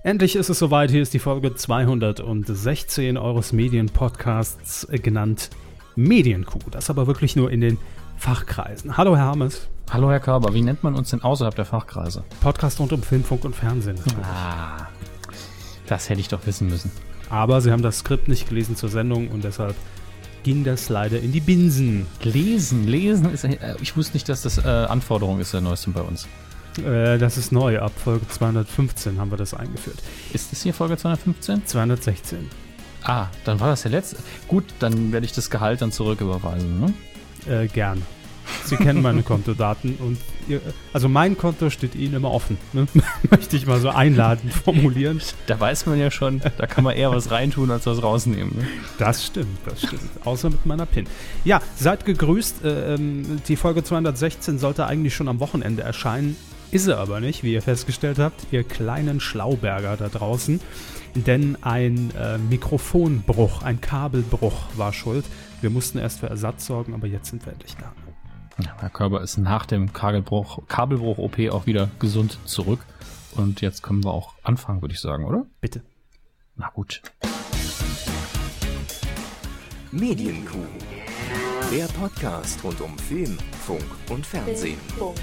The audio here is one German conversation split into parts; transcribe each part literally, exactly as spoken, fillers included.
Endlich ist es soweit, hier ist die Folge zweihundertsechzehn eures Medienpodcasts, äh, genannt Medienkuh. Das aber wirklich nur in den Fachkreisen. Hallo Herr Hammes. Hallo Herr Körber, wie nennt man uns denn außerhalb der Fachkreise? Podcast rund um Film, Funk und Fernsehen. Ah, das hätte ich doch wissen müssen. Aber Sie haben das Skript nicht gelesen zur Sendung und deshalb ging das leider in die Binsen. Lesen, lesen ist, äh, ich wusste nicht, dass das äh, Anforderung ist der neuesten bei uns. Äh, das ist neu, ab Folge zweihundertfünfzehn haben wir das eingeführt. Ist das hier Folge zweihundertfünfzehn? zweihundertsechzehn. Ah, dann war das der letzte. Gut, dann werde ich das Gehalt dann zurücküberweisen, ne? Äh, gern. Sie kennen meine Kontodaten und ihr, also mein Konto steht Ihnen immer offen, ne? Möchte ich mal so einladend formulieren. Da weiß man ja schon, da kann man eher was reintun, als was rausnehmen. Ne? Das stimmt, das stimmt. Außer mit meiner PIN. Ja, seid gegrüßt. Äh, die Folge zweihundertsechzehn sollte eigentlich schon am Wochenende erscheinen. Ist sie aber nicht, wie ihr festgestellt habt, ihr kleinen Schlauberger da draußen. Denn ein äh, Mikrofonbruch, ein Kabelbruch war schuld. Wir mussten erst für Ersatz sorgen, aber jetzt sind wir endlich da. Ja, Herr Körber ist nach dem Kabelbruch, Kabelbruch-O P auch wieder gesund zurück. Und jetzt können wir auch anfangen, würde ich sagen, oder? Bitte. Na gut. Medienkuh. Der Podcast rund um Film, Funk und Fernsehen.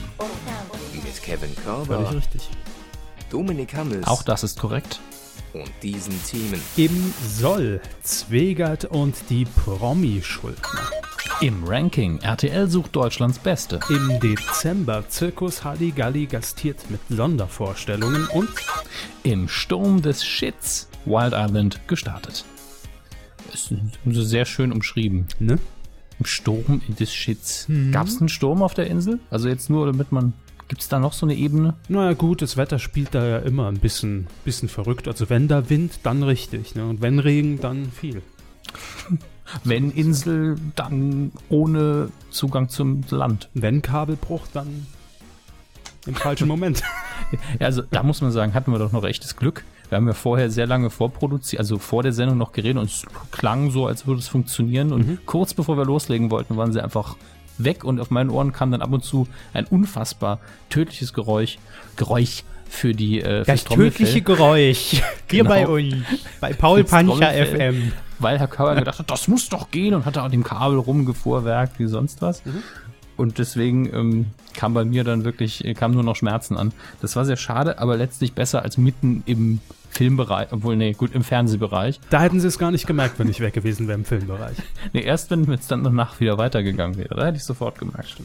Mit Kevin Körber, Völlig richtig. Dominik Hammes Auch das ist korrekt. und diesen Themen. Im Soll Zwegert und die Promi-Schuldner. Im Ranking R T L sucht Deutschlands Beste. Im Dezember Zirkus Halligalli gastiert mit Sondervorstellungen und Im Sturm des Shits Wild Island gestartet. Ist sehr schön umschrieben. ne? Im Sturm des Shits. Mhm. Gab es einen Sturm auf der Insel? Also jetzt nur, damit man... Gibt es da noch so eine Ebene? Naja gut, das Wetter spielt da ja immer ein bisschen, bisschen verrückt. Also wenn da Wind, dann richtig. Ne? Und wenn Regen, dann viel. Wenn Insel, dann ohne Zugang zum Land. Wenn Kabelbruch, dann im falschen Moment. Ja, also da muss man sagen, hatten wir doch noch echtes Glück. Wir haben ja vorher sehr lange vorproduziert, also vor der Sendung noch geredet und es klang so, als würde es funktionieren. Und Mhm. kurz bevor wir loslegen wollten, waren sie einfach weg und auf meinen Ohren kam dann ab und zu ein unfassbar tödliches Geräusch, Geräusch für die äh, fürs Trommelfell. Geräusch. Hier Genau. bei uns. Bei Paul Fürs Pancher F Trommelfell. M. Weil Herr Körber gedacht hat, das muss doch gehen und hat da an dem Kabel rumgefuhrwerkt wie sonst was. Mhm. Und deswegen ähm, kam bei mir dann wirklich, äh, kamen nur noch Schmerzen an. Das war sehr schade, aber letztlich besser als mitten im Filmbereich, obwohl, nee, gut, im Fernsehbereich. Da hätten sie es gar nicht gemerkt, wenn ich weg gewesen wäre im Filmbereich. Nee, erst wenn es dann danach wieder weitergegangen wäre. Da hätte ich sofort gemerkt, stimmt.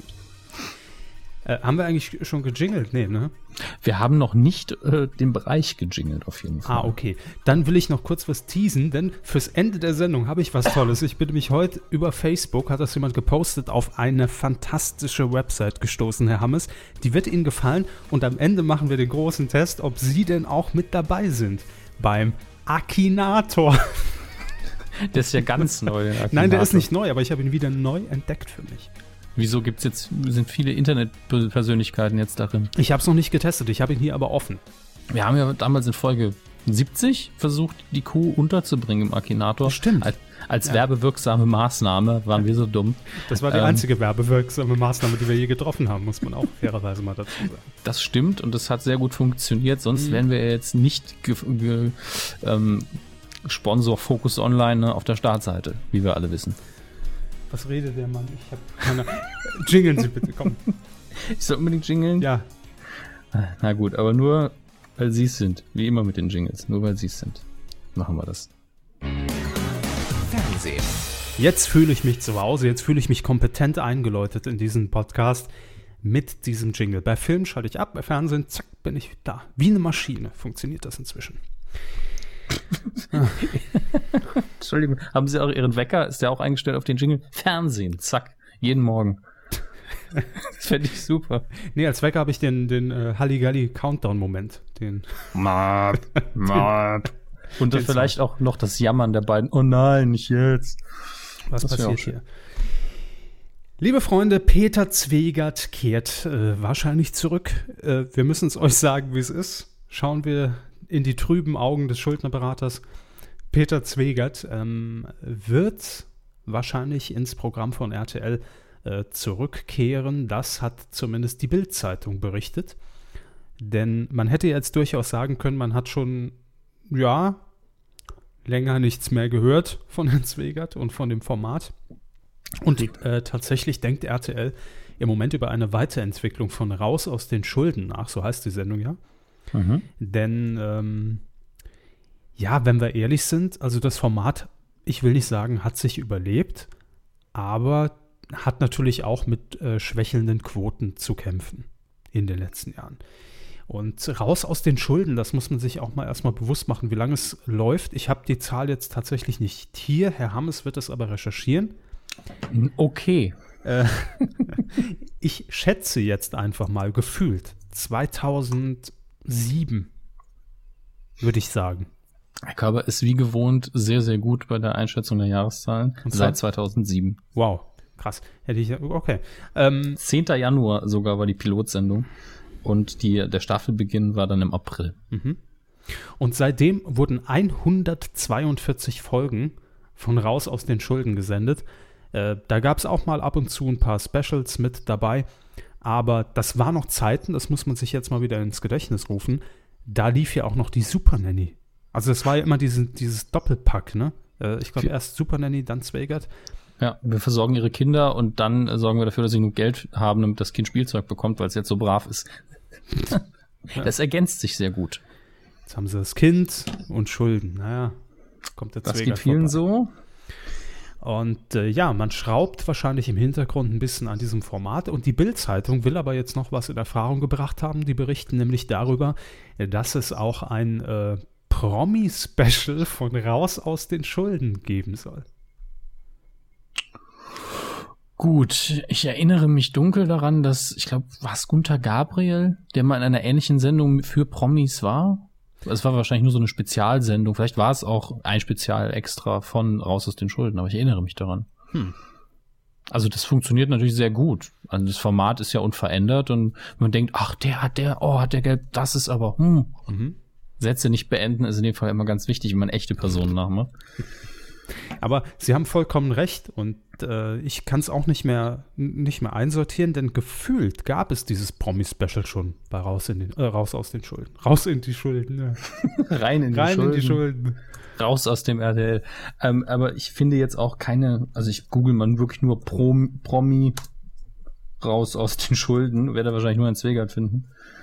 Äh, haben wir eigentlich schon gejingelt? Nee, ne? Wir haben noch nicht äh, den Bereich gejingelt, auf jeden Fall. Ah, okay. Dann will ich noch kurz was teasen, denn fürs Ende der Sendung habe ich was Tolles. Ich bin nämlich heute über Facebook, hat das jemand gepostet, auf eine fantastische Website gestoßen, Herr Hammes. Die wird Ihnen gefallen und am Ende machen wir den großen Test, ob Sie denn auch mit dabei sind beim Akinator. Der ist ja ganz neu. Nein, der ist nicht neu, aber ich habe ihn wieder neu entdeckt für mich. Wieso gibt's jetzt, sind viele Internetpersönlichkeiten jetzt darin? Ich habe es noch nicht getestet, ich habe ihn hier aber offen. Wir haben ja damals in Folge siebzig versucht, die Kuh unterzubringen im Akinator. Stimmt. Als, als Ja. werbewirksame Maßnahme waren wir so dumm. Das war die Ähm. einzige werbewirksame Maßnahme, die wir je getroffen haben, muss man auch fairerweise mal dazu sagen. Das stimmt und das hat sehr gut funktioniert. Sonst Mhm. wären wir jetzt nicht ge ge ähm, Sponsor Focus Online, ne, auf der Startseite, wie wir alle wissen. Was redet der Mann? Ich habe keine... Jingeln Sie bitte, komm. Ich soll unbedingt jingeln? Ja, Na gut, aber nur, weil sie es sind. Wie immer mit den Jingles. Nur weil sie es sind. Machen wir das. Fernsehen. jetzt fühle ich mich zu Hause, jetzt fühle ich mich kompetent eingeläutet in diesen Podcast mit diesem Jingle. Bei Film schalte ich ab, bei Fernsehen, zack, bin ich da. Wie eine Maschine funktioniert das inzwischen. Entschuldigung, haben Sie auch Ihren Wecker? Ist der auch eingestellt auf den Jingle? Fernsehen, zack, jeden Morgen. Das fände ich super. Nee, als Wecker habe ich den, den äh, Halligalli-Countdown-Moment. Den Map, Map. Und dann Den vielleicht auch noch das Jammern der beiden. Oh nein, nicht jetzt. Was Das wär passiert auch schön. hier? Liebe Freunde, Peter Zwegert kehrt äh, wahrscheinlich zurück. Äh, wir müssen es euch sagen, wie es ist. Schauen wir in die trüben Augen des Schuldnerberaters. Peter Zwegert ähm, wird wahrscheinlich ins Programm von R T L äh, zurückkehren. Das hat zumindest die Bild-Zeitung berichtet. Denn man hätte jetzt durchaus sagen können, man hat schon ja, länger nichts mehr gehört von Herrn Zwegert und von dem Format. Und äh, tatsächlich denkt R T L im Moment über eine Weiterentwicklung von Raus aus den Schulden nach, so heißt die Sendung ja. Mhm. Denn, ähm, ja, wenn wir ehrlich sind, also das Format, ich will nicht sagen, hat sich überlebt, aber hat natürlich auch mit äh, schwächelnden Quoten zu kämpfen in den letzten Jahren. Und Raus aus den Schulden, das muss man sich auch mal erstmal bewusst machen, wie lange es läuft. Ich habe die Zahl jetzt tatsächlich nicht hier. Herr Hammes wird es aber recherchieren. Okay. Äh, ich schätze jetzt einfach mal gefühlt zweitausendsieben, würde ich sagen. Herr Körber ist wie gewohnt sehr, sehr gut bei der Einschätzung der Jahreszahlen. Und zwar? Seit zweitausendsieben. Wow, krass. Hätte ich, okay. Ähm, zehnter Januar sogar war die Pilotsendung. Und die, der Staffelbeginn war dann im April. Mhm. Und seitdem wurden hundertzweiundvierzig Folgen von Raus aus den Schulden gesendet. Äh, da gab es auch mal ab und zu ein paar Specials mit dabei. Aber das war noch Zeiten, das muss man sich jetzt mal wieder ins Gedächtnis rufen. Da lief ja auch noch die Super Nanny. Also es war ja immer diese, dieses Doppelpack, ne? Äh, ich glaube erst Super Nanny, dann Zwegert. Ja, wir versorgen ihre Kinder und dann äh, sorgen wir dafür, dass sie genug Geld haben, damit das Kind Spielzeug bekommt, weil es jetzt so brav ist. Das ergänzt sich sehr gut. Jetzt haben sie das Kind und Schulden. Naja, kommt der Das Zwegert geht vielen vorbei. so. Und äh, ja, man schraubt wahrscheinlich im Hintergrund ein bisschen an diesem Format. Und die Bild-Zeitung will aber jetzt noch was in Erfahrung gebracht haben. Die berichten nämlich darüber, dass es auch ein äh, Promi-Special von Raus aus den Schulden geben soll. Gut, ich erinnere mich dunkel daran, dass, ich glaube, war es Gunther Gabriel, der mal in einer ähnlichen Sendung für Promis war? Es war wahrscheinlich nur so eine Spezialsendung. Vielleicht war es auch ein Spezial extra von Raus aus den Schulden, aber ich erinnere mich daran. Hm. Also das funktioniert natürlich sehr gut. Also das Format ist ja unverändert und man denkt, ach, der hat der, oh, hat der Gelb, das ist aber, hm. Mhm. Sätze nicht beenden ist in dem Fall immer ganz wichtig, wenn man echte Personen nachmacht. Aber Sie haben vollkommen recht und äh, ich kann es auch nicht mehr, nicht mehr einsortieren, denn gefühlt gab es dieses Promi-Special schon bei Raus, in den, äh, Raus aus den Schulden. Raus in die Schulden, ja. Rein in die Rein Schulden. in die Schulden. Raus aus dem R T L. Ähm, aber ich finde jetzt auch keine, also ich google man wirklich nur Prom, Promi raus aus den Schulden, werde wahrscheinlich nur einen Zwegert finden.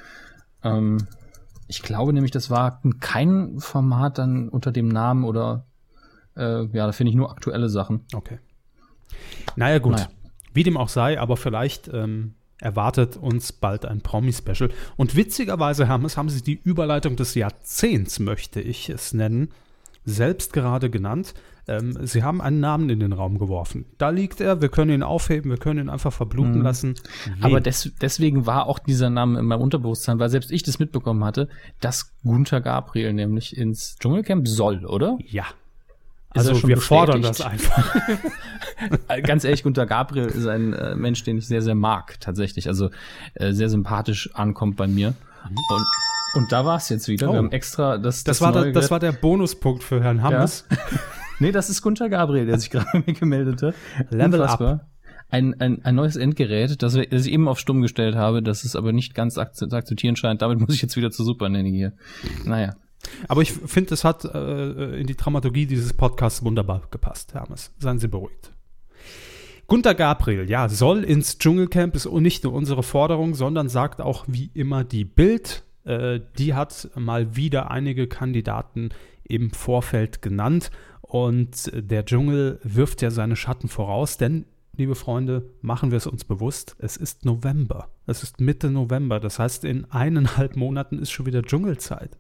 Ähm, ich glaube nämlich, das war kein Format dann unter dem Namen oder Äh, ja, da finde ich nur aktuelle Sachen. Okay. Naja, gut. Naja. Wie dem auch sei, aber vielleicht ähm, erwartet uns bald ein Promi-Special. Und witzigerweise, Hermes, haben Sie die Überleitung des Jahrzehnts, möchte ich es nennen, selbst gerade genannt. Ähm, Sie haben einen Namen in den Raum geworfen. Da liegt er, wir können ihn aufheben, wir können ihn einfach verbluten mhm. lassen. Wen? Aber des, deswegen war auch dieser Name in meinem Unterbewusstsein, weil selbst ich das mitbekommen hatte, dass Gunther Gabriel nämlich ins Dschungelcamp soll, oder? Ja. Ist Also wir fordern das einfach. Ganz ehrlich, Gunther Gabriel ist ein äh, Mensch, den ich sehr, sehr mag, tatsächlich. Also äh, sehr sympathisch ankommt bei mir. Mhm. Und, und da war es jetzt wieder. Oh. Wir haben extra das, das, das war neue da, das war der Bonuspunkt für Herrn Hammes. Ja. Nee, das ist Gunther Gabriel, der sich gerade mir gemeldet hat. Level up. Ein, ein, ein neues Endgerät, das, wir, das ich eben auf Stumm gestellt habe, das es aber nicht ganz zu akzeptieren scheint. Damit muss ich jetzt wieder zur Super Nanny hier. Naja. Aber ich finde, es hat äh, in die Dramaturgie dieses Podcasts wunderbar gepasst, Hermes. Seien Sie beruhigt. Gunther Gabriel, ja, soll ins Dschungelcamp, ist nicht nur unsere Forderung, sondern sagt auch wie immer die Bild. Äh, die hat mal wieder einige Kandidaten im Vorfeld genannt. Und der Dschungel wirft ja seine Schatten voraus, denn, liebe Freunde, machen wir es uns bewusst, es ist November. Es ist Mitte November, das heißt, in eineinhalb Monaten ist schon wieder Dschungelzeit.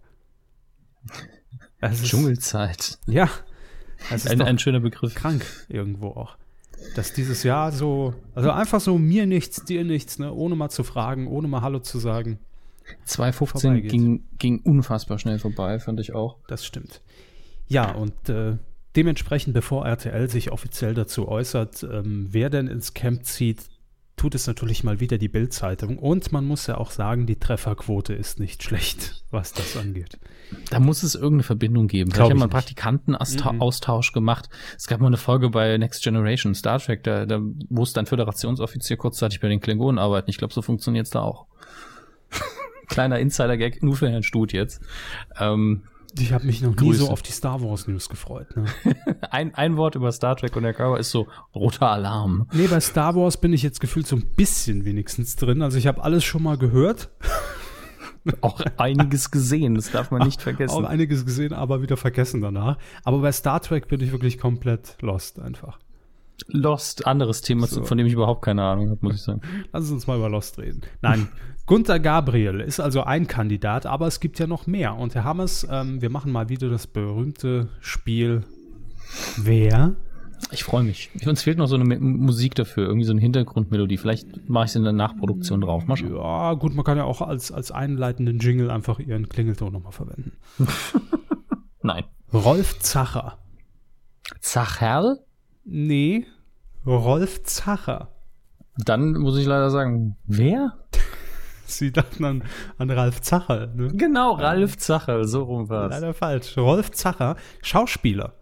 Dschungelzeit. Ist, ja. Es ist ein, ein schöner Begriff. Krank irgendwo auch. Dass dieses Jahr so, also einfach so mir nichts, dir nichts, ne, ohne mal zu fragen, ohne mal Hallo zu sagen. zwanzig fünfzehn ging, ging unfassbar schnell vorbei, fand ich auch. Das stimmt. Ja, und äh, dementsprechend, bevor R T L sich offiziell dazu äußert, ähm, wer denn ins Camp zieht, tut es natürlich mal wieder die Bild-Zeitung. Und man muss ja auch sagen, die Trefferquote ist nicht schlecht, was das angeht. Da muss es irgendeine Verbindung geben. Glaub ich habe mal einen nicht. Praktikantenaustausch mhm. gemacht. Es gab mal eine Folge bei Next Generation, Star Trek, da, da musste ein Föderationsoffizier kurzzeitig bei den Klingonen arbeiten. Ich glaube, so funktioniert es da auch. Kleiner Insider-Gag, nur für Herrn Stut jetzt. Ähm, Ich habe mich noch nie Grüße. so auf die Star Wars News gefreut. Ne? Ein, ein Wort über Star Trek und der Körper ist so roter Alarm. Nee, bei Star Wars bin ich jetzt gefühlt so ein bisschen wenigstens drin. Also ich habe alles schon mal gehört. Auch einiges gesehen, das darf man nicht vergessen. Auch einiges gesehen, aber wieder vergessen danach. Aber bei Star Trek bin ich wirklich komplett lost einfach. Lost, anderes Thema, So. von dem ich überhaupt keine Ahnung habe, muss ich sagen. Lass uns mal über Lost reden. Nein, Gunther Gabriel ist also ein Kandidat, aber es gibt ja noch mehr. Und Herr Hammes, ähm, wir machen mal wieder das berühmte Spiel Wer? Ich freue mich. Uns fehlt noch so eine M- Musik dafür, irgendwie so eine Hintergrundmelodie. Vielleicht mache ich es in der Nachproduktion drauf. Mal schauen. Ja, gut, man kann ja auch als, als einleitenden Jingle einfach ihren Klingelton nochmal verwenden. Nein. Rolf Zacher. Zacherl? Nee, Rolf Zacher. Dann muss ich leider sagen, wer? Sie dachten an, an Ralf Zacher, ne? Genau, Ralf Zacherl, so rum war's. Leider falsch. Rolf Zacher, Schauspieler.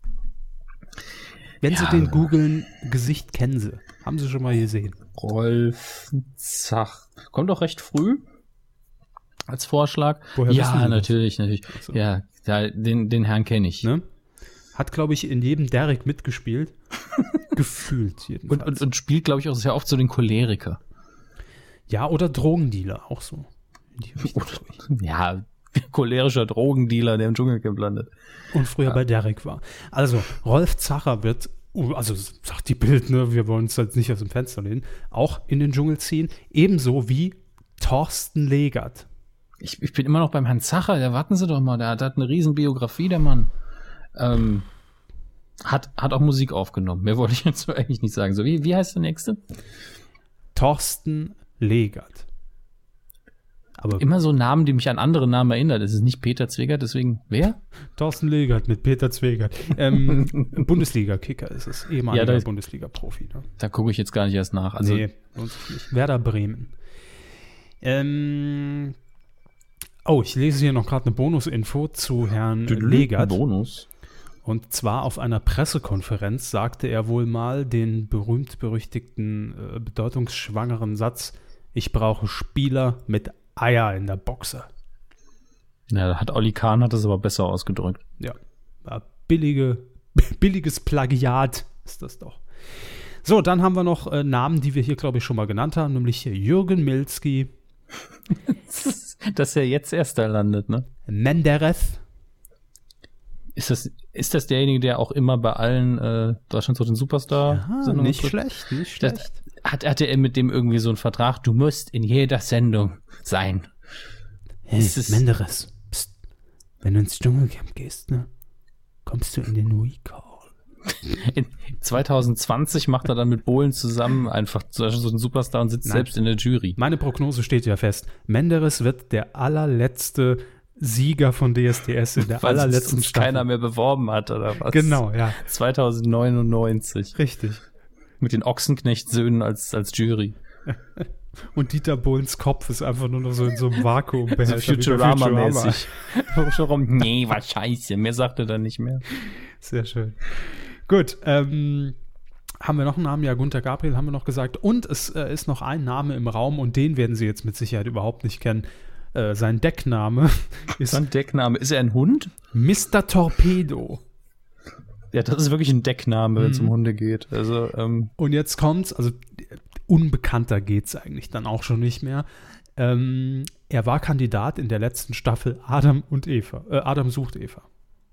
Wenn Ja. Sie den googeln, Gesicht kennen Sie. Haben Sie schon mal gesehen. Rolf Zach. Kommt doch recht früh als Vorschlag. Woher wissen Sie ja, das? natürlich, natürlich. Ach so. Ja, ja, den, den Herrn kenne ich. Ne? Hat, glaube ich, in jedem Derrick mitgespielt. Gefühlt jedenfalls. Und, und, und spielt, glaube ich, auch sehr oft so den Choleriker. ja, oder Drogendealer, auch so. In die Richtung, glaub ich. Ja, cholerischer Drogendealer, der im Dschungelcamp landet. Und früher bei Derrick war. Also, Rolf Zacher wird, uh, also sagt die Bild, ne, wir wollen uns jetzt nicht aus dem Fenster lehnen, auch in den Dschungel ziehen. Ebenso wie Thorsten Legert. Ich, ich bin immer noch beim Herrn Zacher, da warten Sie doch mal, der hat, der hat eine riesen Biografie, der Mann. Ähm, hat, hat auch Musik aufgenommen. Mehr wollte ich jetzt so eigentlich nicht sagen. So, wie, wie heißt der nächste? Thorsten Legert. Aber Immer so Namen, die mich an andere Namen erinnern. Es ist nicht Peter Zwegert, deswegen wer? Thorsten Legert mit Peter Zwegert. Ähm, Bundesliga-Kicker ist es. Ehemaliger Ja, da ist- Bundesliga-Profi. Ne? Da gucke ich jetzt gar nicht erst nach. Also, nee, lohnt sich nicht. Werder Bremen. Ähm, oh, ich lese hier noch gerade eine Bonusinfo zu Herrn Legert. Bonus. Und zwar auf einer Pressekonferenz sagte er wohl mal den berühmt-berüchtigten, äh, bedeutungsschwangeren Satz: Ich brauche Spieler mit Eier in der Boxe. Ja, da hat Olli Kahn hat das aber besser ausgedrückt. Ja, war billige, billiges Plagiat ist das doch. So, dann haben wir noch äh, Namen, die wir hier, glaube ich, schon mal genannt haben, nämlich Jürgen Milzki, Dass er jetzt Erster landet, ne? Menderes. Ist das, ist das derjenige, der auch immer bei allen äh, Deutschland so den Superstar Ah, Sendungen nicht tritt? schlecht, nicht Das, schlecht. hat, hatte er mit dem irgendwie so einen Vertrag, du musst in jeder Sendung sein. Hey, ist es- Menderes, pst, wenn du ins Dschungelcamp gehst, ne, kommst du in den Recall. In zwanzig zwanzig macht er dann mit Bohlen zusammen einfach so einen Superstar und sitzt Nein. selbst in der Jury. Meine Prognose steht ja fest. Menderes wird der allerletzte Sieger von D S D S in der Weil sich allerletzten sonst Staffel. keiner mehr beworben hat, oder was? Genau, ja, zwanzig neunundneunzig. richtig. Mit den Ochsenknecht-Söhnen als, als Jury. Und Dieter Bohlens Kopf ist einfach nur noch so in so einem Vakuum. So Futurama-mäßig. Futurama. Nee, war scheiße. Mehr sagt er dann nicht mehr. Sehr schön. Gut, ähm, haben wir noch einen Namen? Ja, Gunther Gabriel haben wir noch gesagt. Und es äh, ist noch ein Name im Raum und den werden Sie jetzt mit Sicherheit überhaupt nicht kennen. Äh, sein Deckname ist Sein Deckname. Ist er ein Hund? Mister Torpedo. Ja, das ist wirklich ein Deckname, wenn es Mhm. um Hunde geht. Also, ähm, Und jetzt kommt's, also äh, unbekannter geht's eigentlich dann auch schon nicht mehr. Ähm, er war Kandidat in der letzten Staffel Adam und Eva. Äh, Adam sucht Eva.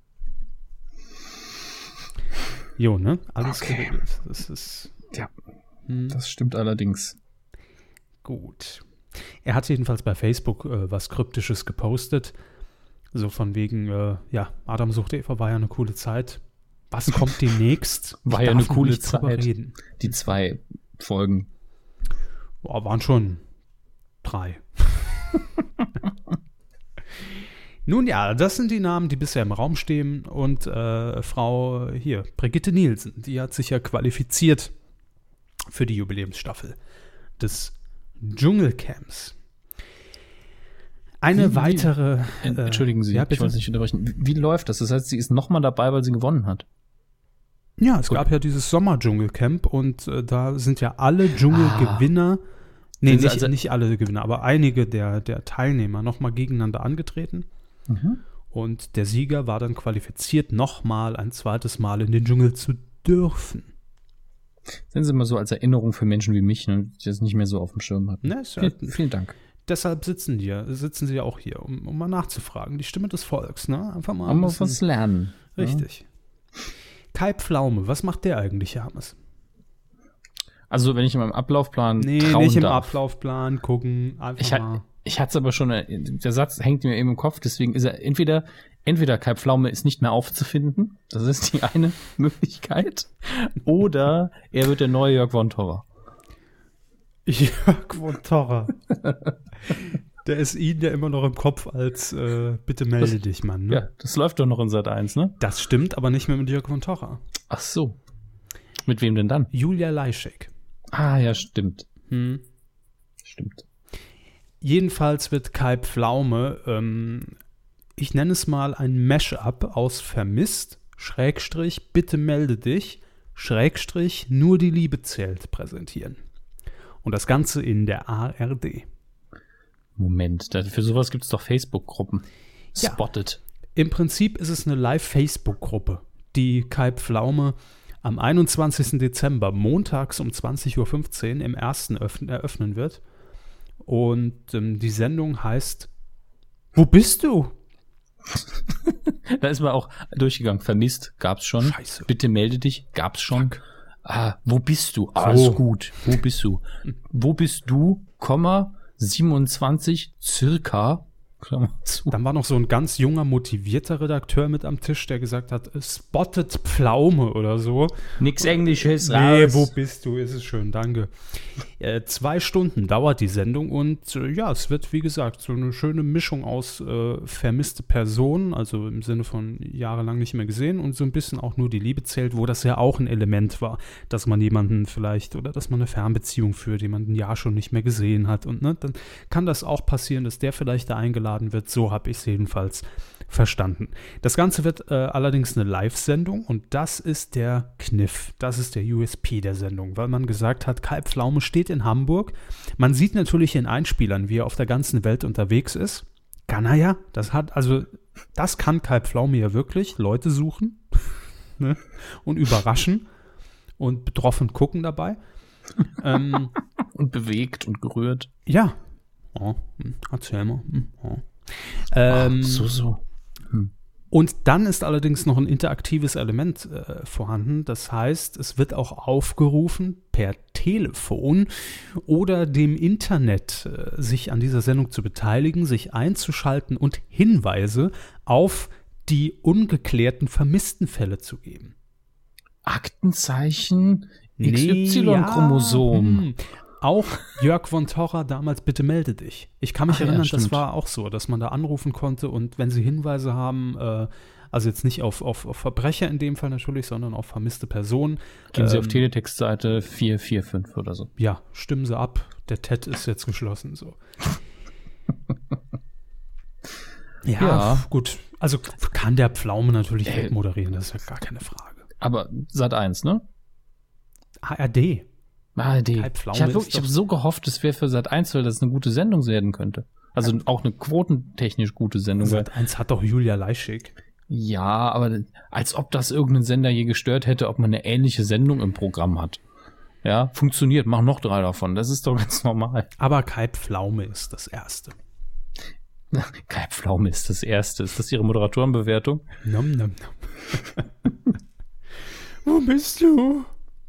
Jo, ne? Alles Okay. geregelt. Das ist ja, hm, das stimmt allerdings. gut. Er hat jedenfalls bei Facebook äh, was Kryptisches gepostet. So von wegen, äh, ja, Adam sucht Eva war ja eine coole Zeit. Was kommt demnächst? War Ich ja darf eine noch coole nicht drüber Zeit. Reden. Die zwei Folgen. Boah, waren schon drei. Nun ja, das sind die Namen, die bisher im Raum stehen. Und äh, Frau hier, Brigitte Nielsen, die hat sich ja qualifiziert für die Jubiläumsstaffel des Dschungelcamps. Eine Wie- weitere. En- äh, Entschuldigen Sie, ja, ich bitte. wollte nicht unterbrechen. Wie, wie läuft das? Das heißt, sie ist nochmal dabei, weil sie gewonnen hat. Ja, es Gut. gab ja dieses Sommer-Dschungelcamp und äh, da sind ja alle Dschungelgewinner, nee, Sind sie nicht, also- nicht alle Gewinner, aber einige der, der Teilnehmer nochmal gegeneinander angetreten. Mhm. Und der Sieger war dann qualifiziert, nochmal ein zweites Mal in den Dschungel zu dürfen. Sehen Sie mal so als Erinnerung für Menschen wie mich, ne, die das nicht mehr so auf dem Schirm hatten. Ne, ist ja, vielen, vielen Dank. Deshalb sitzen die, sitzen sie ja auch hier, um, um mal nachzufragen. Die Stimme des Volks, ne? Einfach mal um mal was lernen. Richtig. Ja. Kai Pflaume, was macht der eigentlich, Hermes? Also, wenn ich in meinem Ablaufplan nee, trauen nicht im darf. Ablaufplan gucken, einfach ich mal. Ha- ich hatte es aber schon, der Satz hängt mir eben im Kopf, deswegen ist er entweder, entweder Kai Pflaume ist nicht mehr aufzufinden, das ist die eine Möglichkeit, oder er wird der neue Jörg von Torra. Jörg von Torra. Der ist Ihnen ja immer noch im Kopf als äh, bitte melde das, dich, Mann. Ne? Ja, das läuft doch noch in Sat eins, ne? Das stimmt, aber nicht mehr mit Jörg von Torra. Ach so. Mit wem denn dann? Julia Leischek. Ah, ja, stimmt. Hm. Stimmt. Jedenfalls wird Kai Pflaume, ähm, ich nenne es mal ein Mash-up aus Vermisst, Schrägstrich, bitte melde dich, Schrägstrich, nur die Liebe zählt, präsentieren. Und das Ganze in der A R D. Moment, da, für sowas gibt es doch Facebook-Gruppen. Ja. Spotted. Im Prinzip ist es eine Live-Facebook-Gruppe, die Kai Pflaume am einundzwanzigsten Dezember montags um zwanzig Uhr fünfzehn im ersten öffn- eröffnen wird. Und ähm, die Sendung heißt Wo bist du? Da ist man auch durchgegangen. Vermisst, gab's schon. Scheiße. Bitte melde dich, gab's schon. Fuck. Ah, wo bist du? Ah, So. ist gut. Wo bist du? Wo bist du, Komma, siebenundzwanzig, circa, Klammer zu. Dann war noch so ein ganz junger, motivierter Redakteur mit am Tisch, der gesagt hat, spotted Pflaume oder so. Nix Englisches Nee, raus. wo bist du? Ist es schön, danke. Äh, zwei Stunden dauert die Sendung und äh, ja, es wird, wie gesagt, so eine schöne Mischung aus äh, vermisste Personen, also im Sinne von jahrelang nicht mehr gesehen und so ein bisschen auch nur die Liebe zählt, wo das ja auch ein Element war, dass man jemanden vielleicht oder dass man eine Fernbeziehung führt, jemanden ein Jahr schon nicht mehr gesehen hat und ne, dann kann das auch passieren, dass der vielleicht da eingeladen wird, so habe ich es jedenfalls verstanden. Das Ganze wird äh, allerdings eine Live-Sendung und das ist der Kniff, das ist der U S P der Sendung, weil man gesagt hat, Kai Pflaume steht in Hamburg. Man sieht natürlich in Einspielern, wie er auf der ganzen Welt unterwegs ist. Kann er ja, das hat, also das kann Kai Pflaume ja wirklich, Leute suchen ne, und überraschen und betroffen gucken dabei. ähm, Und bewegt und gerührt. ja, oh, hm, erzähl mal. Hm, oh. Ähm, Ach, so, so. Und dann ist allerdings noch ein interaktives Element äh, vorhanden. Das heißt, es wird auch aufgerufen, per Telefon oder dem Internet äh, sich an dieser Sendung zu beteiligen, sich einzuschalten und Hinweise auf die ungeklärten vermissten Fälle zu geben. Aktenzeichen Nee, X Y-Chromosom. ja, hm. Auch Jörg von Torra damals, bitte melde dich. Ich kann mich Ach ja, erinnern, das stimmt. war auch so, dass man da anrufen konnte und wenn sie Hinweise haben, äh, also jetzt nicht auf, auf, auf Verbrecher in dem Fall natürlich, sondern auf vermisste Personen. Gehen Sie ähm, auf Teletext-Seite vier vier fünf oder so. Ja, stimmen sie ab, der T E D ist jetzt geschlossen. So. ja, Ja. gut. Also kann der Pflaume natürlich Äh, wegmoderieren, das ist ja gar keine Frage. Aber Sat eins, ne? A R D. A R D. Kai Pflaume Ich habe ist hab doch- so gehofft, es wäre für Sat eins, weil das eine gute Sendung werden könnte. Also auch eine quotentechnisch gute Sendung. Weil, Sat eins hat doch Julia Leischek. ja, aber als ob das irgendeinen Sender je gestört hätte, ob man eine ähnliche Sendung im Programm hat. Ja, funktioniert, mach noch drei davon. Das ist doch ganz normal. Aber Kai Pflaume ist das Erste. Kai Pflaume ist das Erste. Ist das Ihre Moderatorenbewertung? Nom, nom, nom. Wo bist du?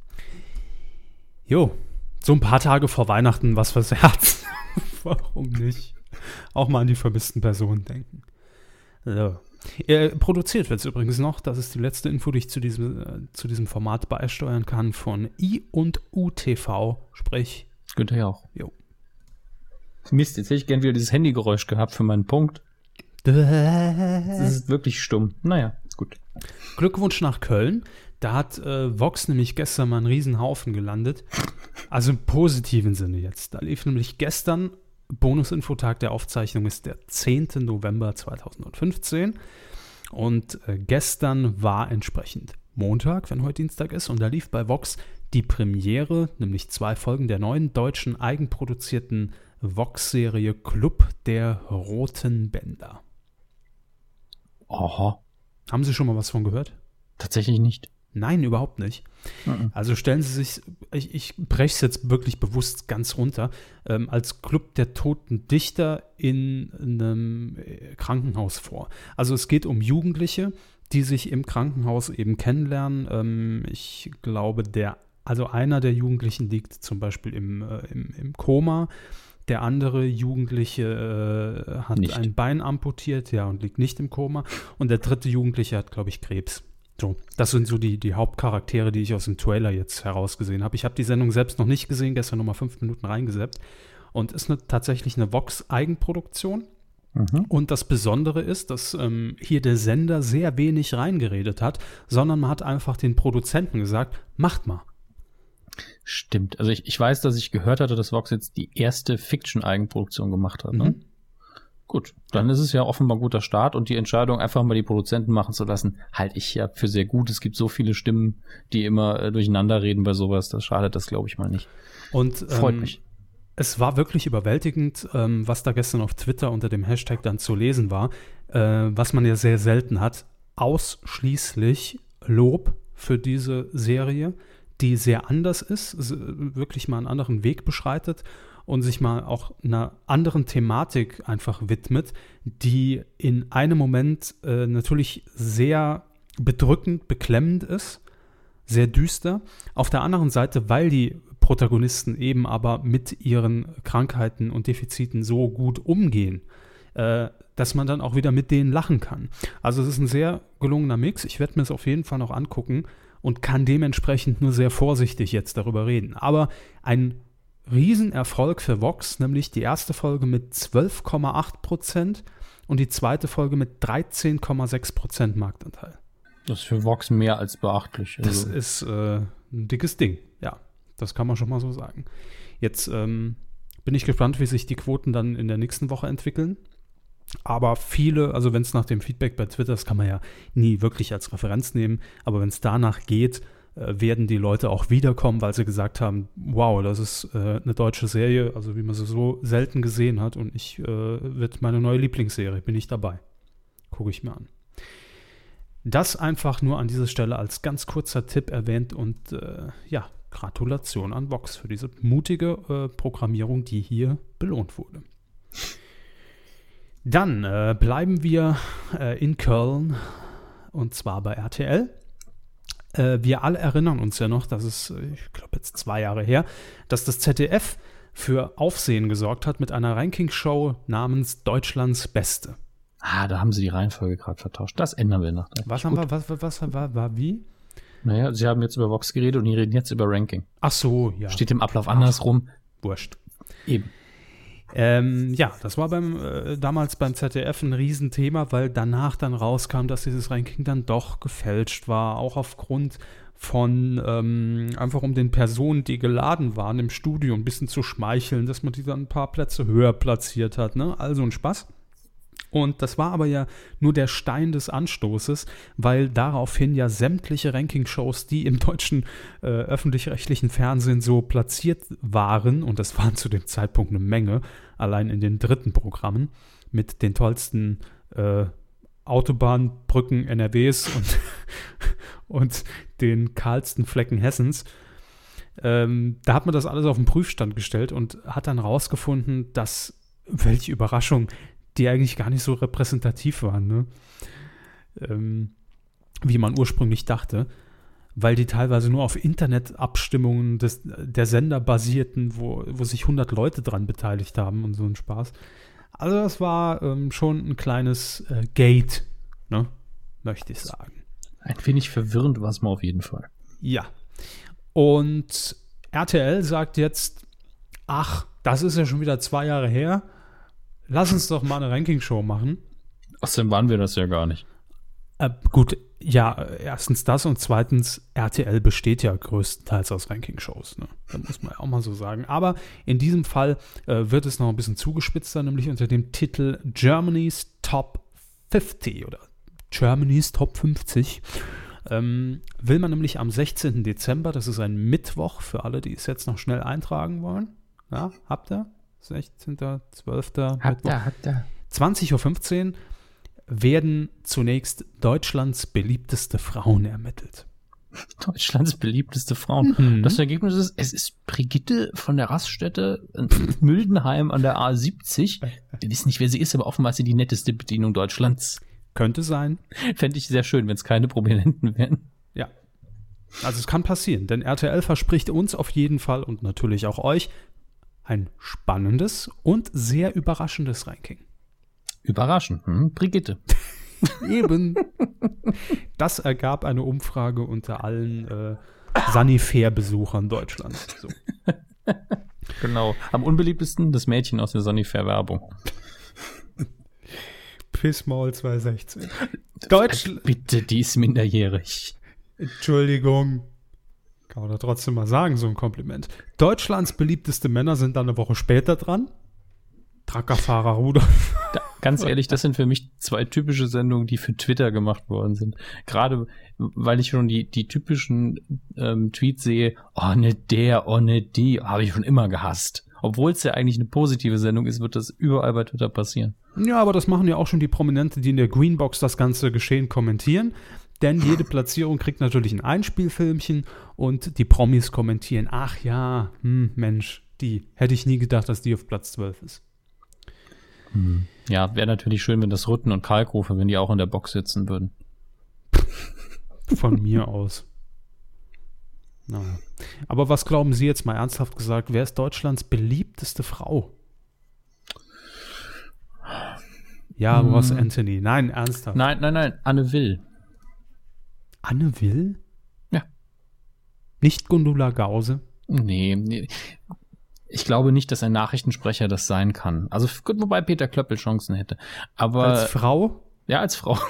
Jo, so ein paar Tage vor Weihnachten was fürs Herz. Warum nicht? Auch mal an die vermissten Personen denken. So. Äh, produziert wird es übrigens noch, das ist die letzte Info, die ich zu diesem, äh, zu diesem Format beisteuern kann, von I und U T V, sprich, Günther ja auch. jo. Mist, jetzt hätte ich gern wieder dieses Handygeräusch gehabt für meinen Punkt. Das ist wirklich stumm. Naja, gut. Glückwunsch nach Köln. Da hat äh, Vox nämlich gestern mal einen Riesenhaufen gelandet. Also im positiven Sinne jetzt. Da lief nämlich gestern, Bonusinfotag der Aufzeichnung ist der zehnten November zweitausendfünfzehn. Und äh, gestern war entsprechend Montag, wenn heute Dienstag ist. Und da lief bei Vox die Premiere, nämlich zwei Folgen der neuen deutschen eigenproduzierten Vox-Serie Club der Roten Bänder. Aha. Haben Sie schon mal was von gehört? Tatsächlich nicht. Nein, überhaupt nicht. Mhm. Also stellen Sie sich, ich, ich breche es jetzt wirklich bewusst ganz runter, ähm, als Club der toten Dichter in einem Krankenhaus vor. Also es geht um Jugendliche, die sich im Krankenhaus eben kennenlernen. Ähm, ich glaube, der, also einer der Jugendlichen liegt zum Beispiel im, äh, im, im Koma. Der andere Jugendliche äh, hat Nicht. ein Bein amputiert, ja, und liegt nicht im Koma. Und der dritte Jugendliche hat, glaube ich, Krebs. So, das sind so die, die Hauptcharaktere, die ich aus dem Trailer jetzt herausgesehen habe. Ich habe die Sendung selbst noch nicht gesehen, gestern noch mal fünf Minuten reingesappt. Und ist eine, tatsächlich eine Vox-Eigenproduktion. Mhm. Und das Besondere ist, dass ähm, hier der Sender sehr wenig reingeredet hat, sondern man hat einfach den Produzenten gesagt, macht mal. Stimmt. Also ich, ich weiß, dass ich gehört hatte, dass Vox jetzt die erste Fiction-Eigenproduktion gemacht hat. Ne? Mhm. Gut, dann ist es ja offenbar ein guter Start und die Entscheidung, einfach mal die Produzenten machen zu lassen, halte ich ja für sehr gut. Es gibt so viele Stimmen, die immer äh, durcheinander reden bei sowas. Das schadet das, glaube ich mal nicht. Und freut ähm, mich. Es war wirklich überwältigend, ähm, was da gestern auf Twitter unter dem Hashtag dann zu lesen war, äh, was man ja sehr selten hat. Ausschließlich Lob für diese Serie, die sehr anders ist, wirklich mal einen anderen Weg beschreitet und sich mal auch einer anderen Thematik einfach widmet, die in einem Moment äh, natürlich sehr bedrückend, beklemmend ist, sehr düster. Auf der anderen Seite, weil die Protagonisten eben aber mit ihren Krankheiten und Defiziten so gut umgehen, äh, dass man dann auch wieder mit denen lachen kann. Also es ist ein sehr gelungener Mix. Ich werde mir es auf jeden Fall noch angucken und kann dementsprechend nur sehr vorsichtig jetzt darüber reden. Aber ein Riesenerfolg für Vox, nämlich die erste Folge mit zwölf Komma acht Prozent und die zweite Folge mit dreizehn Komma sechs Prozent Marktanteil. Das ist für Vox mehr als beachtlich. Also Das ist äh, ein dickes Ding, ja. Das kann man schon mal so sagen. Jetzt ähm, bin ich gespannt, wie sich die Quoten dann in der nächsten Woche entwickeln. Aber viele, also wenn es nach dem Feedback bei Twitter, das kann man ja nie wirklich als Referenz nehmen, aber wenn es danach geht, äh, werden die Leute auch wiederkommen, weil sie gesagt haben, wow, das ist äh, eine deutsche Serie, also wie man sie so selten gesehen hat und ich äh, wird meine neue Lieblingsserie, bin ich dabei. Gucke ich mir an. Das einfach nur an dieser Stelle als ganz kurzer Tipp erwähnt und äh, ja, Gratulation an Vox für diese mutige äh, Programmierung, die hier belohnt wurde. Dann äh, bleiben wir äh, in Köln und zwar bei R T L. Äh, wir alle erinnern uns ja noch, dass es, ich glaube jetzt zwei Jahre her, dass das Z D F für Aufsehen gesorgt hat mit einer Ranking-Show namens Deutschlands Beste. Ah, da haben sie die Reihenfolge gerade vertauscht. Das ändern wir noch. Was haben wir, was, was, was war, war wie? Naja, sie haben jetzt über Vox geredet und die reden jetzt über Ranking. Ach so, ja. Steht im Ablauf andersrum. Wurscht. Eben. Ähm, ja, das war beim äh, damals beim Z D F ein Riesenthema, weil danach dann rauskam, dass dieses Ranking dann doch gefälscht war, auch aufgrund von, ähm, einfach um den Personen, die geladen waren im Studio, ein bisschen zu schmeicheln, dass man die dann ein paar Plätze höher platziert hat, ne? Also ein Spaß. Und das war aber ja nur der Stein des Anstoßes, weil daraufhin ja sämtliche Ranking-Shows, die im deutschen äh, öffentlich-rechtlichen Fernsehen so platziert waren, und das waren zu dem Zeitpunkt eine Menge, allein in den dritten Programmen, mit den tollsten äh, Autobahnbrücken N R Ws und, und den kahlsten Flecken Hessens, ähm, da hat man das alles auf den Prüfstand gestellt und hat dann rausgefunden, dass, welche Überraschung, die eigentlich gar nicht so repräsentativ waren, ne? ähm, wie man ursprünglich dachte, weil die teilweise nur auf Internetabstimmungen des, der Sender basierten, wo, wo sich hundert Leute dran beteiligt haben und so ein Spaß. Also das war ähm, schon ein kleines äh, Gate, ne? Möchte ich sagen. Ein wenig verwirrend war es mal auf jeden Fall. Ja. Und R T L sagt jetzt, ach, das ist ja schon wieder zwei Jahre her, lass uns doch mal eine Ranking-Show machen. Außerdem waren wir das ja gar nicht. Äh, gut, ja, erstens das und zweitens, R T L besteht ja größtenteils aus Ranking-Shows, ne? Da muss man ja auch mal so sagen. Aber in diesem Fall äh, wird es noch ein bisschen zugespitzter, nämlich unter dem Titel Germany's Top fünfzig oder Germany's Top fünfzig. Ähm, will man nämlich am sechzehnten Dezember, das ist ein Mittwoch für alle, die es jetzt noch schnell eintragen wollen. Ja, habt ihr? sechzehnten zwölften Hat er, hat er. zwanzig Uhr fünfzehn werden zunächst Deutschlands beliebteste Frauen ermittelt. Deutschlands beliebteste Frauen. Mhm. Das Ergebnis ist, es ist Brigitte von der Raststätte in Müldenheim an der A siebzig. Wir wissen nicht, wer sie ist, aber offenbar ist sie die netteste Bedienung Deutschlands. Könnte sein. Fände ich sehr schön, wenn es keine Prominenten wären. Ja. Also es kann passieren, denn R T L verspricht uns auf jeden Fall und natürlich auch euch ein spannendes und sehr überraschendes Ranking. Überraschend, hm? Brigitte. Eben. Das ergab eine Umfrage unter allen äh, Sanifair-Besuchern Deutschlands. So. Genau. Am unbeliebtesten das Mädchen aus der Sanifair-Werbung. Pissmaul zweitausendsechzehn. Deutschland. Bitte, die ist minderjährig. Entschuldigung. Kann man da trotzdem mal sagen, so ein Kompliment. Deutschlands beliebteste Männer sind dann eine Woche später dran. Truckerfahrer Rudolf. Da, ganz ehrlich, das sind für mich zwei typische Sendungen, die für Twitter gemacht worden sind. Gerade, weil ich schon die, die typischen ähm, Tweets sehe, oh, ne der, oh, ne die, habe ich schon immer gehasst. Obwohl es ja eigentlich eine positive Sendung ist, wird das überall bei Twitter passieren. Ja, aber das machen ja auch schon die Prominente, die in der Greenbox das ganze Geschehen kommentieren. Denn jede Platzierung kriegt natürlich ein Einspielfilmchen und die Promis kommentieren, ach ja, hm, Mensch, die. Hätte ich nie gedacht, dass die auf Platz zwölf ist. Hm. Ja, wäre natürlich schön, wenn das Rutten und Kalkofe, wenn die auch in der Box sitzen würden. Von mir aus. Naja. Aber was glauben Sie jetzt mal ernsthaft gesagt, wer ist Deutschlands beliebteste Frau? Ja, Hm. Ross Anthony. Nein, ernsthaft. Nein, nein, nein, Anne Will. Anne Will? Ja. Nicht Gundula Gause? Nee, nee. Ich glaube nicht, dass ein Nachrichtensprecher das sein kann. Also gut, wobei Peter Klöppel Chancen hätte. Aber Als Frau? ja, als Frau.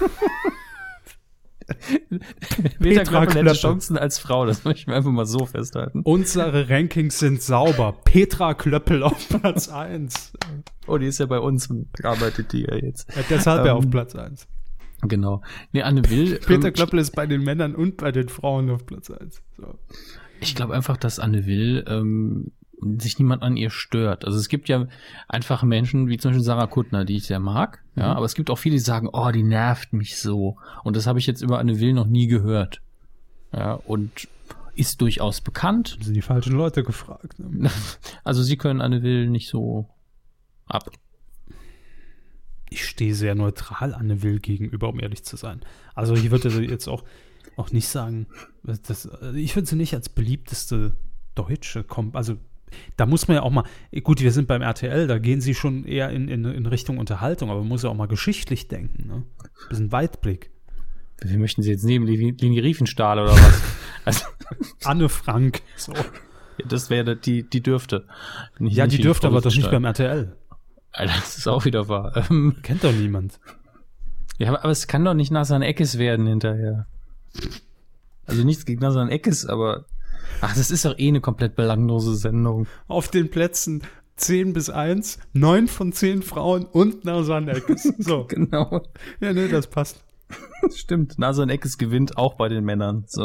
Peter Klöppel hätte Klöppel. Chancen als Frau, das möchte ich mir einfach mal so festhalten. Unsere Rankings sind sauber. Petra Klöppel auf Platz eins. Oh, die ist ja bei uns und arbeitet die ja jetzt. Ja, deshalb ja Ähm, auf Platz eins. Genau. Nee, Anne Will. Peter ähm, Klöppel ist bei den Männern und bei den Frauen auf Platz eins. So. Ich glaube einfach, dass Anne Will ähm, sich niemand an ihr stört. Also es gibt ja einfache Menschen, wie zum Beispiel Sarah Kuttner, die ich sehr mag. Ja, Mhm. aber es gibt auch viele, die sagen, oh, die nervt mich so. Und das habe ich jetzt über Anne Will noch nie gehört. Ja, und ist durchaus bekannt. Haben sie die falschen Leute gefragt. Ne? Also sie können Anne Will nicht so ab. Ich stehe sehr neutral Anne Will gegenüber, um ehrlich zu sein. Also ich würde jetzt auch, auch nicht sagen, das, ich würde sie nicht als beliebteste Deutsche kommen. Also da muss man ja auch mal, gut, wir sind beim R T L, da gehen sie schon eher in, in, in Richtung Unterhaltung, aber man muss ja auch mal geschichtlich denken. Ne? Ein bisschen Weitblick. Wie möchten Sie jetzt nehmen? Lini Riefenstahl oder was? Also, Anne Frank. So. das wäre die, die dürfte. Nicht, Ja, nicht die wie dürfte aber doch nicht Riefenstahl. beim R T L. Alter, das ist auch wieder wahr. Ähm, Kennt doch niemand. ja, aber, aber es kann doch nicht Nasan Eckes werden hinterher. Also nichts gegen Nasan Eckes, aber ach, das ist doch eh eine komplett belanglose Sendung. Auf den Plätzen zehn bis eins, neun von zehn Frauen und Nasan Eckes. So. Genau. Ja, ne, das passt. Das stimmt. Nasan Eckes gewinnt auch bei den Männern. So.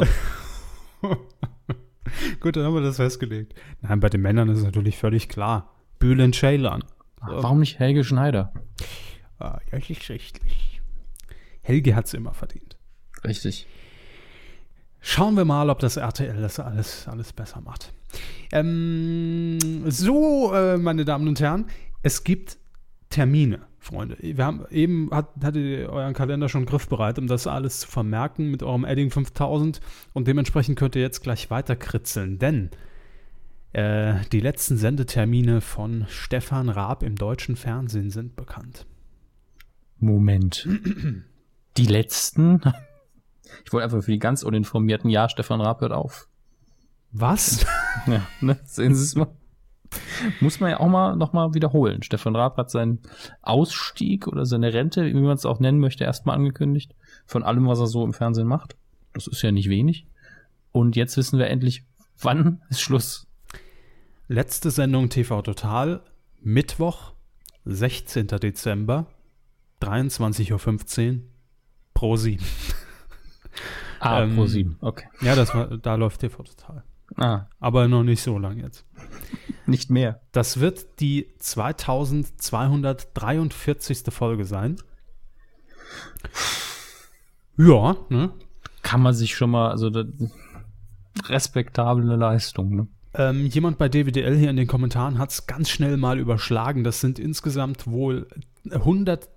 Gut, dann haben wir das festgelegt. Nein, bei den Männern ist es natürlich völlig klar. Bülent Ceylan. Warum nicht Helge Schneider? Ah, ja, ist richtig. Helge hat es immer verdient. Richtig. Schauen wir mal, ob das R T L das alles, alles besser macht. Ähm, so, äh, meine Damen und Herren, es gibt Termine, Freunde. Wir haben eben, hat, hattet ihr euren Kalender schon griffbereit, um das alles zu vermerken mit eurem Edding fünftausend und dementsprechend könnt ihr jetzt gleich weiterkritzeln, denn äh, die letzten Sendetermine von Stefan Raab im deutschen Fernsehen sind bekannt. Moment. Die letzten? Ich wollte einfach für die ganz uninformierten, ja, Stefan Raab hört auf. Was? Ja, ne? Sehen Sie es mal. Muss man ja auch mal noch mal wiederholen. Stefan Raab hat seinen Ausstieg oder seine Rente, wie man es auch nennen möchte, erstmal angekündigt. Von allem, was er so im Fernsehen macht. Das ist ja nicht wenig. Und jetzt wissen wir endlich, wann ist Schluss. Letzte Sendung T V Total, Mittwoch, sechzehnten Dezember, dreiundzwanzig Uhr fünfzehn, Pro sieben. Ah, Ähm, Pro sieben, okay. Ja, das war, da läuft T V Total. Ah, Aber noch nicht so lang jetzt. nicht mehr. Das wird die zweitausendzweihundertdreiundvierzigste Folge sein. Ja, ne? Kann man sich schon mal, also das, respektable Leistung, ne? Ähm, jemand bei D W D L hier in den Kommentaren hat es ganz schnell mal überschlagen. Das sind insgesamt wohl hundert,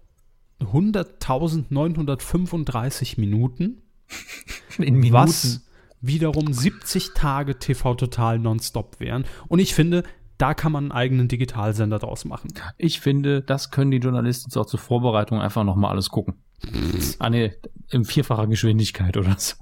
hunderttausendneunhundertfünfunddreißig Minuten. In Minuten. Was wiederum siebzig Tage T V Total nonstop wären. Und ich finde, da kann man einen eigenen Digitalsender draus machen. Ich finde, das können die Journalisten auch zur Vorbereitung einfach nochmal alles gucken. Ah ne, in vierfacher Geschwindigkeit oder so.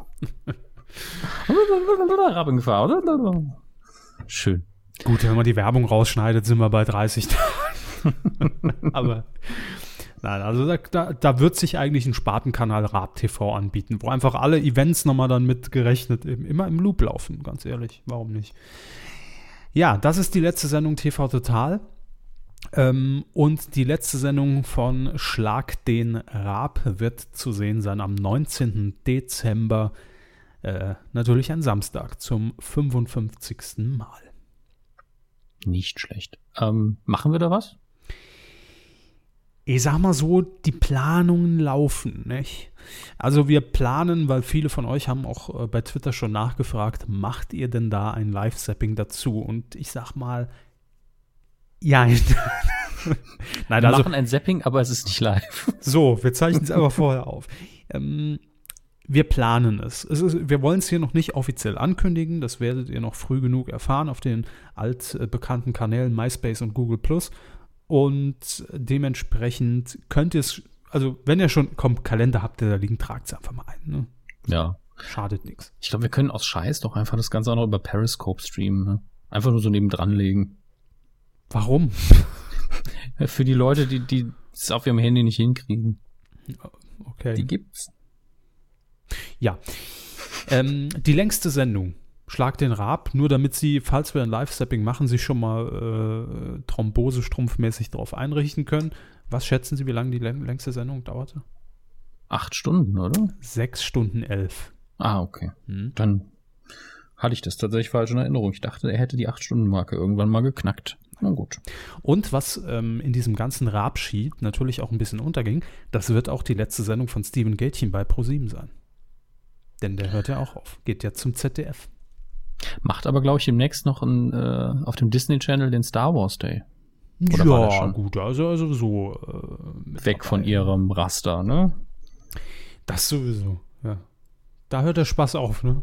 Rabengefahr. Schön. Gut, wenn man die Werbung rausschneidet, sind wir bei dreißig Tagen. Aber nein, also da, da, da wird sich eigentlich ein Spartenkanal Raab T V anbieten, wo einfach alle Events nochmal dann mitgerechnet eben immer im Loop laufen, ganz ehrlich, warum nicht? Ja, das ist die letzte Sendung T V Total. Ähm, und die letzte Sendung von Schlag den Raab wird zu sehen sein am neunzehnten Dezember. Äh, natürlich ein Samstag zum fünfundfünfzigsten Mal. Nicht schlecht. Ähm, machen wir da was? Ich sag mal so, die Planungen laufen, nicht? Also wir planen, weil viele von euch haben auch äh, bei Twitter schon nachgefragt, macht ihr denn da ein Live-Zapping dazu? Und ich sag mal, ja. Nein, wir also, machen ein Zapping, aber es ist nicht live. So, wir zeichnen es einfach vorher auf. Ähm, wir planen es. es ist, wir wollen es hier noch nicht offiziell ankündigen. Das werdet ihr noch früh genug erfahren auf den altbekannten Kanälen MySpace und Google Plus. Und dementsprechend könnt ihr es, also wenn ihr schon, komm, Kalender habt ihr da liegen, tragt es einfach mal ein. Ne? Ja. Schadet nichts. Ich glaube, wir können aus Scheiß doch einfach das Ganze auch noch über Periscope streamen. Ne? Einfach nur so nebendran legen. Warum? Für die Leute, die, die es auf ihrem Handy nicht hinkriegen. Okay. Die gibt's. Ja. Ähm, die längste Sendung. Schlag den Raab, nur damit sie, falls wir ein Live-Zapping machen, sich schon mal äh, Thrombose-strumpfmäßig drauf einrichten können. Was schätzen Sie, wie lange die längste Sendung dauerte? Acht Stunden, oder? Sechs Stunden elf. Ah, okay. Hm. Dann hatte ich das tatsächlich falsch in Erinnerung. Ich dachte, er hätte die acht-Stunden-Marke irgendwann mal geknackt. Na gut. Und was ähm, in diesem ganzen Raab-Sheet natürlich auch ein bisschen unterging, das wird auch die letzte Sendung von Steven Gätchen bei ProSieben sein. Denn der hört ja auch auf. Geht ja zum Z D F. Macht aber, glaube ich, demnächst noch ein, äh, auf dem Disney Channel den Star Wars Day. Oder ja, war der schon? Gut, also, also so. Äh, Weg von ihrem Raster, ne? Das sowieso, ja. Da hört der Spaß auf, ne?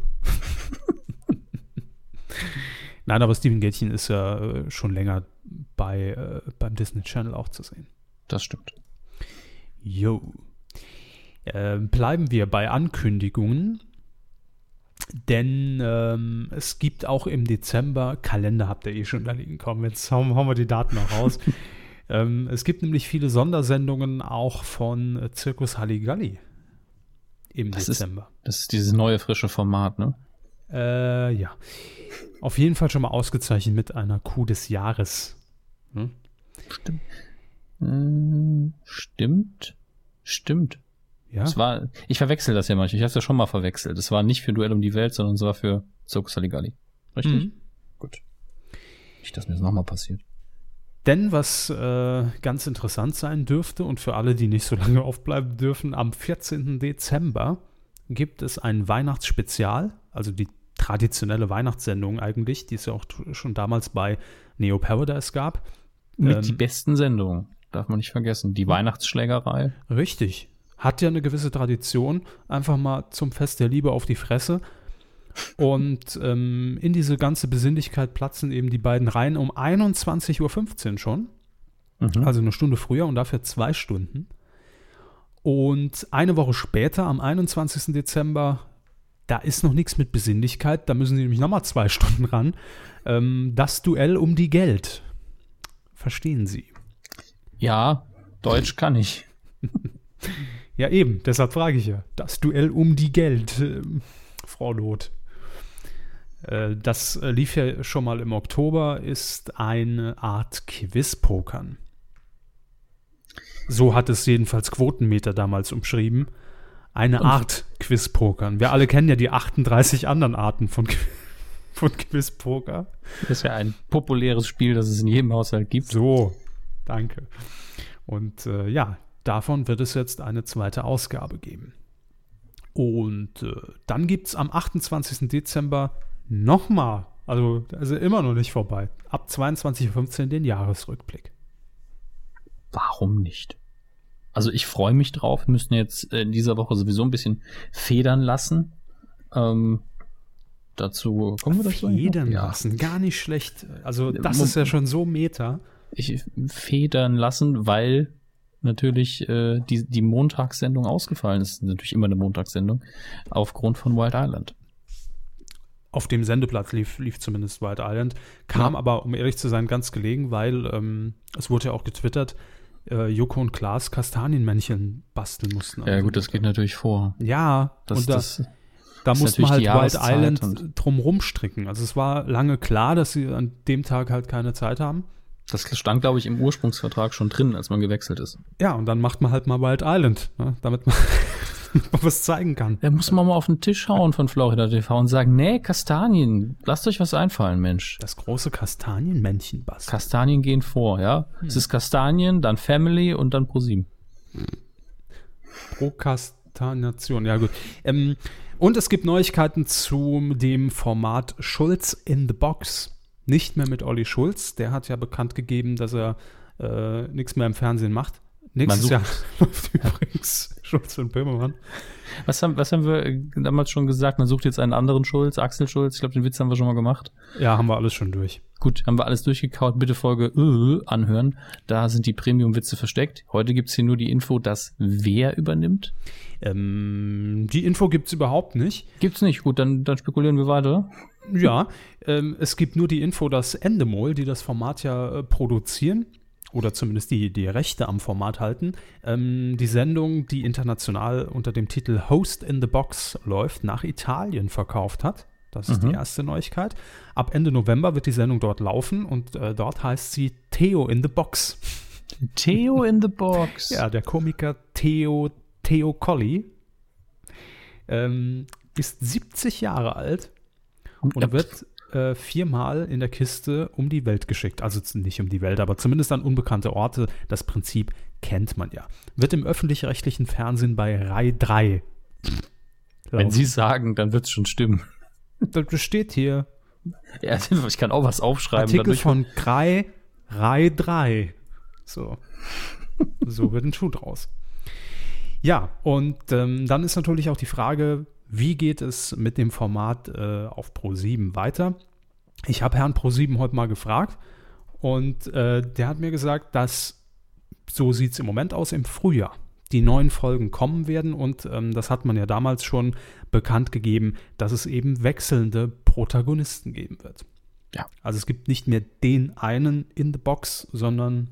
Nein, aber Steven Gätchen ist ja äh, schon länger bei äh, beim Disney Channel auch zu sehen. Das stimmt. Jo. Äh, bleiben wir bei Ankündigungen. Denn ähm, es gibt auch im Dezember, Kalender habt ihr eh schon da liegen, komm, jetzt hauen, hauen wir die Daten noch raus. ähm, es gibt nämlich viele Sondersendungen auch von äh, Zirkus Halligalli im das Dezember. Ist, das ist dieses neue, frische Format, ne? Äh, ja. Auf jeden Fall schon mal ausgezeichnet mit einer Kuh des Jahres. Hm? Stimmt. Äh, stimmt. Stimmt. Ja. Es war, ich verwechsel das ja manchmal. Ich habe es ja schon mal verwechselt. Es war nicht für Duell um die Welt, sondern es war für Zirkus Halligalli. Richtig? Mhm. Gut. Nicht, dass mir das nochmal passiert. Denn was äh, ganz interessant sein dürfte und für alle, die nicht so lange aufbleiben dürfen, am vierzehnten Dezember gibt es ein Weihnachtsspezial, also die traditionelle Weihnachtssendung eigentlich, die es ja auch t- schon damals bei Neo Paradise gab. Mit ähm, die besten Sendungen, darf man nicht vergessen. Die Weihnachtsschlägerei. Richtig. Hat ja eine gewisse Tradition. Einfach mal zum Fest der Liebe auf die Fresse. Und ähm, in diese ganze Besinnlichkeit platzen eben die beiden Reihen um einundzwanzig Uhr fünfzehn schon. Mhm. Also eine Stunde früher und dafür zwei Stunden. Und eine Woche später, am einundzwanzigsten Dezember, da ist noch nichts mit Besinnlichkeit. Da müssen sie nämlich nochmal zwei Stunden ran. Ähm, das Duell um die Geld. Verstehen Sie? Ja, Deutsch kann ich. Ja, eben, deshalb frage ich ja. Das Duell um die Geld, äh, Frau Loth. Äh, das äh, lief ja schon mal im Oktober, ist eine Art Quiz-Pokern. So hat es jedenfalls Quotenmeter damals umschrieben. Eine Und Art Quiz-Pokern. Wir alle kennen ja die achtunddreißig anderen Arten von, von Quiz-Poker. Das ist ja ein populäres Spiel, das es in jedem Haushalt gibt. So, danke. Und äh, ja, davon wird es jetzt eine zweite Ausgabe geben. Und äh, dann gibt es am achtundzwanzigsten Dezember nochmal, also, also immer noch nicht vorbei, ab zweiundzwanzig Uhr fünfzehn den Jahresrückblick. Warum nicht? Also ich freue mich drauf. Wir müssen jetzt in dieser Woche sowieso ein bisschen federn lassen. Ähm, dazu kommen wir dazu. Federn lassen, gar nicht schlecht. Also das ist ja schon so Meta. Ich federn lassen, weil natürlich äh, die, die Montagssendung ausgefallen ist. Natürlich immer eine Montagssendung aufgrund von Wild Island. Auf dem Sendeplatz lief, lief zumindest Wild Island. Kam ja. aber, um ehrlich zu sein, ganz gelegen, weil ähm, es wurde ja auch getwittert, äh, Joko und Klaas Kastanienmännchen basteln mussten. Ja gut, das geht natürlich vor. Ja, das, und da, das, da das musste man halt Wild Island und drum rumstricken. Also es war lange klar, dass sie an dem Tag halt keine Zeit haben. Das stand, glaube ich, im Ursprungsvertrag schon drin, als man gewechselt ist. Ja, und dann macht man halt mal Wild Island, ne, damit man was zeigen kann. Da muss man mal auf den Tisch hauen von Florida T V und sagen, nee, Kastanien, lasst euch was einfallen, Mensch. Das große Kastanienmännchen basteln. Kastanien gehen vor, ja. Hm. Es ist Kastanien, dann Family und dann ProSieben. Prokrastination, ja gut. Ähm, und es gibt Neuigkeiten zu dem Format Schulz in the Box. Nicht mehr mit Olli Schulz, der hat ja bekannt gegeben, dass er äh, nichts mehr im Fernsehen macht. Nächstes Jahr läuft übrigens Schulz und Böhmermann. Was haben, was haben wir damals schon gesagt? Man sucht jetzt einen anderen Schulz, Axel Schulz. Ich glaube, den Witz haben wir schon mal gemacht. Ja, haben wir alles schon durch. Gut, haben wir alles durchgekaut. Bitte Folge äh, anhören. Da sind die Premium-Witze versteckt. Heute gibt es hier nur die Info, dass wer übernimmt. Ähm, die Info gibt es überhaupt nicht. Gibt's nicht. Gut, dann, dann spekulieren wir weiter. Ja, ähm, es gibt nur die Info, dass Endemol, die das Format ja äh, produzieren, oder zumindest die, die Rechte am Format halten, ähm, die Sendung, die international unter dem Titel Host in the Box läuft, nach Italien verkauft hat. Das ist mhm. die erste Neuigkeit. Ab Ende November wird die Sendung dort laufen und äh, dort heißt sie Theo in the Box. Theo in the Box? Ja, der Komiker Theo, Theo Colli ähm, ist siebzig Jahre alt und ja. wird äh, viermal in der Kiste um die Welt geschickt. Also nicht um die Welt, aber zumindest an unbekannte Orte. Das Prinzip kennt man ja. Wird im öffentlich-rechtlichen Fernsehen bei Rai drei. Wenn Sie sagen, dann wird es schon stimmen. Das steht hier. Ja, ich kann auch was aufschreiben. Artikel von Rai, Rai drei. So. So wird ein Schuh draus. Ja, und ähm, dann ist natürlich auch die Frage, wie geht es mit dem Format äh, auf ProSieben weiter? Ich habe Herrn ProSieben heute mal gefragt und äh, der hat mir gesagt, dass, so sieht es im Moment aus, im Frühjahr die neuen Folgen kommen werden und ähm, das hat man ja damals schon bekannt gegeben, dass es eben wechselnde Protagonisten geben wird. Ja. Also es gibt nicht mehr den einen in the Box, sondern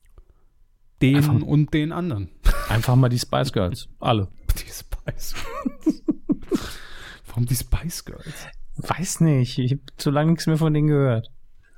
den einfach, und den anderen. Einfach mal die Spice Girls. Alle. Die Spice Girls. Warum die Spice Girls? Weiß nicht. Ich habe zu lange nichts mehr von denen gehört.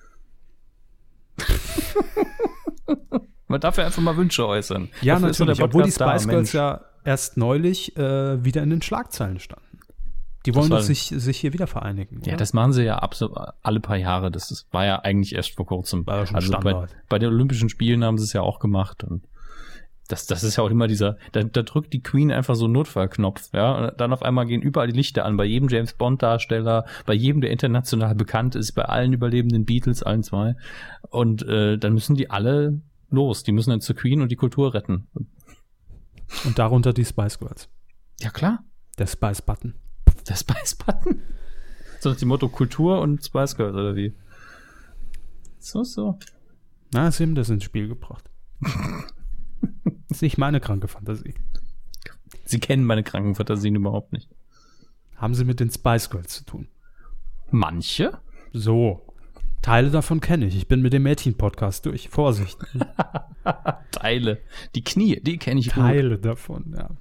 Man darf ja einfach mal Wünsche äußern. Ja, dafür natürlich. Obwohl die Spice da, Girls ja erst neulich äh, wieder in den Schlagzeilen standen. Die wollen doch sich, sich hier wieder vereinigen. Ja, oder? Das machen sie ja absolut alle paar Jahre. Das ist, war ja eigentlich erst vor kurzem. War ja schon also Standard. Bei, bei den Olympischen Spielen haben sie es ja auch gemacht. Und das, das ist ja auch immer dieser, da, da drückt die Queen einfach so einen Notfallknopf. Ja, und dann auf einmal gehen überall die Lichter an. Bei jedem James-Bond-Darsteller, bei jedem, der international bekannt ist, bei allen überlebenden Beatles, allen zwei. Und äh, dann müssen die alle los. Die müssen dann zur Queen und die Kultur retten. Und darunter die Spice Girls. Ja, klar. Der Spice Button. Der Spice Button? So nach dem Motto Kultur und Spice Girls, oder wie? So, so. Na, sie haben das ins Spiel gebracht. Das ist nicht meine kranke Fantasie. Sie kennen meine kranken Fantasien überhaupt nicht. Haben sie mit den Spice Girls zu tun? Manche? So. Teile davon kenne ich. Ich bin mit dem Mädchen-Podcast durch. Vorsicht. Teile. Die Knie, die kenne ich gut. Teile davon, ja.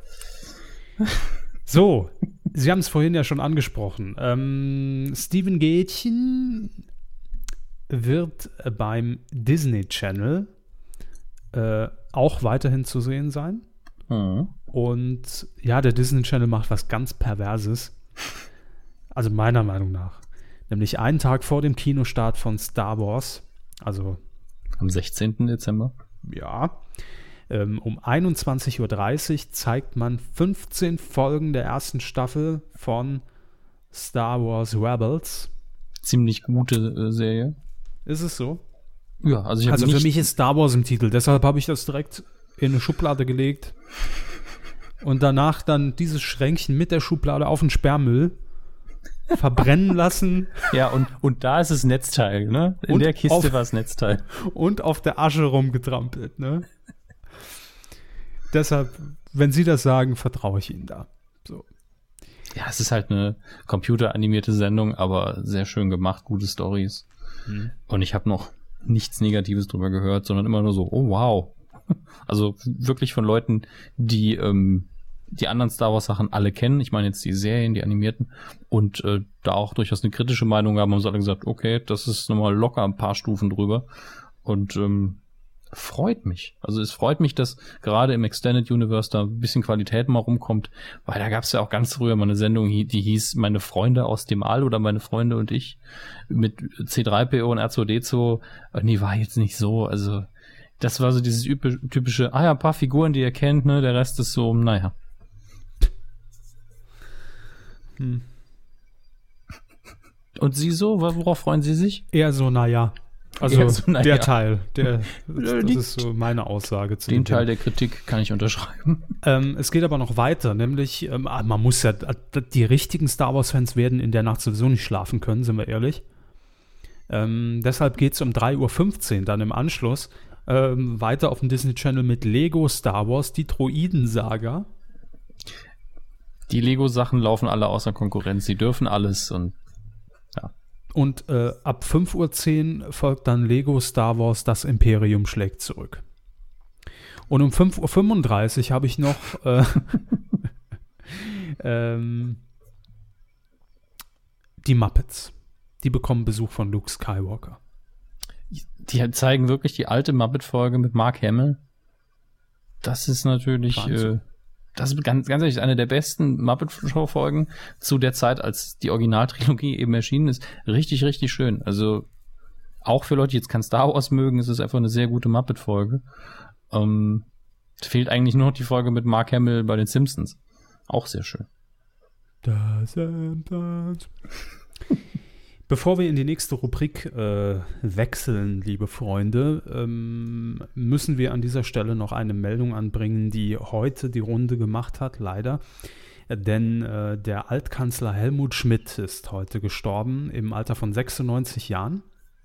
So, Sie haben es vorhin ja schon angesprochen. Ähm, Steven Gätchen wird beim Disney Channel äh, auch weiterhin zu sehen sein. Mhm. Und ja, der Disney Channel macht was ganz Perverses. Also meiner Meinung nach. Nämlich einen Tag vor dem Kinostart von Star Wars. Also am sechzehnten Dezember. Ja. Ähm, um einundzwanzig Uhr dreißig zeigt man fünfzehn Folgen der ersten Staffel von Star Wars Rebels. Ziemlich gute äh, Serie. Ist es so? Ja, also ich habe Also nicht für mich ist Star Wars im Titel, deshalb habe ich das direkt in eine Schublade gelegt und danach dann dieses Schränkchen mit der Schublade auf den Sperrmüll verbrennen lassen. Ja, und, und da ist das Netzteil, ne? In Und der Kiste auf- war das Netzteil. Und auf der Asche rumgetrampelt, ne? Deshalb, wenn Sie das sagen, vertraue ich Ihnen da. So. Ja, es ist halt eine computeranimierte Sendung, aber sehr schön gemacht, gute Storys. Mhm. Und ich habe noch nichts Negatives drüber gehört, sondern immer nur so, oh wow. Also wirklich von Leuten, die ähm, die anderen Star Wars Sachen alle kennen. Ich meine jetzt die Serien, die animierten. Und äh, da auch durchaus eine kritische Meinung haben, haben sie alle gesagt, okay, das ist nochmal locker ein paar Stufen drüber. Und ähm, freut mich. Also es freut mich, dass gerade im Extended Universe da ein bisschen Qualität mal rumkommt, weil da gab es ja auch ganz früher mal eine Sendung, die hieß Meine Freunde aus dem All oder Meine Freunde und ich mit C drei P O und R zwei D zwei. Nee, war jetzt nicht so. Also das war so dieses typische, ah ja, ein paar Figuren, die ihr kennt, ne, der Rest ist so, naja. Hm. Und Sie so, worauf freuen Sie sich? Eher so, naja. Also Eher so, na der ja. Teil, der, das, Die- das ist so meine Aussage zu Den dem Teil Thema. der Kritik kann ich unterschreiben. Ähm, es geht aber noch weiter, nämlich, ähm, ah, man muss ja, die richtigen Star Wars-Fans werden in der Nacht sowieso nicht schlafen können, sind wir ehrlich. Ähm, deshalb geht es um drei Uhr fünfzehn dann im Anschluss ähm, weiter auf dem Disney Channel mit Lego Star Wars, die Droiden-Saga. Die Lego-Sachen laufen alle außer Konkurrenz. Sie dürfen alles und Und äh, ab fünf Uhr zehn folgt dann Lego Star Wars, das Imperium schlägt zurück. Und um fünf Uhr fünfunddreißig habe ich noch äh, ähm, die Muppets. Die bekommen Besuch von Luke Skywalker. die zeigen wirklich die alte Muppet-Folge mit Mark Hamill. Das ist natürlich, Wahnsinn. äh, das ist ganz, ganz ehrlich eine der besten Muppet-Show-Folgen zu der Zeit, als die Originaltrilogie eben erschienen ist. Richtig, richtig schön. Also auch für Leute, die jetzt kein Star Wars mögen, ist es einfach eine sehr gute Muppet-Folge. Ähm, fehlt eigentlich nur noch die Folge mit Mark Hamill bei den Simpsons. Auch sehr schön. Das das. Bevor wir in die nächste Rubrik äh, wechseln, liebe Freunde, ähm, müssen wir an dieser Stelle noch eine Meldung anbringen, die heute die Runde gemacht hat, leider. Denn äh, der Altkanzler Helmut Schmidt ist heute gestorben, im Alter von sechsundneunzig Jahren.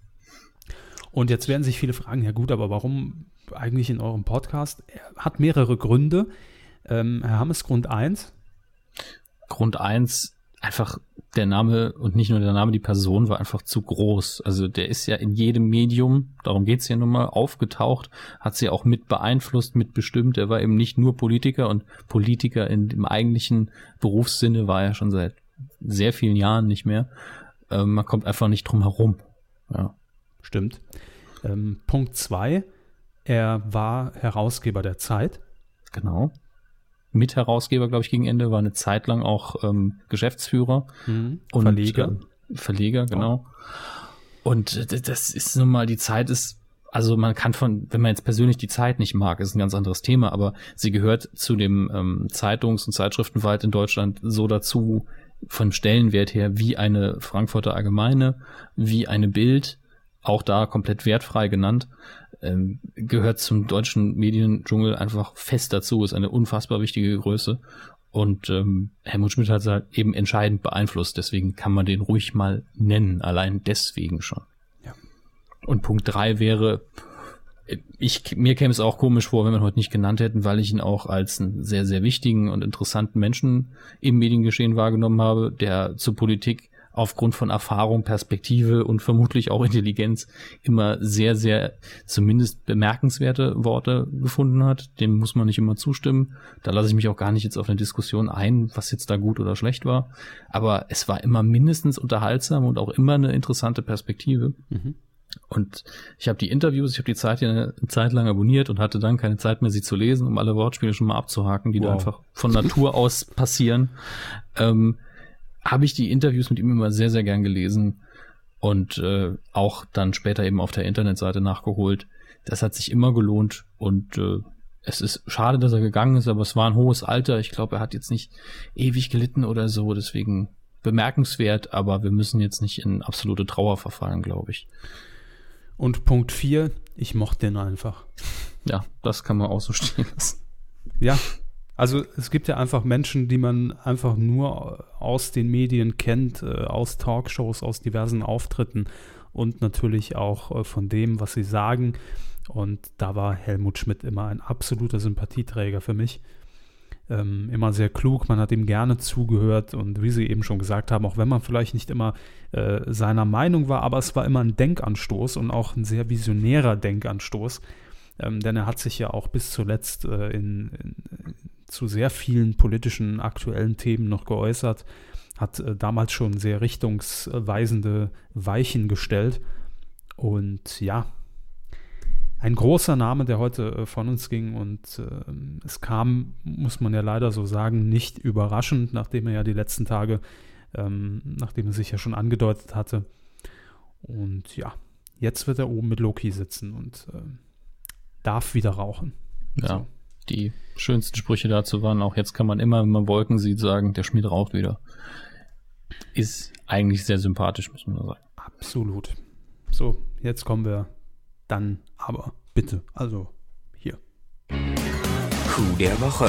Und jetzt werden sich viele fragen, ja gut, aber warum eigentlich in eurem Podcast? Er hat mehrere Gründe. Ähm, Herr Hammes, Grund eins. Grund eins, einfach der Name und nicht nur der Name, die Person war einfach zu groß. Also der ist ja in jedem Medium, darum geht's ja nun mal, aufgetaucht, hat sie auch mit beeinflusst, mitbestimmt. Er war eben nicht nur Politiker und Politiker in dem eigentlichen Berufssinne war er schon seit sehr vielen Jahren nicht mehr. Ähm, man kommt einfach nicht drum herum. Ja. Stimmt. Ähm, Punkt zwei, er war Herausgeber der Zeit. Genau. Mitherausgeber, glaube ich, gegen Ende, war eine Zeit lang auch ähm, Geschäftsführer. Mhm. Und, Verleger. Äh, Verleger, genau. Und d- das ist nun mal, die Zeit ist, also man kann von, wenn man jetzt persönlich die Zeit nicht mag, ist ein ganz anderes Thema, aber sie gehört zu dem ähm, Zeitungs- und Zeitschriftenwald in Deutschland so dazu, vom Stellenwert her, wie eine Frankfurter Allgemeine, wie eine Bild, auch da komplett wertfrei genannt, ähm, gehört zum deutschen Mediendschungel einfach fest dazu, ist eine unfassbar wichtige Größe. Und ähm, Helmut Schmidt hat es halt eben entscheidend beeinflusst, deswegen kann man den ruhig mal nennen, allein deswegen schon. Ja. Und Punkt drei wäre, ich, mir käme es auch komisch vor, wenn wir ihn heute nicht genannt hätten, weil ich ihn auch als einen sehr, sehr wichtigen und interessanten Menschen im Mediengeschehen wahrgenommen habe, der zur Politik aufgrund von Erfahrung, Perspektive und vermutlich auch Intelligenz immer sehr, sehr zumindest bemerkenswerte Worte gefunden hat. Dem muss man nicht immer zustimmen. Da lasse ich mich auch gar nicht jetzt auf eine Diskussion ein, was jetzt da gut oder schlecht war. Aber es war immer mindestens unterhaltsam und auch immer eine interessante Perspektive. Mhm. Und ich habe die Interviews, ich habe die Zeit ja eine Zeit lang abonniert und hatte dann keine Zeit mehr, sie zu lesen, um alle Wortspiele schon mal abzuhaken, die Wow. da einfach von Natur aus passieren. Ähm, habe ich die Interviews mit ihm immer sehr, sehr gern gelesen und äh, auch dann später eben auf der Internetseite nachgeholt. Das hat sich immer gelohnt und äh, es ist schade, dass er gegangen ist, aber es war ein hohes Alter. Ich glaube, er hat jetzt nicht ewig gelitten oder so, deswegen bemerkenswert, aber wir müssen jetzt nicht in absolute Trauer verfallen, glaube ich. Und Punkt vier, ich mochte den einfach. Ja, das kann man auch so stehen lassen. Ja, also es gibt ja einfach Menschen, die man einfach nur aus den Medien kennt, aus Talkshows, aus diversen Auftritten und natürlich auch von dem, was sie sagen. Und da war Helmut Schmidt immer ein absoluter Sympathieträger für mich. Ähm, immer sehr klug, man hat ihm gerne zugehört und wie Sie eben schon gesagt haben, auch wenn man vielleicht nicht immer äh, seiner Meinung war, aber es war immer ein Denkanstoß und auch ein sehr visionärer Denkanstoß, ähm, denn er hat sich ja auch bis zuletzt äh, in, in, zu sehr vielen politischen aktuellen Themen noch geäußert, hat äh, damals schon sehr richtungsweisende Weichen gestellt und ja, ein großer Name, der heute äh, von uns ging und äh, es kam, muss man ja leider so sagen, nicht überraschend, nachdem er ja die letzten Tage, ähm, nachdem er sich ja schon angedeutet hatte. Und ja, jetzt wird er oben mit Loki sitzen und äh, darf wieder rauchen. Ja, so. Die schönsten Sprüche dazu waren auch, jetzt kann man immer, wenn man Wolken sieht, sagen, der Schmidt raucht wieder. Ist eigentlich sehr sympathisch, muss man sagen. Absolut. So, jetzt kommen wir dann aber bitte, also hier. Coup der Woche.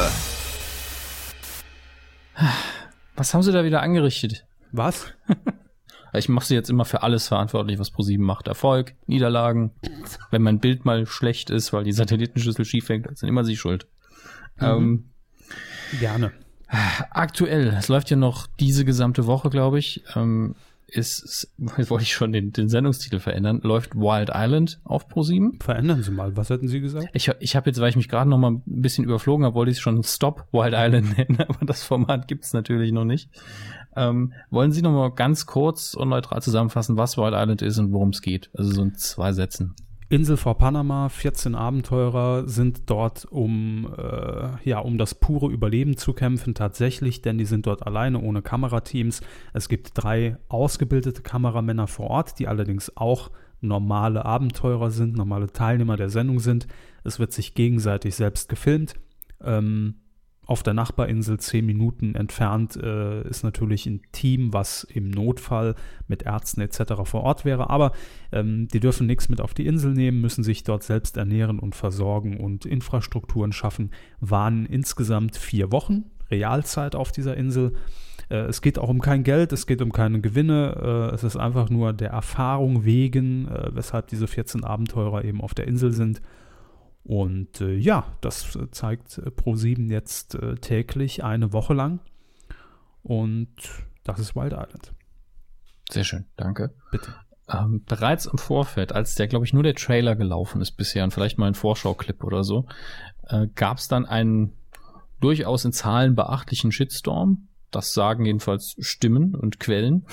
Was haben sie da wieder angerichtet? Was? Ich mache sie jetzt immer für alles verantwortlich, was ProSieben macht. Erfolg, Niederlagen. Wenn mein Bild mal schlecht ist, weil die Satellitenschüssel schief hängt, sind immer sie schuld. Mhm. Ähm, Gerne. Aktuell, es läuft ja noch diese gesamte Woche, glaube ich, ähm, ist, jetzt wollte ich schon den, den Sendungstitel verändern, läuft Wild Island auf ProSieben. Verändern Sie mal, was hätten Sie gesagt? Ich, ich habe jetzt, weil ich mich gerade noch mal ein bisschen überflogen habe, wollte ich es schon Stop Wild Island nennen, aber das Format gibt es natürlich noch nicht. Ähm, wollen Sie noch mal ganz kurz und neutral zusammenfassen, was Wild Island ist und worum es geht? Also so in zwei Sätzen. Insel vor Panama, vierzehn Abenteurer sind dort, um, äh, ja, um das pure Überleben zu kämpfen, tatsächlich, denn die sind dort alleine, ohne Kamerateams. Es gibt drei ausgebildete Kameramänner vor Ort, die allerdings auch normale Abenteurer sind, normale Teilnehmer der Sendung sind. Es wird sich gegenseitig selbst gefilmt. Ähm, Auf der Nachbarinsel, zehn Minuten entfernt, äh, ist natürlich ein Team, was im Notfall mit Ärzten et cetera vor Ort wäre. Aber ähm, die dürfen nichts mit auf die Insel nehmen, müssen sich dort selbst ernähren und versorgen und Infrastrukturen schaffen. Waren insgesamt vier Wochen Realzeit auf dieser Insel. Äh, es geht auch um kein Geld, es geht um keine Gewinne. Äh, es ist einfach nur der Erfahrung wegen, äh, weshalb diese vierzehn Abenteurer eben auf der Insel sind. Und äh, ja, das äh, zeigt äh, ProSieben jetzt äh, täglich eine Woche lang. Und das ist Wild Island. Sehr schön, danke. Bitte. Ähm, bereits im Vorfeld, als der, glaube ich, nur der Trailer gelaufen ist bisher und vielleicht mal ein Vorschau-Clip oder so, äh, gab es dann einen durchaus in Zahlen beachtlichen Shitstorm. Das sagen jedenfalls Stimmen und Quellen,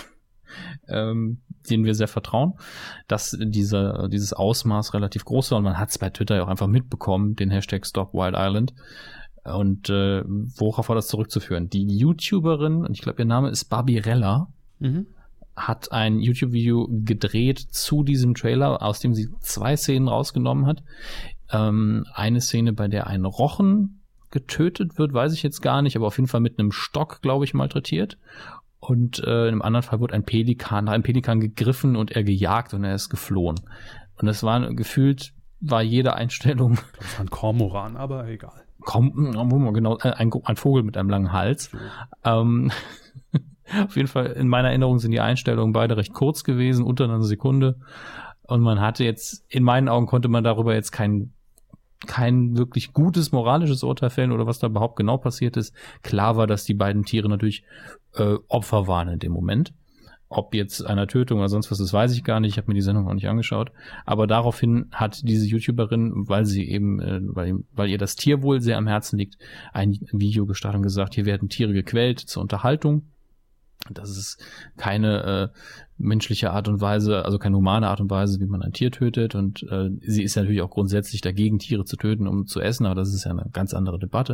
ähm, denen wir sehr vertrauen, dass diese, dieses Ausmaß relativ groß war und man hat es bei Twitter ja auch einfach mitbekommen, den Hashtag Stop Wild Island. Und äh, worauf war das zurückzuführen? Die YouTuberin, und ich glaube ihr Name ist Barbirella, Mhm. hat ein YouTube-Video gedreht zu diesem Trailer, aus dem sie zwei Szenen rausgenommen hat. Ähm, eine Szene, bei der ein Rochen getötet wird, weiß ich jetzt gar nicht, aber auf jeden Fall mit einem Stock, glaube ich, malträtiert. Und äh, in einem anderen Fall wurde ein Pelikan, ein Pelikan gegriffen und er gejagt und er ist geflohen. Und das war gefühlt, war jede Einstellung. Ich glaube, es war ein Kormoran, aber egal. Komm, genau, ein, ein Vogel mit einem langen Hals. So. Ähm, auf jeden Fall, in meiner Erinnerung sind die Einstellungen beide recht kurz gewesen, unter einer Sekunde. Und man hatte jetzt, in meinen Augen konnte man darüber jetzt kein kein wirklich gutes moralisches Urteil fällen oder was da überhaupt genau passiert ist. Klar war, dass die beiden Tiere natürlich äh, Opfer waren in dem Moment. Ob jetzt einer Tötung oder sonst was ist, weiß ich gar nicht. Ich habe mir die Sendung auch nicht angeschaut. Aber daraufhin hat diese YouTuberin, weil sie eben, äh, weil, weil ihr das Tierwohl sehr am Herzen liegt, ein Video gestartet und gesagt, hier werden Tiere gequält zur Unterhaltung. Das ist keine äh, menschliche Art und Weise, also keine humane Art und Weise, wie man ein Tier tötet. Und äh, sie ist natürlich auch grundsätzlich dagegen, Tiere zu töten, um zu essen, aber das ist ja eine ganz andere Debatte.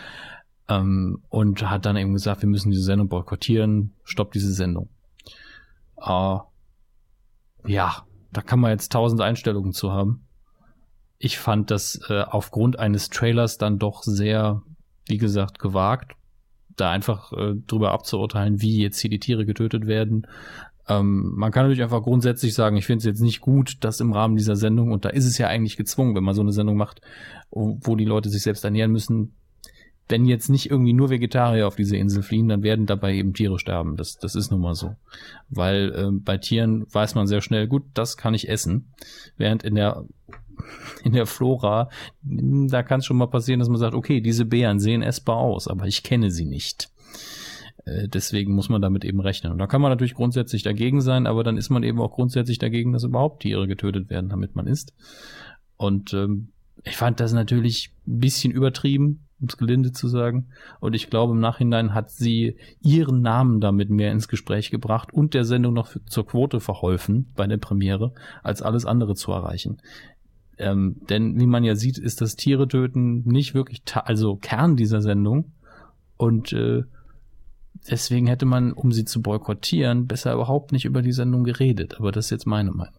Ähm, und hat dann eben gesagt, wir müssen diese Sendung boykottieren, stoppt diese Sendung. Äh, ja, da kann man jetzt tausend Einstellungen zu haben. ich fand das äh, aufgrund eines Trailers dann doch sehr, wie gesagt, gewagt, da einfach äh, drüber abzuurteilen, wie jetzt hier die Tiere getötet werden. Ähm, man kann natürlich einfach grundsätzlich sagen, ich finde es jetzt nicht gut, dass im Rahmen dieser Sendung, und da ist es ja eigentlich gezwungen, wenn man so eine Sendung macht, wo, wo die Leute sich selbst ernähren müssen, wenn jetzt nicht irgendwie nur Vegetarier auf diese Insel fliehen, dann werden dabei eben Tiere sterben. Das, das ist nun mal so. Weil äh, bei Tieren weiß man sehr schnell, gut, das kann ich essen. Während in der in der Flora, da kann es schon mal passieren, dass man sagt, okay, diese Beeren sehen essbar aus, aber ich kenne sie nicht. Äh, deswegen muss man damit eben rechnen. Und da kann man natürlich grundsätzlich dagegen sein, aber dann ist man eben auch grundsätzlich dagegen, dass überhaupt Tiere getötet werden, damit man isst. Und ähm, ich fand das natürlich ein bisschen übertrieben, um es gelinde zu sagen. Und ich glaube, im Nachhinein hat sie ihren Namen damit mehr ins Gespräch gebracht und der Sendung noch für, zur Quote verholfen bei der Premiere, als alles andere zu erreichen. Ähm, denn wie man ja sieht, ist das Tiere töten nicht wirklich, ta- also Kern dieser Sendung. Und äh, deswegen hätte man, um sie zu boykottieren, besser überhaupt nicht über die Sendung geredet. Aber das ist jetzt meine Meinung.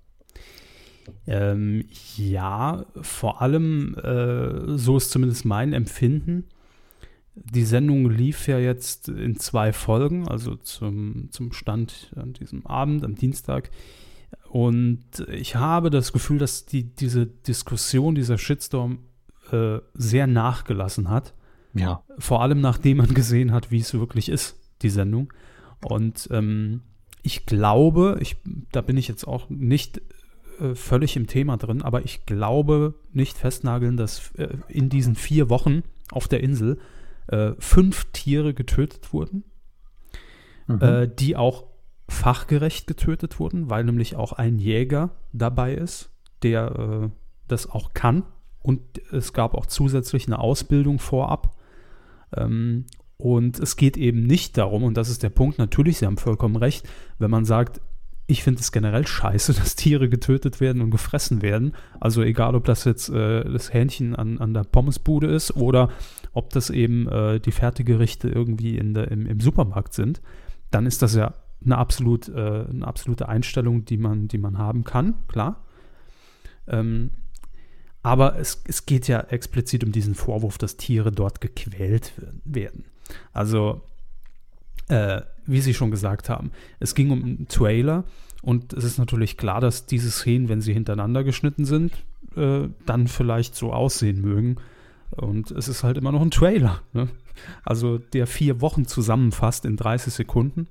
Ähm, ja, vor allem, äh, so ist zumindest mein Empfinden. Die Sendung lief ja jetzt in zwei Folgen, also zum, zum Stand an diesem Abend, am Dienstag. Und ich habe das Gefühl, dass die, diese Diskussion, dieser Shitstorm äh, sehr nachgelassen hat. Ja. Vor allem, nachdem man gesehen hat, wie es wirklich ist, die Sendung. Und ähm, ich glaube, ich, da bin ich jetzt auch nicht äh, völlig im Thema drin, aber ich glaube nicht festnageln, dass äh, in diesen vier Wochen auf der Insel äh, fünf Tiere getötet wurden, mhm. äh, die auch fachgerecht getötet wurden, weil nämlich auch ein Jäger dabei ist, der äh, das auch kann. Und es gab auch zusätzlich eine Ausbildung vorab. Ähm, und es geht eben nicht darum, und das ist der Punkt, natürlich, Sie haben vollkommen recht, wenn man sagt, ich finde es generell scheiße, dass Tiere getötet werden und gefressen werden. Also egal, ob das jetzt äh, das Hähnchen an, an der Pommesbude ist oder ob das eben äh, die Fertiggerichte irgendwie in der, im, im Supermarkt sind, dann ist das ja eine, absolut, äh, eine absolute Einstellung, die man, die man haben kann, klar. Ähm, aber es, es geht ja explizit um diesen Vorwurf, dass Tiere dort gequält werden. Also, äh, wie Sie schon gesagt haben, es ging um einen Trailer und es ist natürlich klar, dass diese Szenen, wenn sie hintereinander geschnitten sind, äh, dann vielleicht so aussehen mögen. Und es ist halt immer noch ein Trailer, ne? Also der vier Wochen zusammenfasst in dreißig Sekunden.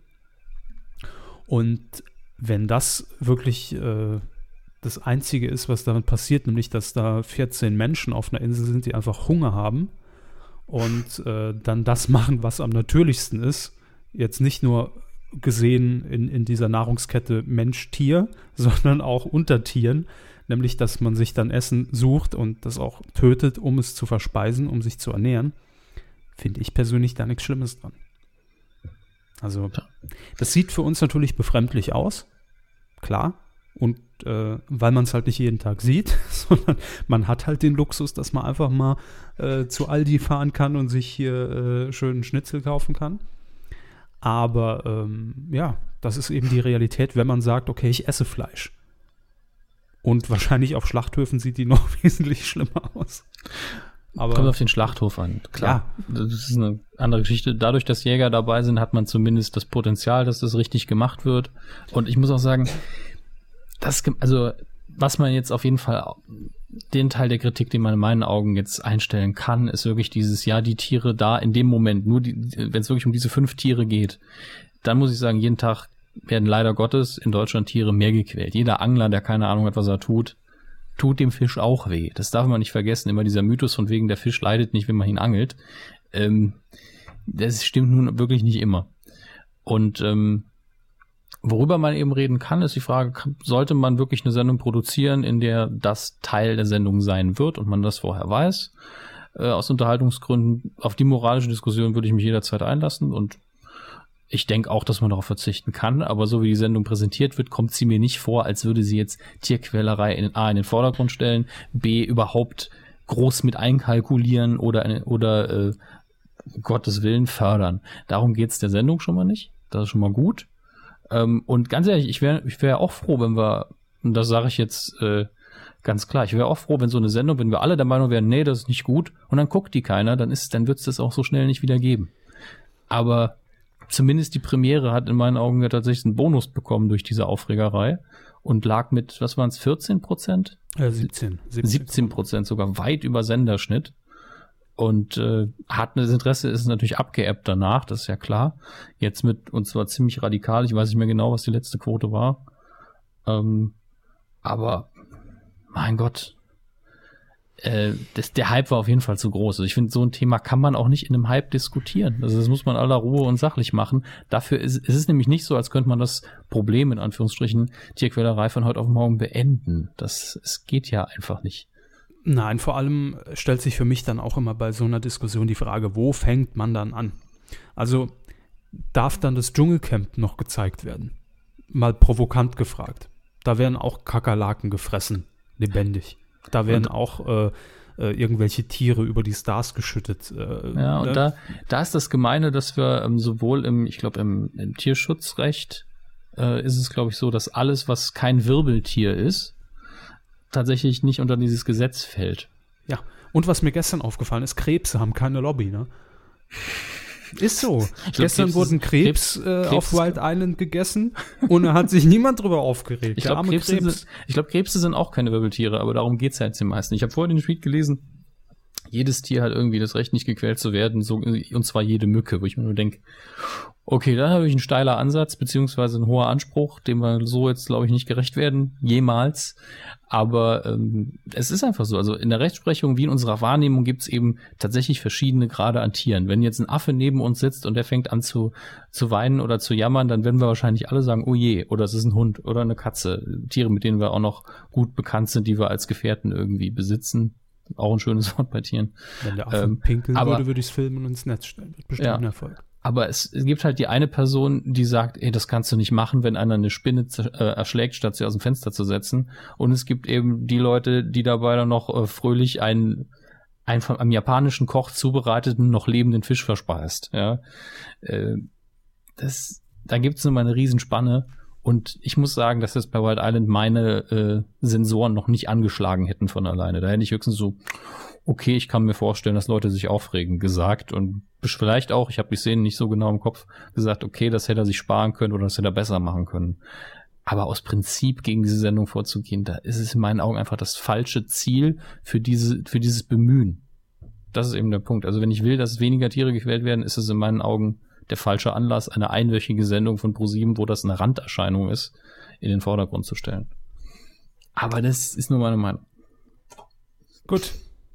Und wenn das wirklich äh, das Einzige ist, was damit passiert, nämlich, dass da vierzehn Menschen auf einer Insel sind, die einfach Hunger haben und äh, dann das machen, was am natürlichsten ist, jetzt nicht nur gesehen in, in dieser Nahrungskette Mensch-Tier, sondern auch unter Tieren, nämlich, dass man sich dann Essen sucht und das auch tötet, um es zu verspeisen, um sich zu ernähren, finde ich persönlich da nichts Schlimmes dran. Also, das sieht für uns natürlich befremdlich aus, klar. Und äh, weil man es halt nicht jeden Tag sieht, sondern man hat halt den Luxus, dass man einfach mal äh, zu Aldi fahren kann und sich hier äh, schönen Schnitzel kaufen kann. Aber ähm, ja, das ist eben die Realität, wenn man sagt, okay, ich esse Fleisch. Und wahrscheinlich auf Schlachthöfen sieht die noch wesentlich schlimmer aus. Aber kommt auf den Schlachthof an, klar. Ja. Das ist eine andere Geschichte. Dadurch, dass Jäger dabei sind, hat man zumindest das Potenzial, dass das richtig gemacht wird. Und ich muss auch sagen, das, also was man jetzt auf jeden Fall, den Teil der Kritik, den man in meinen Augen jetzt einstellen kann, ist wirklich dieses, ja, die Tiere da in dem Moment, nur die, wenn es wirklich um diese fünf Tiere geht, dann muss ich sagen, jeden Tag werden leider Gottes in Deutschland Tiere mehr gequält. Jeder Angler, der keine Ahnung hat, was er tut, tut dem Fisch auch weh. Das darf man nicht vergessen. Immer dieser Mythos von wegen, der Fisch leidet nicht, wenn man ihn angelt. Ähm, das stimmt nun wirklich nicht immer. Und ähm, worüber man eben reden kann, ist die Frage, sollte man wirklich eine Sendung produzieren, in der das Teil der Sendung sein wird und man das vorher weiß? Äh, aus Unterhaltungsgründen. Auf die moralische Diskussion würde ich mich jederzeit einlassen und ich denke auch, dass man darauf verzichten kann, aber so wie die Sendung präsentiert wird, kommt sie mir nicht vor, als würde sie jetzt Tierquälerei in, A in den Vordergrund stellen, B überhaupt groß mit einkalkulieren oder, oder äh, um Gottes Willen fördern. Darum geht's der Sendung schon mal nicht. Das ist schon mal gut. Ähm, und ganz ehrlich, ich wäre ich wär auch froh, wenn wir, und das sage ich jetzt äh, Ganz klar. Ich wäre auch froh, wenn so eine Sendung, wenn wir alle der Meinung wären, nee, das ist nicht gut, und dann guckt die keiner, dann ist, dann wird es das auch so schnell nicht wieder geben. Aber zumindest die Premiere hat in meinen Augen ja tatsächlich einen Bonus bekommen durch diese Aufregerei und lag mit, was waren es, vierzehn Prozent? Äh, siebzehn. siebzehn Prozent, sogar weit über Senderschnitt. Und äh, hat das Interesse, ist natürlich abgeebbt danach, das ist ja klar. Jetzt mit, und zwar ziemlich radikal, ich weiß nicht mehr genau, was die letzte Quote war. Ähm, aber, mein Gott, äh, das, der Hype war auf jeden Fall zu groß. Also ich finde, so ein Thema kann man auch nicht in einem Hype diskutieren. Also das muss man aller Ruhe und sachlich machen. Dafür ist es ist nämlich nicht so, als könnte man das Problem, in Anführungsstrichen, Tierquälerei von heute auf morgen beenden. Das, es geht ja einfach nicht. Nein, vor allem stellt sich für mich dann auch immer bei so einer Diskussion die Frage, wo fängt man dann an? Also darf dann das Dschungelcamp noch gezeigt werden? Mal provokant gefragt. Da werden auch Kakerlaken gefressen, lebendig. Da werden und, auch äh, äh, irgendwelche Tiere über die Stars geschüttet. Äh, ja, und ne? da, da ist das Gemeine, dass wir ähm, sowohl im, ich glaube, im, im Tierschutzrecht äh, ist es, glaube ich, so, dass alles, was kein Wirbeltier ist, tatsächlich nicht unter dieses Gesetz fällt. Ja, und was mir gestern aufgefallen ist, Krebse haben keine Lobby, ne? Ist so. Glaub, Gestern Krebs wurden Krebs, Krebs, äh, Krebs auf Wild Island gegessen und da hat sich niemand drüber aufgeregt. Ich glaube, Krebse, Krebs. glaub, Krebse sind auch keine Wirbeltiere, aber darum geht's ja jetzt den meisten. Ich habe vorhin den Tweet gelesen, jedes Tier hat irgendwie das Recht, nicht gequält zu werden, so, und zwar jede Mücke, wo ich mir nur denke, okay, da habe ich einen steiler Ansatz, beziehungsweise ein hoher Anspruch, dem wir so jetzt, glaube ich, nicht gerecht werden, jemals. Aber ähm, es ist einfach so. Also in der Rechtsprechung wie in unserer Wahrnehmung gibt es eben tatsächlich verschiedene Grade an Tieren. Wenn jetzt ein Affe neben uns sitzt und der fängt an zu, zu weinen oder zu jammern, dann werden wir wahrscheinlich alle sagen, oh je, oder es ist ein Hund oder eine Katze. Tiere, mit denen wir auch noch gut bekannt sind, die wir als Gefährten irgendwie besitzen. Auch ein schönes Wort bei Tieren. Wenn der Affe ähm, pinkeln aber, würde, würde ich es filmen und ins Netz stellen. Wird bestimmt ja. ein Erfolg. Aber es, es gibt halt die eine Person, die sagt, ey, das kannst du nicht machen, wenn einer eine Spinne äh, erschlägt, statt sie aus dem Fenster zu setzen. Und es gibt eben die Leute, die dabei dann noch äh, fröhlich einen, einen von einem japanischen Koch zubereiteten, noch lebenden Fisch verspeist. Ja, äh, das, da gibt's nun mal eine Riesenspanne. Und ich muss sagen, dass jetzt bei Wild Island meine äh, Sensoren noch nicht angeschlagen hätten von alleine. Da hätte ich höchstens so, okay, ich kann mir vorstellen, dass Leute sich aufregen, gesagt. Und vielleicht auch, ich habe die Szenen nicht so genau im Kopf, gesagt, okay, das hätte er sich sparen können oder das hätte er besser machen können. Aber aus Prinzip gegen diese Sendung vorzugehen, da ist es in meinen Augen einfach das falsche Ziel für diese, für dieses Bemühen. Das ist eben der Punkt. Also wenn ich will, dass weniger Tiere gequält werden, ist es in meinen Augen der falsche Anlass, eine einwöchige Sendung von ProSieben, wo das eine Randerscheinung ist, in den Vordergrund zu stellen. Aber das ist nur meine Meinung. Gut.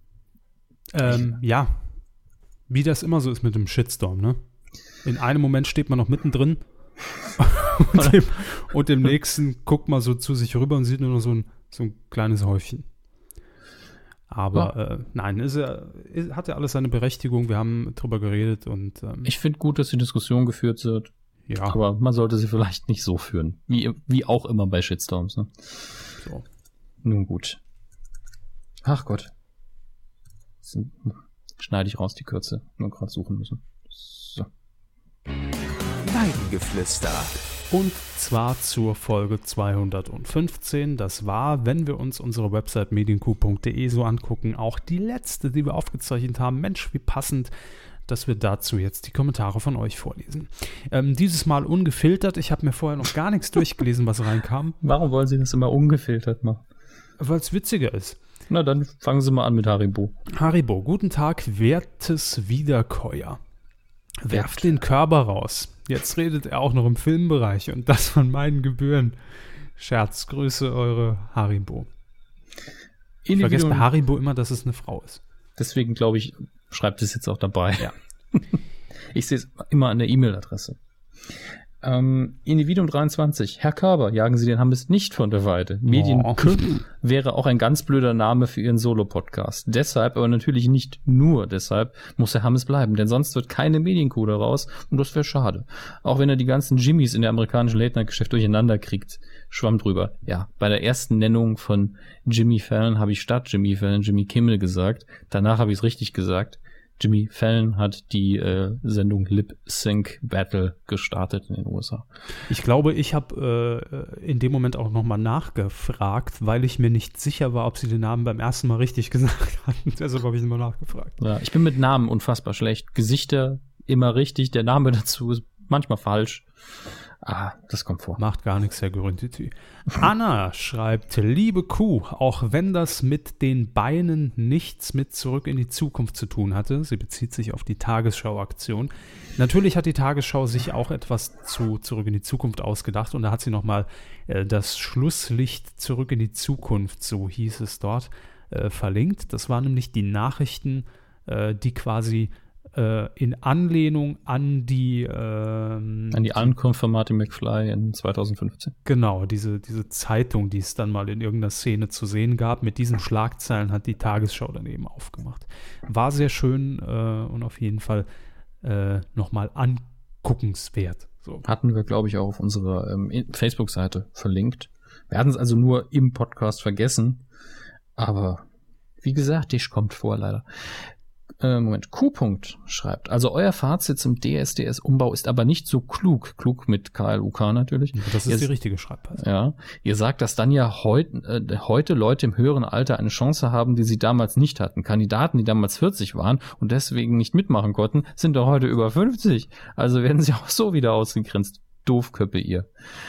Ähm, ja. Wie das immer so ist mit dem Shitstorm, ne? In einem Moment steht man noch mittendrin und, dem, und im nächsten guckt man so zu sich rüber und sieht nur noch so ein, so ein kleines Häufchen. Aber ja. äh, nein, ist ja, ist, hat ja alles seine Berechtigung. Wir haben drüber geredet und ähm, ich finde gut, dass die Diskussion geführt wird. Ja. Aber man sollte sie vielleicht nicht so führen. Wie, wie auch immer bei Shitstorms. Ne? So. Nun gut. Ach Gott. Schneide ich raus die Kürze. Nur gerade suchen müssen. So. Weidengeflüster. Und zwar zur Folge zweihundertfünfzehn. Das war, wenn wir uns unsere Website medienkuh punkt de so angucken, auch die letzte, die wir aufgezeichnet haben. Mensch, wie passend, dass wir dazu jetzt die Kommentare von euch vorlesen. Ähm, dieses Mal ungefiltert. Ich habe mir vorher noch gar nichts durchgelesen, was reinkam. Warum wollen Sie das immer ungefiltert machen? Weil es witziger ist. Na, dann fangen Sie mal an mit Haribo. Haribo, guten Tag, wertes Wiederkäuer. Werft den Körper raus. Jetzt redet er auch noch im Filmbereich und das von meinen Gebühren. Scherz, Grüße, eure Haribo. Ich vergesse bei Haribo immer, dass es eine Frau ist. Deswegen glaube ich, schreibt es jetzt auch dabei. Ja. Ich sehe es immer an der E-Mail-Adresse. Ähm, Individuum dreiundzwanzig. Herr Körber, jagen Sie den Hammes nicht von der Weide. Medienkuh oh. wäre auch ein ganz blöder Name für Ihren Solo-Podcast. Deshalb, aber natürlich nicht nur deshalb, muss Herr Hammes bleiben, denn sonst wird keine Medienkuh daraus und das wäre schade. Auch wenn er die ganzen Jimmys in der amerikanischen Late-Night-Geschäft durcheinander kriegt. Schwamm drüber. Ja, bei der ersten Nennung von Jimmy Fallon habe ich statt Jimmy Fallon Jimmy Kimmel gesagt. Danach habe ich es richtig gesagt. Jimmy Fallon hat die äh, Sendung Lip Sync Battle gestartet in den U S A. Ich glaube, ich habe äh, in dem Moment auch nochmal nachgefragt, weil ich mir nicht sicher war, ob sie den Namen beim ersten Mal richtig gesagt hatten. Deshalb habe ich nochmal nachgefragt. Ja, ich bin mit Namen unfassbar schlecht. Gesichter immer richtig, der Name dazu ist manchmal falsch. Ah, das kommt vor. Macht gar nichts, Herr Grüntitü. Anna schreibt, liebe Kuh, auch wenn das mit den Beinen nichts mit Zurück in die Zukunft zu tun hatte, sie bezieht sich auf die Tagesschau-Aktion. Natürlich hat die Tagesschau sich auch etwas zu Zurück in die Zukunft ausgedacht und da hat sie nochmal äh, das Schlusslicht Zurück in die Zukunft, so hieß es dort, äh, verlinkt. Das waren nämlich die Nachrichten, äh, die quasi in Anlehnung an die ähm, an die Ankunft von Marty McFly in zweitausendfünfzehn. Genau, diese, diese Zeitung, die es dann mal in irgendeiner Szene zu sehen gab, mit diesen Schlagzeilen hat die Tagesschau dann eben aufgemacht. War sehr schön äh, und auf jeden Fall äh, nochmal anguckenswert. So. Hatten wir, glaube ich, auch auf unserer ähm, Facebook-Seite verlinkt. Wir hatten es also nur im Podcast vergessen, aber wie gesagt, Tisch kommt vor, leider. Äh, Moment, Q-Punkt schreibt, also euer Fazit zum D S D S-Umbau ist aber nicht so klug, klug mit K L U K natürlich. Das ist ihr, die richtige Schreibweise. Ja, ihr sagt, dass dann ja heut, äh, heute Leute im höheren Alter eine Chance haben, die sie damals nicht hatten. Kandidaten, die damals vierzig waren und deswegen nicht mitmachen konnten, sind doch heute über fünfzig. Also werden sie auch so wieder ausgegrenzt. Doofköppe ihr.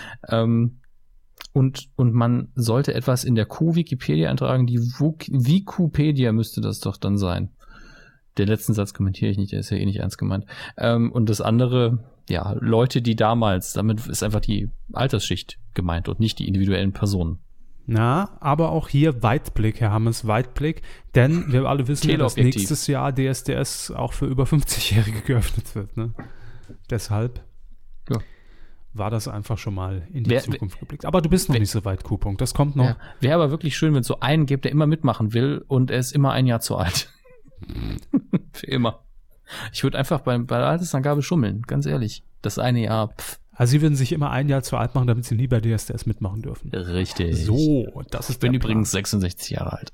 Ähm, Und, und man sollte etwas in der Q-Wikipedia eintragen, die Wikipedia müsste das doch dann sein. Den letzten Satz kommentiere ich nicht, der ist ja eh nicht ernst gemeint. Ähm, und das andere, ja, Leute, die damals, damit ist einfach die Altersschicht gemeint und nicht die individuellen Personen. Na, aber auch hier Weitblick, Herr Hammes, Weitblick, denn wir alle wissen ja, dass nächstes Jahr D S D S auch für über fünfzigjährige geöffnet wird, ne? Deshalb ja. war das einfach schon mal in die wer, Zukunft geblickt. Aber du bist noch wer, nicht so weit, Q-Punkt, das kommt noch. Ja, wäre aber wirklich schön, wenn es so einen gibt, der immer mitmachen will und er ist immer ein Jahr zu alt. Für immer. Ich würde einfach bei, bei der Altersangabe schummeln, ganz ehrlich. Das eine Jahr, pff. Also sie würden sich immer ein Jahr zu alt machen, damit sie nie bei D S D S mitmachen dürfen. Richtig. So, das ist Ich bin übrigens sechsundsechzig Jahre alt.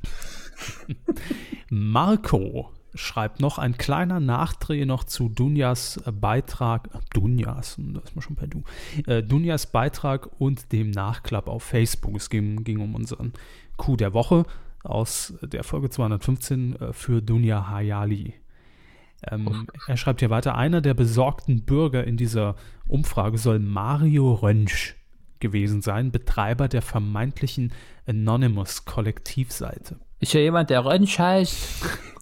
Marco schreibt noch ein kleiner Nachdreh noch zu Dunjas Beitrag, Dunjas, da ist man schon per Du, äh, Dunjas Beitrag und dem Nachklapp auf Facebook. Es ging, ging um unseren Coup der Woche aus der Folge zweihundertfünfzehn äh, für Dunja Hayali. Ähm, oh. Er schreibt hier weiter, einer der besorgten Bürger in dieser Umfrage soll Mario Rönsch gewesen sein, Betreiber der vermeintlichen Anonymous-Kollektivseite. Ist ja jemand, der Rönsch heißt.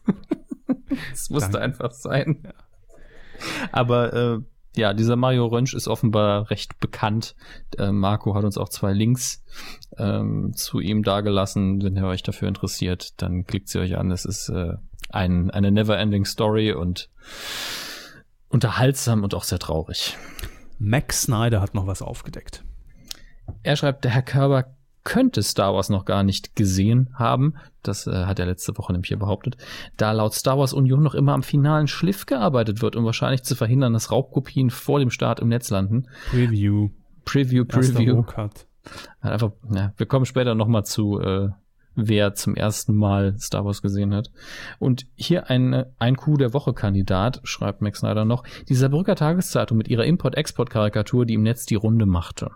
Das musste Danke. einfach sein. Ja. Aber äh, ja, dieser Mario Rönsch ist offenbar recht bekannt. Äh, Marco hat uns auch zwei Links ähm, zu ihm dagelassen. Wenn ihr euch dafür interessiert, dann klickt sie euch an. Es ist äh, ein, eine never-ending Story und unterhaltsam und auch sehr traurig. Max Snyder hat noch was aufgedeckt. Er schreibt, der Herr Körber könnte Star Wars noch gar nicht gesehen haben. Das äh, hat er letzte Woche nämlich hier behauptet. Da laut Star Wars Union noch immer am finalen Schliff gearbeitet wird, um wahrscheinlich zu verhindern, dass Raubkopien vor dem Start im Netz landen. Preview. Preview, Preview. Einfach, ja, wir kommen später nochmal zu, äh, wer zum ersten Mal Star Wars gesehen hat. Und hier ein, ein Coup der Woche-Kandidat, schreibt Max Snyder noch, die Saarbrücker Tageszeitung mit ihrer Import-Export-Karikatur, die im Netz die Runde machte.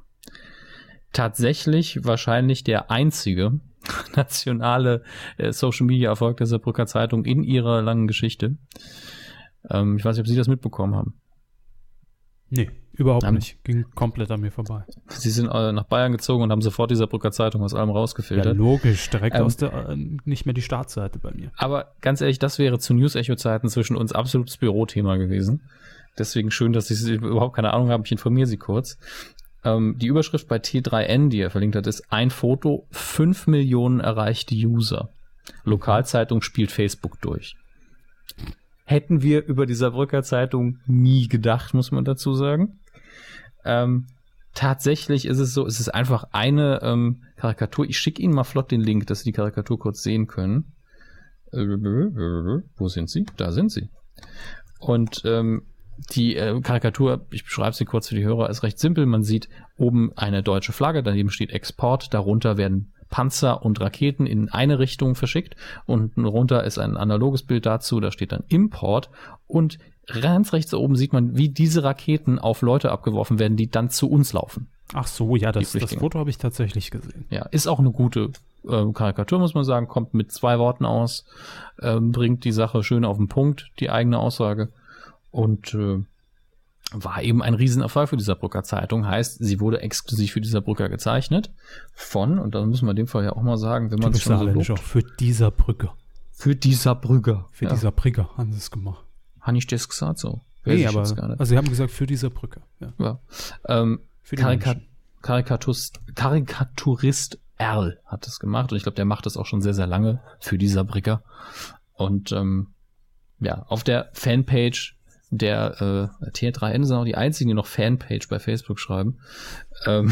Tatsächlich wahrscheinlich der einzige nationale äh, Social-Media-Erfolg der Saarbrücker Zeitung in ihrer langen Geschichte. Ähm, ich weiß nicht, ob Sie das mitbekommen haben. Nee, überhaupt haben, nicht. Ging komplett an mir vorbei. Sie sind äh, nach Bayern gezogen und haben sofort die Saarbrücker Zeitung aus allem rausgefiltert. Ja, logisch. Direkt ähm, aus der, äh, nicht mehr die Startseite bei mir. Aber ganz ehrlich, das wäre zu News-Echo-Zeiten zwischen uns absolutes Bürothema gewesen. Deswegen schön, dass Sie überhaupt keine Ahnung haben. Ich informiere Sie kurz. Ähm, die Überschrift bei T drei N, die er verlinkt hat, ist ein Foto, fünf Millionen erreichte User. Lokalzeitung spielt Facebook durch. Hätten wir über die Saarbrücker Zeitung nie gedacht, muss man dazu sagen. Ähm, tatsächlich ist es so, es ist einfach eine ähm, Karikatur. Ich schicke Ihnen mal flott den Link, dass Sie die Karikatur kurz sehen können. Äh, wo sind Sie? Da sind sie. Und ähm, die äh, Karikatur, ich beschreibe sie kurz für die Hörer, ist recht simpel. Man sieht oben eine deutsche Flagge, daneben steht Export, darunter werden Panzer und Raketen in eine Richtung verschickt und runter ist ein analoges Bild dazu, da steht dann Import und ganz rechts oben sieht man, wie diese Raketen auf Leute abgeworfen werden, die dann zu uns laufen. Ach so, ja, das, das Foto habe ich tatsächlich gesehen. Ja, ist auch eine gute äh, Karikatur, muss man sagen, kommt mit zwei Worten aus, äh, bringt die Sache schön auf den Punkt, die eigene Aussage und äh, war eben ein Riesenerfolg für die Saarbrücker Zeitung, heißt, sie wurde exklusiv für die Saarbrücker gezeichnet von, und da müssen wir in dem Fall ja auch mal sagen, wenn man es schon so lobt, auch für die Saarbrücker. Für die Saarbrücker. Für ja. die Saarbrücker haben sie es gemacht. Habe ich das gesagt so? Nee, aber, also sie haben gesagt, für die Saarbrücker. Ja. ja. Ähm, für die Karika- Karikaturist, Karikaturist Erl hat das gemacht und ich glaube, der macht das auch schon sehr, sehr lange für die Saarbrücker. Und ähm, ja, auf der Fanpage der äh, T drei N sind auch die einzigen, die noch Fanpage bei Facebook schreiben. Ähm,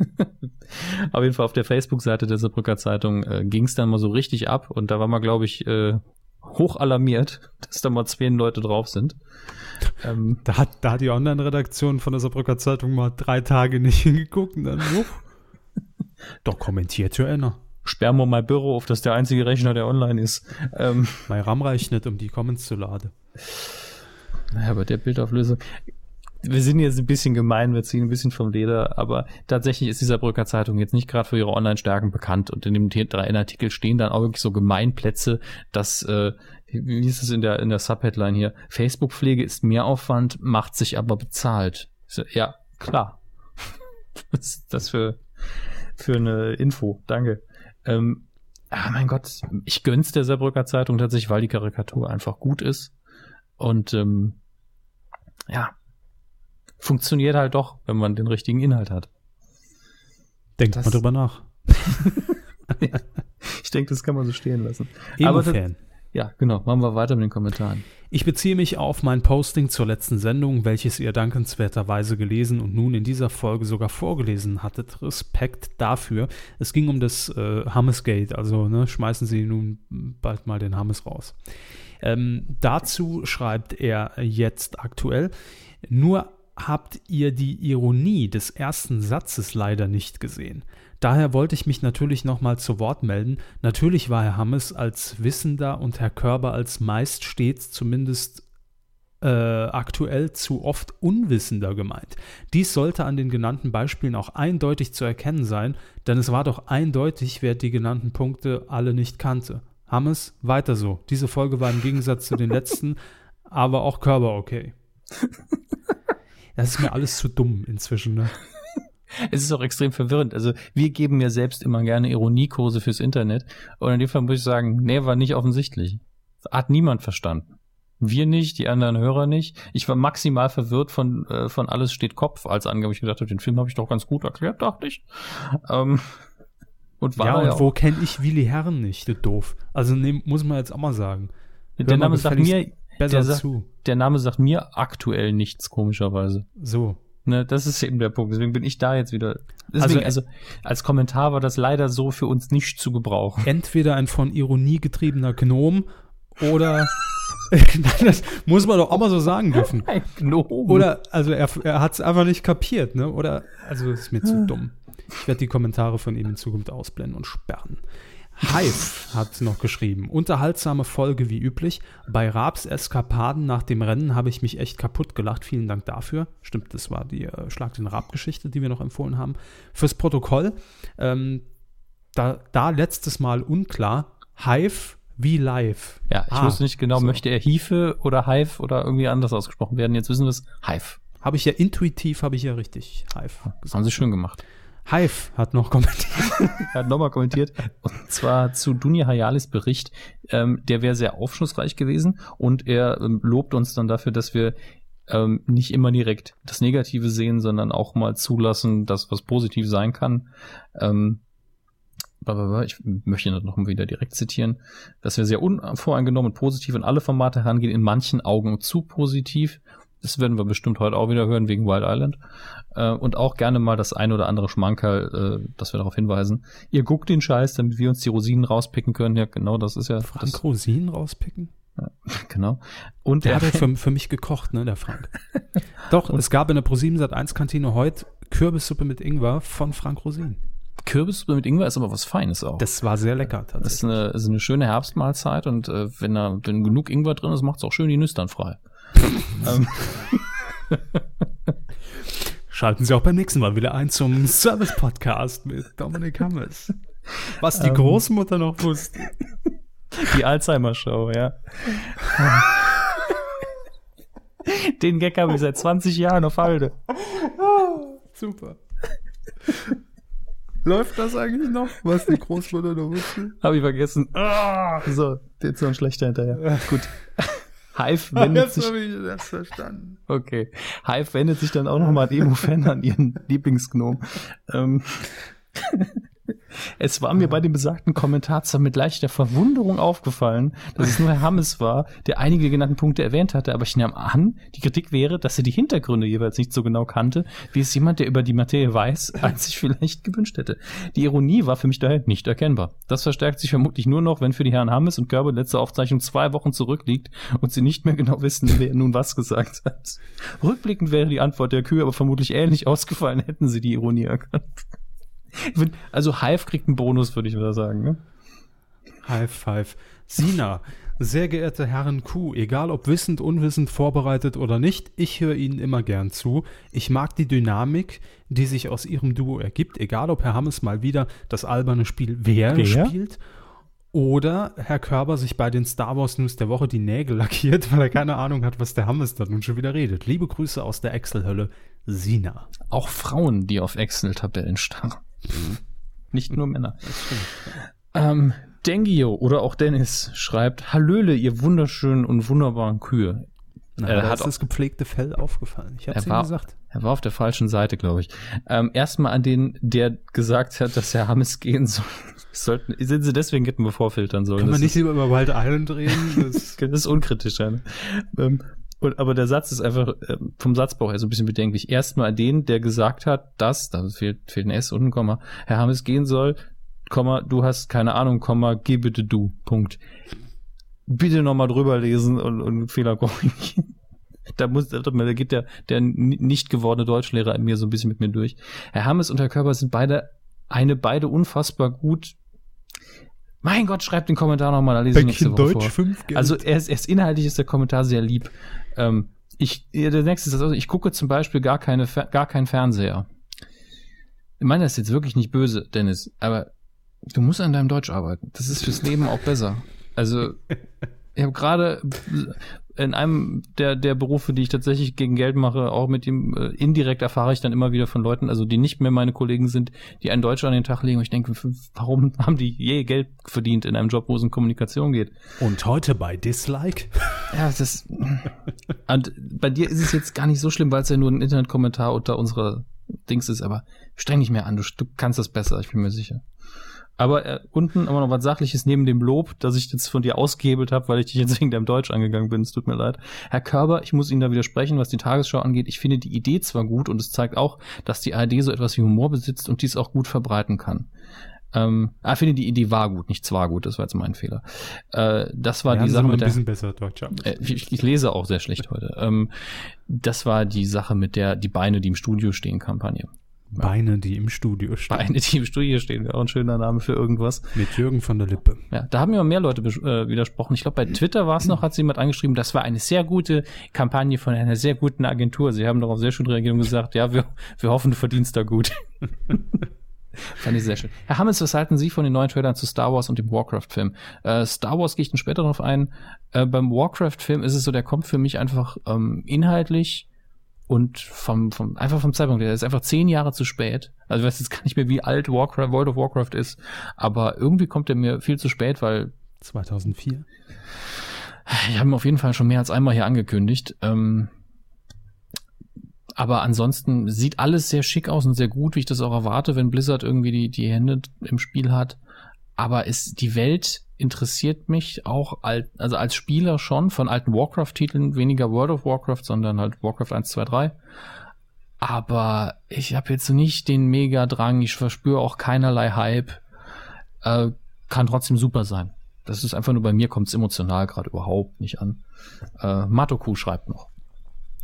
auf jeden Fall auf der Facebook-Seite der Saarbrücker Zeitung äh, ging es dann mal so richtig ab und da war man, glaube ich, äh, hoch alarmiert, dass da mal zehn Leute drauf sind. Ähm, da, hat, da hat die Online-Redaktion von der Saarbrücker Zeitung mal drei Tage nicht hingeguckt und dann, oh, doch kommentiert ja einer. Sperren wir mein Büro auf, dass der einzige Rechner, der online ist. Ähm, mein RAM reicht nicht, um die Comments zu laden. Naja, bei der Bildauflösung. Wir sind jetzt ein bisschen gemein, wir ziehen ein bisschen vom Leder, aber tatsächlich ist die Saarbrücker Zeitung jetzt nicht gerade für ihre Online-Stärken bekannt und in dem T drei N-Artikel stehen dann auch wirklich so Gemeinplätze, dass, äh, wie hieß es in der, in der Subheadline hier, Facebook-Pflege ist Mehraufwand, macht sich aber bezahlt. So, ja, klar. Was ist das für, für eine Info? Danke. Ähm, ah, mein Gott, ich gönn's der Saarbrücker Zeitung tatsächlich, weil die Karikatur einfach gut ist. Und ähm, ja, funktioniert halt doch, wenn man den richtigen Inhalt hat. Denkt das, mal drüber nach. Ja, ich denke, das kann man so stehen lassen. Emo-Fan. Ja, genau. Machen wir weiter mit den Kommentaren. Ich beziehe mich auf mein Posting zur letzten Sendung, welches ihr dankenswerterweise gelesen und nun in dieser Folge sogar vorgelesen hattet. Respekt dafür. Es ging um das äh, Hummesgate, also ne, schmeißen Sie nun bald mal den Hummus raus. Ähm, dazu schreibt er jetzt aktuell, nur habt ihr die Ironie des ersten Satzes leider nicht gesehen. Daher wollte ich mich natürlich nochmal zu Wort melden. Natürlich war Herr Hammes als Wissender und Herr Körber als meist stets zumindest äh, aktuell zu oft Unwissender gemeint. Dies sollte an den genannten Beispielen auch eindeutig zu erkennen sein, denn es war doch eindeutig, wer die genannten Punkte alle nicht kannte. Hammes, weiter so. Diese Folge war im Gegensatz zu den letzten, aber auch Körber okay. Das ist mir alles zu dumm inzwischen, ne? Es ist auch extrem verwirrend. Also wir geben ja selbst immer gerne Ironiekurse fürs Internet. Und in dem Fall muss ich sagen, nee, war nicht offensichtlich. Hat niemand verstanden. Wir nicht, die anderen Hörer nicht. Ich war maximal verwirrt von äh, von Alles steht Kopf, als Angabe. Ich gedacht habe, den Film habe ich doch ganz gut erklärt, dachte ich. Ähm, und war ja, und ja wo kenne ich Willi Herren nicht, doof. Also ne, muss man jetzt auch mal sagen. Hör der Name sagt mir besser der, zu. Der Name sagt mir aktuell nichts, komischerweise. So. Ne, das ist eben der Punkt. Deswegen bin ich da jetzt wieder. Deswegen, also, also als Kommentar war das leider so für uns nicht zu gebrauchen. Entweder ein von Ironie getriebener Gnom oder das muss man doch auch mal so sagen dürfen. Ein Gnom. Oder, also er, er hat es einfach nicht kapiert, ne? Oder, also ist mir zu dumm. Ich werde die Kommentare von ihm in Zukunft ausblenden und sperren. Hive hat noch geschrieben, unterhaltsame Folge wie üblich. Bei Raabs Eskapaden nach dem Rennen habe ich mich echt kaputt gelacht. Vielen Dank dafür. Stimmt, das war die äh, Schlag den Raab-Geschichte, die wir noch empfohlen haben. Fürs Protokoll, ähm, da, da letztes Mal unklar, Hive wie live. Ja, ich ah, wusste nicht genau, so. Möchte er Hive oder Hive oder irgendwie anders ausgesprochen werden. Jetzt wissen wir es, Hive. Habe ich ja intuitiv, habe ich ja richtig Hive gesagt. Das haben sie schön gemacht. Hive hat noch kommentiert. Er hat nochmal kommentiert. Und zwar zu Dunja Hayalis Bericht. Ähm, der wäre sehr aufschlussreich gewesen. Und er ähm, lobt uns dann dafür, dass wir ähm, nicht immer direkt das Negative sehen, sondern auch mal zulassen, dass was positiv sein kann. Ähm, ich möchte noch mal wieder direkt zitieren, dass wir sehr unvoreingenommen und positiv in alle Formate herangehen, in manchen Augen zu positiv. Das werden wir bestimmt heute auch wieder hören wegen Wild Island. Äh, und auch gerne mal das ein oder andere Schmankerl, äh, dass wir darauf hinweisen. Ihr guckt den Scheiß, damit wir uns die Rosinen rauspicken können. Ja, genau, das ist ja... Frank das, Rosinen rauspicken? Ja, genau. Und der hat ja für, für mich gekocht, ne, der Frank. Doch, und es gab in der ProSieben Sat eins Kantine heute Kürbissuppe mit Ingwer von Frank Rosin. Kürbissuppe mit Ingwer ist aber was Feines auch. Das war sehr lecker tatsächlich. Das ist eine, ist eine schöne Herbstmahlzeit und äh, wenn da wenn genug Ingwer drin ist, macht es auch schön die Nüstern frei. ähm. Schalten Sie auch beim nächsten Mal wieder ein zum Service-Podcast mit Dominik Hammes. Was die ähm. Großmutter noch wusste. Die Alzheimer-Show, ja. Den Gag habe ich seit zwanzig Jahren auf Halde. Super. Läuft das eigentlich noch, was die Großmutter noch wusste? Habe ich vergessen. Oh, so, jetzt noch ein schlechter hinterher. Gut. Hive wendet Jetzt sich... habe ich das verstanden. Okay. Hive wendet sich dann auch nochmal an Emo-Fan an ihren Lieblingsgnom. Ähm... Es war mir bei dem besagten Kommentar zwar mit leichter Verwunderung aufgefallen, dass es nur Herr Hammes war, der einige genannten Punkte erwähnt hatte, aber ich nahm an, die Kritik wäre, dass er die Hintergründe jeweils nicht so genau kannte, wie es jemand, der über die Materie weiß, als ich vielleicht gewünscht hätte. Die Ironie war für mich daher nicht erkennbar. Das verstärkt sich vermutlich nur noch, wenn für die Herren Hammes und Körber die letzte Aufzeichnung zwei Wochen zurückliegt und sie nicht mehr genau wissen, wer nun was gesagt hat. Rückblickend wäre die Antwort der Kühe aber vermutlich ähnlich ausgefallen, hätten sie die Ironie erkannt. Also Hive kriegt einen Bonus, würde ich mal sagen. Ne? Hive Five. Sina, sehr geehrte Herren Q, egal ob wissend, unwissend, vorbereitet oder nicht, ich höre Ihnen immer gern zu. Ich mag die Dynamik, die sich aus Ihrem Duo ergibt, egal ob Herr Hammes mal wieder das alberne Spiel Wer, Wer? spielt oder Herr Körber sich bei den Star Wars News der Woche die Nägel lackiert, weil er keine Ahnung hat, was der Hammes da nun schon wieder redet. Liebe Grüße aus der Excel-Hölle, Sina. Auch Frauen, die auf Excel-Tabellen starren. Nicht nur Männer. Ähm, Dengio oder auch Dennis schreibt: Hallöle, ihr wunderschönen und wunderbaren Kühe. Na, er hat das gepflegte Fell aufgefallen. Ich hab's ihm gesagt. Er war auf der falschen Seite, glaube ich. Ähm, Erstmal an den, der gesagt hat, dass Herr Hammes gehen soll. Sollten, sind sie deswegen hätten wir vorfiltern sollen. Kann man nicht lieber über Wild Island reden? Das, das ist unkritischer. Ne? Ähm, Und, aber der Satz ist einfach äh, vom Satzbau her so ein bisschen bedenklich. Erstmal an den, der gesagt hat, dass, da fehlt, fehlt ein S und ein Komma, Herr Hammes gehen soll, Komma, du hast keine Ahnung, Komma, geh bitte du, Punkt. Bitte nochmal drüber lesen und, und Fehler korrigieren. Da muss, da geht der, der nicht gewordene Deutschlehrer in mir so ein bisschen mit mir durch. Herr Hammes und Herr Körber sind beide, eine beide unfassbar gut. Mein Gott, schreibt den Kommentar nochmal, da lese ich nächste Woche Deutsch, vor. fünf Geld. Also er ist, er ist inhaltlich ist der Kommentar sehr lieb. Ähm, ich, der nächste ist also, ich gucke zum Beispiel gar keine, gar keinen Fernseher. Ich meine, das ist jetzt wirklich nicht böse, Dennis, aber du musst an deinem Deutsch arbeiten. Das ist fürs Leben auch besser. Also ich habe gerade in einem der der Berufe, die ich tatsächlich gegen Geld mache, auch mit dem äh, indirekt erfahre ich dann immer wieder von Leuten, also die nicht mehr meine Kollegen sind, die einen Deutsch an den Tag legen und ich denke, warum haben die je Geld verdient in einem Job, wo es um Kommunikation geht? Und heute bei Dislike? Ja, das und bei dir ist es jetzt gar nicht so schlimm, weil es ja nur ein Internetkommentar unter unserer Dings ist, aber streng dich mehr an, du, du kannst das besser, ich bin mir sicher. Aber äh, unten immer noch was Sachliches neben dem Lob, das ich jetzt von dir ausgehebelt habe, weil ich dich jetzt wegen deinem Deutsch angegangen bin. Es tut mir leid. Herr Körber, ich muss Ihnen da widersprechen, was die Tagesschau angeht. Ich finde die Idee zwar gut und es zeigt auch, dass die A R D so etwas wie Humor besitzt und dies auch gut verbreiten kann. Ähm, ah, ich finde die Idee war gut, nicht zwar gut, das war jetzt mein Fehler. Äh, das war ja, die Sache mit ein der... bisschen besser Deutsch äh, ich, ich lese auch sehr schlecht heute. Ähm, das war die Sache mit der die Beine, die im Studio stehen, Kampagne. Beine, die im Studio stehen. Beine, die im Studio stehen, wäre auch ein schöner Name für irgendwas. Mit Jürgen von der Lippe. Ja, da haben mir mehr Leute äh, widersprochen. Ich glaube, bei Twitter war es noch, hat jemand angeschrieben, das war eine sehr gute Kampagne von einer sehr guten Agentur. Sie haben darauf sehr schön reagiert und gesagt, ja, wir, wir hoffen, du verdienst da gut. Fand ich sehr schön. Herr Hammes, was halten Sie von den neuen Trailern zu Star Wars und dem Warcraft-Film? Äh, Star Wars gehe ich dann später darauf ein. Äh, beim Warcraft-Film ist es so, der kommt für mich einfach ähm, inhaltlich und vom, vom, einfach vom Zeitpunkt her, der ist einfach zehn Jahre zu spät. Also ich weiß jetzt gar nicht mehr, wie alt Warcraft, World of Warcraft ist, aber irgendwie kommt der mir viel zu spät, weil zweitausendvier Ich habe ihn auf jeden Fall schon mehr als einmal hier angekündigt. Ähm, aber ansonsten sieht alles sehr schick aus und sehr gut, wie ich das auch erwarte, wenn Blizzard irgendwie die, die Hände im Spiel hat. Aber ist die Welt interessiert mich auch als, also als Spieler schon von alten Warcraft-Titeln, weniger World of Warcraft, sondern halt Warcraft eins, zwei, drei. Aber ich habe jetzt nicht den Mega-Drang, ich verspüre auch keinerlei Hype. Äh, kann trotzdem super sein. Das ist einfach nur, bei mir kommt es emotional gerade überhaupt nicht an. Äh, Matoku schreibt noch.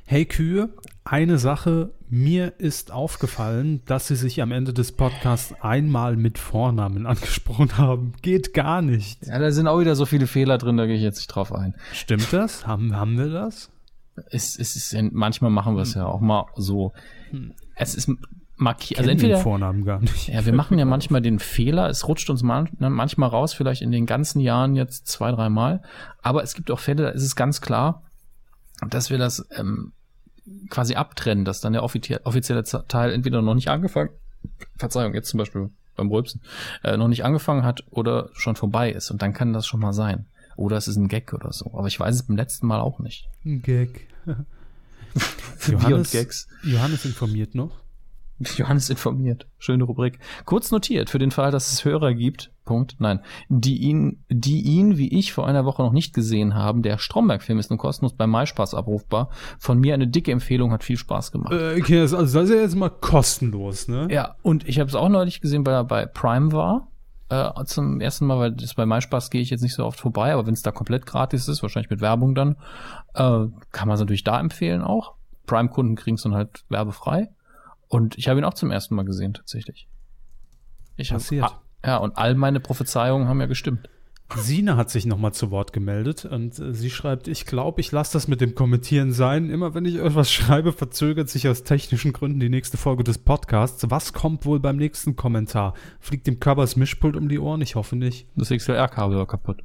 Hey Kühe, eine Sache, mir ist aufgefallen, dass Sie sich am Ende des Podcasts einmal mit Vornamen angesprochen haben. Geht gar nicht. Ja, da sind auch wieder so viele Fehler drin, da gehe ich jetzt nicht drauf ein. Stimmt das? Haben, haben wir das? Es, es ist, manchmal machen wir es ja auch mal so. Es ist markiert. Also Kennen entweder den Vornamen gar nicht. Ja, wir machen ja manchmal den Fehler, es rutscht uns man, manchmal raus, vielleicht in den ganzen Jahren jetzt zwei, dreimal. Aber es gibt auch Fälle, da ist es ganz klar, dass wir das ähm, quasi abtrennen, dass dann der offizie- offizielle Teil entweder noch nicht angefangen, Verzeihung, jetzt zum Beispiel beim Rülpsen, äh, noch nicht angefangen hat oder schon vorbei ist. Und dann kann das schon mal sein. Oder es ist ein Gag oder so. Aber ich weiß es beim letzten Mal auch nicht. Ein Gag. Johannes, Gags. Johannes informiert noch. Johannes informiert. Schöne Rubrik. Kurz notiert, für den Fall, dass es Hörer gibt, Punkt, nein, die ihn, die ihn, wie ich, vor einer Woche noch nicht gesehen haben. Der Stromberg-Film ist nun kostenlos bei MySpaß abrufbar. Von mir eine dicke Empfehlung, hat viel Spaß gemacht. Äh, okay, also das ist ja jetzt mal kostenlos, ne? Ja, und ich habe es auch neulich gesehen, weil er bei Prime war. Äh, zum ersten Mal, weil das bei MySpaß gehe ich jetzt nicht so oft vorbei, aber wenn es da komplett gratis ist, wahrscheinlich mit Werbung dann, äh, kann man es natürlich da empfehlen auch. Prime-Kunden kriegen es dann halt werbefrei. Und ich habe ihn auch zum ersten Mal gesehen, tatsächlich. Ich Passiert. Hab, ja, und all meine Prophezeiungen haben ja gestimmt. Sina hat sich nochmal zu Wort gemeldet und äh, sie schreibt, ich glaube, ich lasse das mit dem Kommentieren sein. Immer wenn ich etwas schreibe, verzögert sich aus technischen Gründen die nächste Folge des Podcasts. Was kommt wohl beim nächsten Kommentar? Fliegt dem Körper das Mischpult um die Ohren? Ich hoffe nicht. Das X L R-Kabel war kaputt.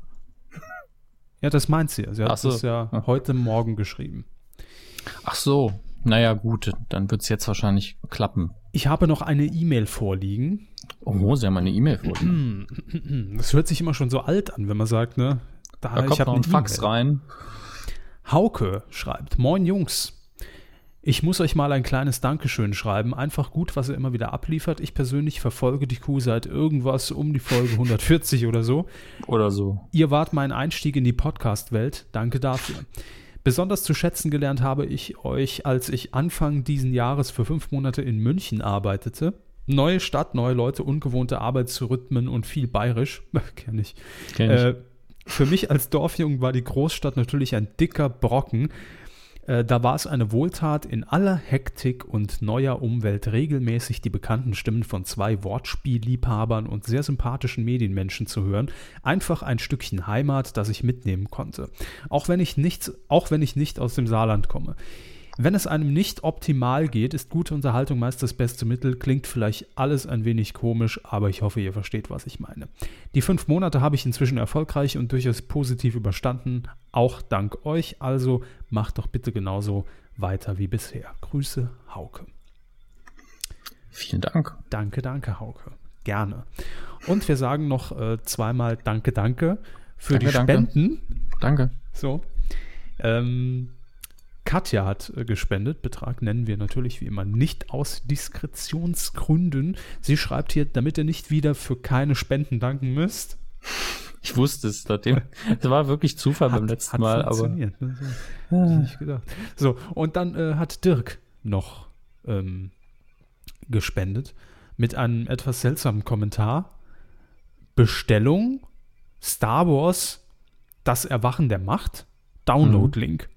Ja, das meint sie. Sie hat Ach so. es ja Ach. heute Morgen geschrieben. Ach so, naja gut, dann wird es jetzt wahrscheinlich klappen. Ich habe noch eine E-Mail vorliegen. Oh, Sie haben eine E-Mail vorliegen. Das hört sich immer schon so alt an, wenn man sagt, ne? Da, Da kommt ich hab noch eine ein Fax E-Mail. rein. Hauke schreibt, moin Jungs. Ich muss euch mal ein kleines Dankeschön schreiben. Einfach gut, was ihr immer wieder abliefert. Ich persönlich verfolge die Kuh seit irgendwas um die Folge hundertvierzig oder so. Oder so. Ihr wart mein Einstieg in die Podcast-Welt. Danke dafür. Besonders zu schätzen gelernt habe ich euch, als ich Anfang diesen Jahres für fünf Monate in München arbeitete. Neue Stadt, neue Leute, ungewohnte Arbeitsrhythmen und viel bayerisch. Kenn ich. Kenn ich. Äh, für mich als Dorfjungen war die Großstadt natürlich ein dicker Brocken. Äh, da war es eine Wohltat, in aller Hektik und neuer Umwelt regelmäßig die bekannten Stimmen von zwei Wortspielliebhabern und sehr sympathischen Medienmenschen zu hören. Einfach ein Stückchen Heimat, das ich mitnehmen konnte. Auch wenn ich nicht, auch wenn ich nicht aus dem Saarland komme. Wenn es einem nicht optimal geht, ist gute Unterhaltung meist das beste Mittel. Klingt vielleicht alles ein wenig komisch, aber ich hoffe, ihr versteht, was ich meine. Die fünf Monate habe ich inzwischen erfolgreich und durchaus positiv überstanden, auch dank euch. Also macht doch bitte genauso weiter wie bisher. Grüße, Hauke. Vielen Dank. Danke, danke, Hauke. Gerne. Und wir sagen noch äh, zweimal Danke, danke für Danke, die danke. Spenden. Danke. So. Ähm, Katja hat äh, gespendet. Betrag nennen wir natürlich wie immer nicht aus Diskretionsgründen. Sie schreibt hier, damit ihr nicht wieder für keine Spenden danken müsst. Ich wusste es. Seitdem, das war wirklich Zufall beim letzten hat Mal, aber funktioniert, ne? So, hab ich nicht gedacht. So, und dann äh, hat Dirk noch ähm, gespendet mit einem etwas seltsamen Kommentar. Bestellung Star Wars Das Erwachen der Macht Download-Link.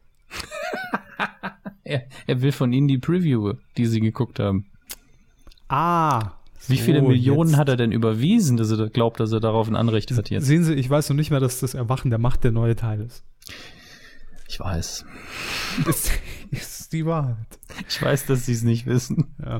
er, er will von Ihnen die Preview, die Sie geguckt haben. Ah, Wie so, viele Millionen jetzt. hat er denn überwiesen, dass er glaubt, dass er darauf ein Anrecht hat jetzt? Sehen Sie, ich weiß noch nicht mehr, dass das Erwachen der Macht der neue Teil ist. Ich weiß. Das ist die Wahrheit. Ich weiß, dass Sie es nicht wissen. Ja.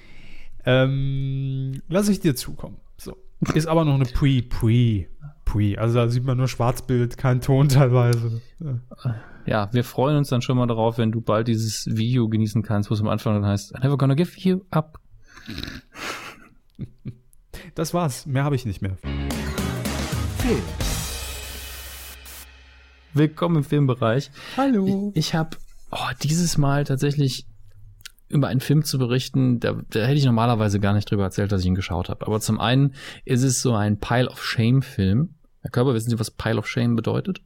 Ähm, lass ich dir zukommen. So. Ist aber noch eine Pre, Pre, Pre. Also da sieht man nur Schwarzbild, kein Ton teilweise. Ja. Ja, wir freuen uns dann schon mal darauf, wenn du bald dieses Video genießen kannst, wo es am Anfang dann heißt, I'm never gonna give you up. Das war's. Mehr habe ich nicht mehr. Willkommen im Filmbereich. Hallo. Ich, ich habe oh, dieses Mal tatsächlich über einen Film zu berichten, da, da hätte ich normalerweise gar nicht drüber erzählt, dass ich ihn geschaut habe. Aber zum einen ist es so ein Pile of Shame-Film. Herr Körber, wissen Sie, was Pile of Shame bedeutet?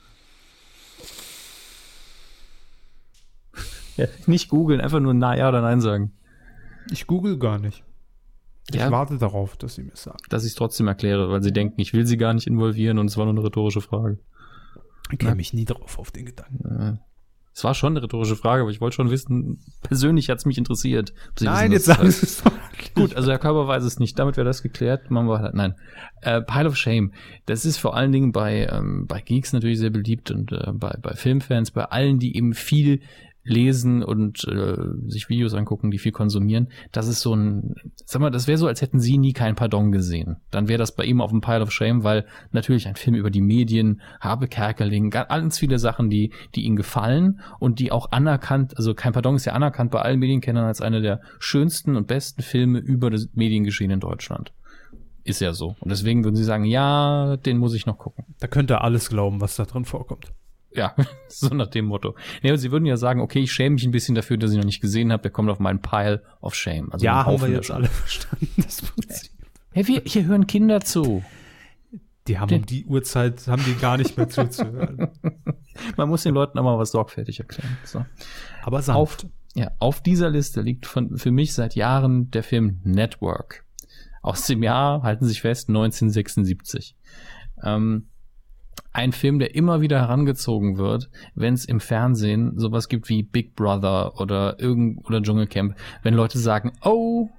Ja, nicht googeln, einfach nur na, ja oder nein sagen. Ich google gar nicht. Ich Ja. warte darauf, dass Sie mir sagen. Dass ich es trotzdem erkläre, weil Sie denken, ich will Sie gar nicht involvieren und es war nur eine rhetorische Frage. Ich käme mich nie drauf auf den Gedanken. Äh, Es war schon eine rhetorische Frage, aber ich wollte schon wissen, persönlich hat es mich interessiert. Nein, jetzt sagen Sie es doch. Gut, also der Körper weiß es nicht. Damit wäre das geklärt. Machen wir halt, nein. Äh, Pile of Shame. Das ist vor allen Dingen bei, ähm, bei Geeks natürlich sehr beliebt und äh, bei, bei Filmfans, bei allen, die eben viel lesen und äh, sich Videos angucken, die viel konsumieren. Das ist so ein, sag mal, das wäre so, als hätten sie nie kein Pardon gesehen. Dann wäre das bei ihm auf dem Pile of Shame, weil natürlich ein Film über die Medien, Habe Kerkeling, ganz viele Sachen, die die ihnen gefallen und die auch anerkannt, also kein Pardon ist ja anerkannt bei allen Medienkennern als einer der schönsten und besten Filme über das Mediengeschehen in Deutschland. Ist ja so. Und deswegen würden sie sagen, ja, den muss ich noch gucken. Da könnt ihr alles glauben, was da drin vorkommt. Ja, so nach dem Motto. Nee, aber sie würden ja sagen, okay, ich schäme mich ein bisschen dafür, dass ich noch nicht gesehen habe, der kommt auf meinen Pile of Shame. Also ja, haben wir jetzt alle verstanden, das Prinzip. Hey, wir, hier hören Kinder zu. Die haben Den, um die Uhrzeit, haben die gar nicht mehr zuzuhören. Man muss den Leuten auch mal was sorgfältig erklären. So. Aber sanft. Auf, ja, auf dieser Liste liegt von, für mich seit Jahren der Film Network. Aus dem Jahr, halten Sie sich fest, neunzehnhundertsechsundsiebzig. Ähm, Ein Film, der immer wieder herangezogen wird, wenn es im Fernsehen sowas gibt wie Big Brother oder irgend oder Dschungelcamp, wenn Leute sagen, oh,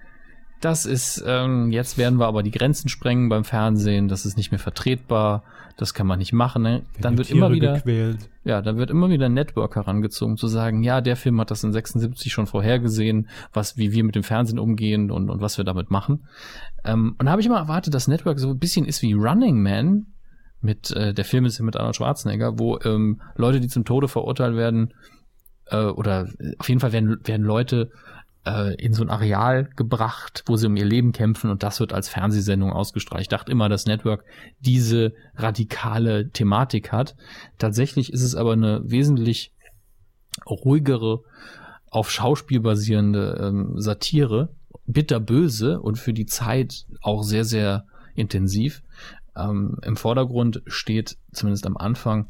das ist, ähm, jetzt werden wir aber die Grenzen sprengen beim Fernsehen, das ist nicht mehr vertretbar, das kann man nicht machen, ne? Dann wird immer wieder, gequält. ja, dann wird immer wieder ein Network herangezogen, zu sagen, ja, der Film hat das in sechsundsiebzig schon vorhergesehen, was, wie wir mit dem Fernsehen umgehen und, und was wir damit machen. Ähm, und da habe ich immer erwartet, dass Network so ein bisschen ist wie Running Man, mit äh, der Film ist ja mit Arnold Schwarzenegger, wo ähm, Leute, die zum Tode verurteilt werden, äh, oder auf jeden Fall werden, werden Leute äh, in so ein Areal gebracht, wo sie um ihr Leben kämpfen und das wird als Fernsehsendung ausgestrahlt. Ich dachte immer, dass Network diese radikale Thematik hat. Tatsächlich ist es aber eine wesentlich ruhigere, auf Schauspiel basierende ähm, Satire, bitterböse und für die Zeit auch sehr, sehr intensiv. Ähm, im Vordergrund steht, zumindest am Anfang,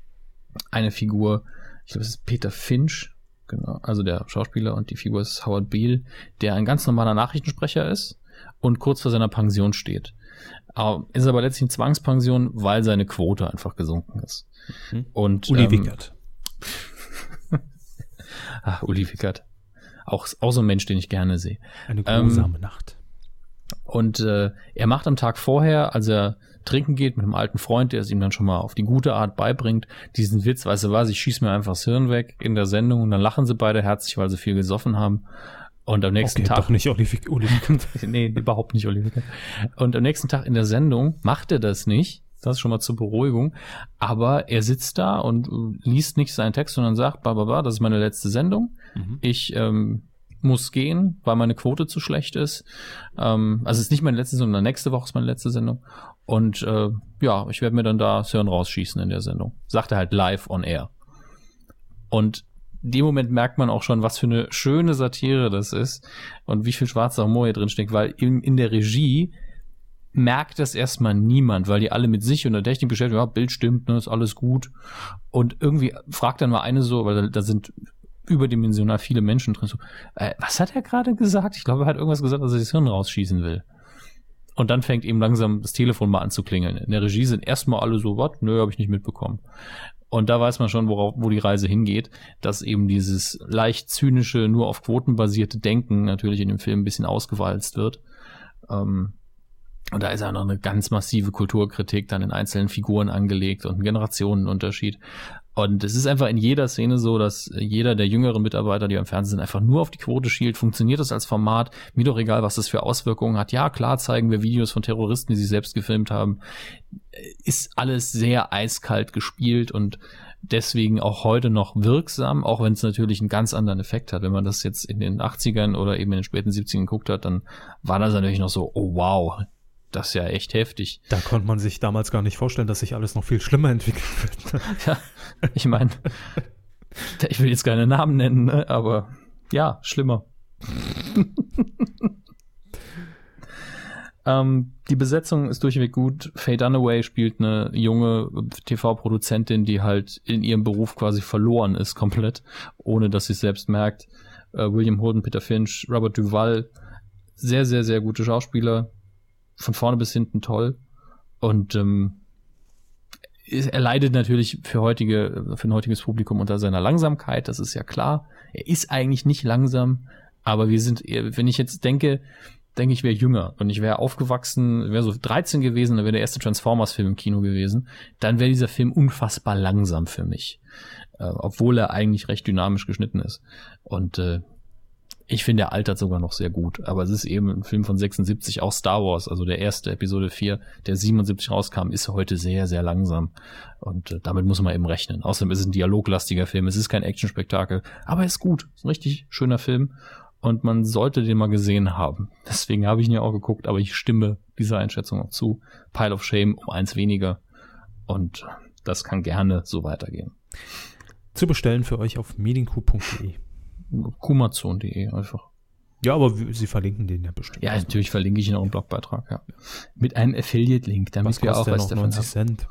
eine Figur, ich glaube, es ist Peter Finch, genau, also der Schauspieler, und die Figur ist Howard Beale, der ein ganz normaler Nachrichtensprecher ist und kurz vor seiner Pension steht. Ähm, ist aber letztlich eine Zwangspension, weil seine Quote einfach gesunken ist. Mhm. Und Uli ähm, Wickert. Ach, Uli Wickert. Auch, auch so ein Mensch, den ich gerne sehe. Eine grusame ähm, Nacht. Und äh, er macht am Tag vorher, als er trinken geht mit einem alten Freund, der es ihm dann schon mal auf die gute Art beibringt, diesen Witz, weißt du was, ich schieß mir einfach das Hirn weg in der Sendung und dann lachen sie beide herzlich, weil sie viel gesoffen haben. Und am nächsten okay, Tag... doch nicht Uli Wickert. Nee, überhaupt nicht Uli Wickert. Und am nächsten Tag in der Sendung macht er das nicht, das ist schon mal zur Beruhigung, aber er sitzt da und liest nicht seinen Text, sondern sagt, bababa, das ist meine letzte Sendung, mhm. ich ähm, muss gehen, weil meine Quote zu schlecht ist. Ähm, also es ist nicht meine letzte, sondern nächste Woche ist meine letzte Sendung. Und äh, ja, ich werde mir dann da das Hirn rausschießen in der Sendung. Sagt er halt live on air. Und in dem Moment merkt man auch schon, was für eine schöne Satire das ist und wie viel schwarzer Humor hier drin steckt, weil in, in der Regie merkt das erstmal niemand, weil die alle mit sich und der Technik beschäftigt, ja, Bild stimmt, ne, ist alles gut. Und irgendwie fragt dann mal eine so, weil da, da sind überdimensional viele Menschen drin. So, äh, was hat er gerade gesagt? Ich glaube, er hat irgendwas gesagt, dass er das Hirn rausschießen will. Und dann fängt eben langsam das Telefon mal an zu klingeln. In der Regie sind erstmal alle so, was? Nö, habe ich nicht mitbekommen. Und da weiß man schon, worauf, wo die Reise hingeht, dass eben dieses leicht zynische, nur auf Quoten basierte Denken natürlich in dem Film ein bisschen ausgewalzt wird. Ähm, und da ist auch noch eine ganz massive Kulturkritik dann in einzelnen Figuren angelegt und ein Generationenunterschied. Und es ist einfach in jeder Szene so, dass jeder der jüngeren Mitarbeiter, die am Fernsehen sind, einfach nur auf die Quote schielt. Funktioniert das als Format? Mir doch egal, was das für Auswirkungen hat. Ja, klar zeigen wir Videos von Terroristen, die sie selbst gefilmt haben. Ist alles sehr eiskalt gespielt und deswegen auch heute noch wirksam, auch wenn es natürlich einen ganz anderen Effekt hat. Wenn man das jetzt in den achtzigern oder eben in den späten siebzigern geguckt hat, dann war das natürlich noch so, oh wow, das ist ja echt heftig. Da konnte man sich damals gar nicht vorstellen, dass sich alles noch viel schlimmer entwickelt wird. Ja, ich meine, ich will jetzt keine Namen nennen, ne? Aber ja, schlimmer. ähm, die Besetzung ist durchweg gut. Faye Dunaway spielt eine junge T V-Produzentin, die halt in ihrem Beruf quasi verloren ist komplett, ohne dass sie es selbst merkt. Äh, William Holden, Peter Finch, Robert Duvall, sehr, sehr, sehr gute Schauspieler. Von vorne bis hinten toll. Und ähm, er leidet natürlich für heutige, für ein heutiges Publikum unter seiner Langsamkeit, das ist ja klar. Er ist eigentlich nicht langsam, aber wir sind, wenn ich jetzt denke, denke ich, wäre jünger und ich wäre aufgewachsen, wäre so dreizehn gewesen, dann wäre der erste Transformers-Film im Kino gewesen, dann wäre dieser Film unfassbar langsam für mich, äh, obwohl er eigentlich recht dynamisch geschnitten ist. Und äh, ich finde, er altert sogar noch sehr gut, aber es ist eben ein Film von sechsundsiebzig, auch Star Wars, also der erste Episode vier, der siebenundsiebzig rauskam, ist heute sehr, sehr langsam und äh, damit muss man eben rechnen. Außerdem ist es ein dialoglastiger Film, es ist kein Actionspektakel, aber er ist gut, ist ein richtig schöner Film und man sollte den mal gesehen haben. Deswegen habe ich ihn ja auch geguckt, aber ich stimme dieser Einschätzung auch zu. Pile of Shame um eins weniger und das kann gerne so weitergehen. Zu bestellen für euch auf medienku punkt de. Kumazon punkt de einfach. Ja, aber sie verlinken den ja bestimmt. Ja, natürlich verlinke ich ihn auch im Blogbeitrag, ja. Mit einem Affiliate-Link, damit was wir auch was davon neunzig Cent.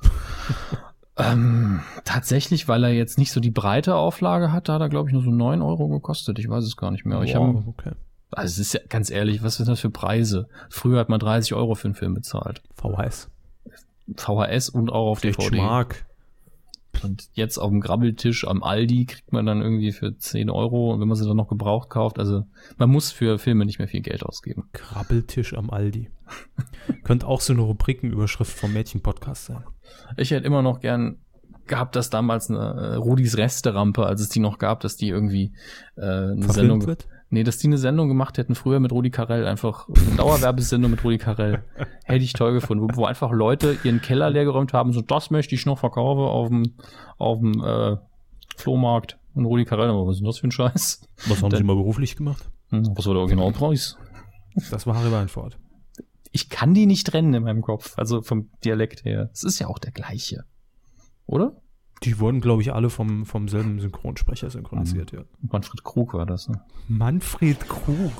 ähm, tatsächlich, weil er jetzt nicht so die breite Auflage hat, da hat er, glaube ich, nur so neun Euro gekostet. Ich weiß es gar nicht mehr. Aber wow, ich hab, okay. Also es ist ja, ganz ehrlich, was sind das für Preise? Früher hat man dreißig Euro für einen Film bezahlt. V H S. V H S und auch auf D V D. Mark. Und jetzt auf dem Grabbeltisch am Aldi kriegt man dann irgendwie für zehn Euro, und wenn man sie dann noch gebraucht kauft, also man muss für Filme nicht mehr viel Geld ausgeben. Grabbeltisch am Aldi. Könnte auch so eine Rubrikenüberschrift vom Mädchen-Podcast sein. Ich hätte immer noch gern gehabt, dass damals eine äh, Rudis Resterampe, als es die noch gab, dass die irgendwie äh, eine Verfilmt Sendung wird? Nee, dass die eine Sendung gemacht hätten früher mit Rudi Carrell, einfach eine Dauerwerbesendung mit Rudi Carrell. Hätte ich toll gefunden, wo, wo einfach Leute ihren Keller leergeräumt haben, so das möchte ich noch verkaufen auf dem auf dem äh, Flohmarkt. Und Rudi Carrell, aber was ist denn das für ein Scheiß? Was haben Dann, Sie mal beruflich gemacht? Hm, was war der Originalpreis? Das war Harry Weinfurt. Ich kann die nicht trennen in meinem Kopf, also vom Dialekt her. Es ist ja auch der gleiche, oder? Die wurden, glaube ich, alle vom, vom selben Synchronsprecher synchronisiert, mhm. ja. Manfred Krug war das, ne? Manfred Krug.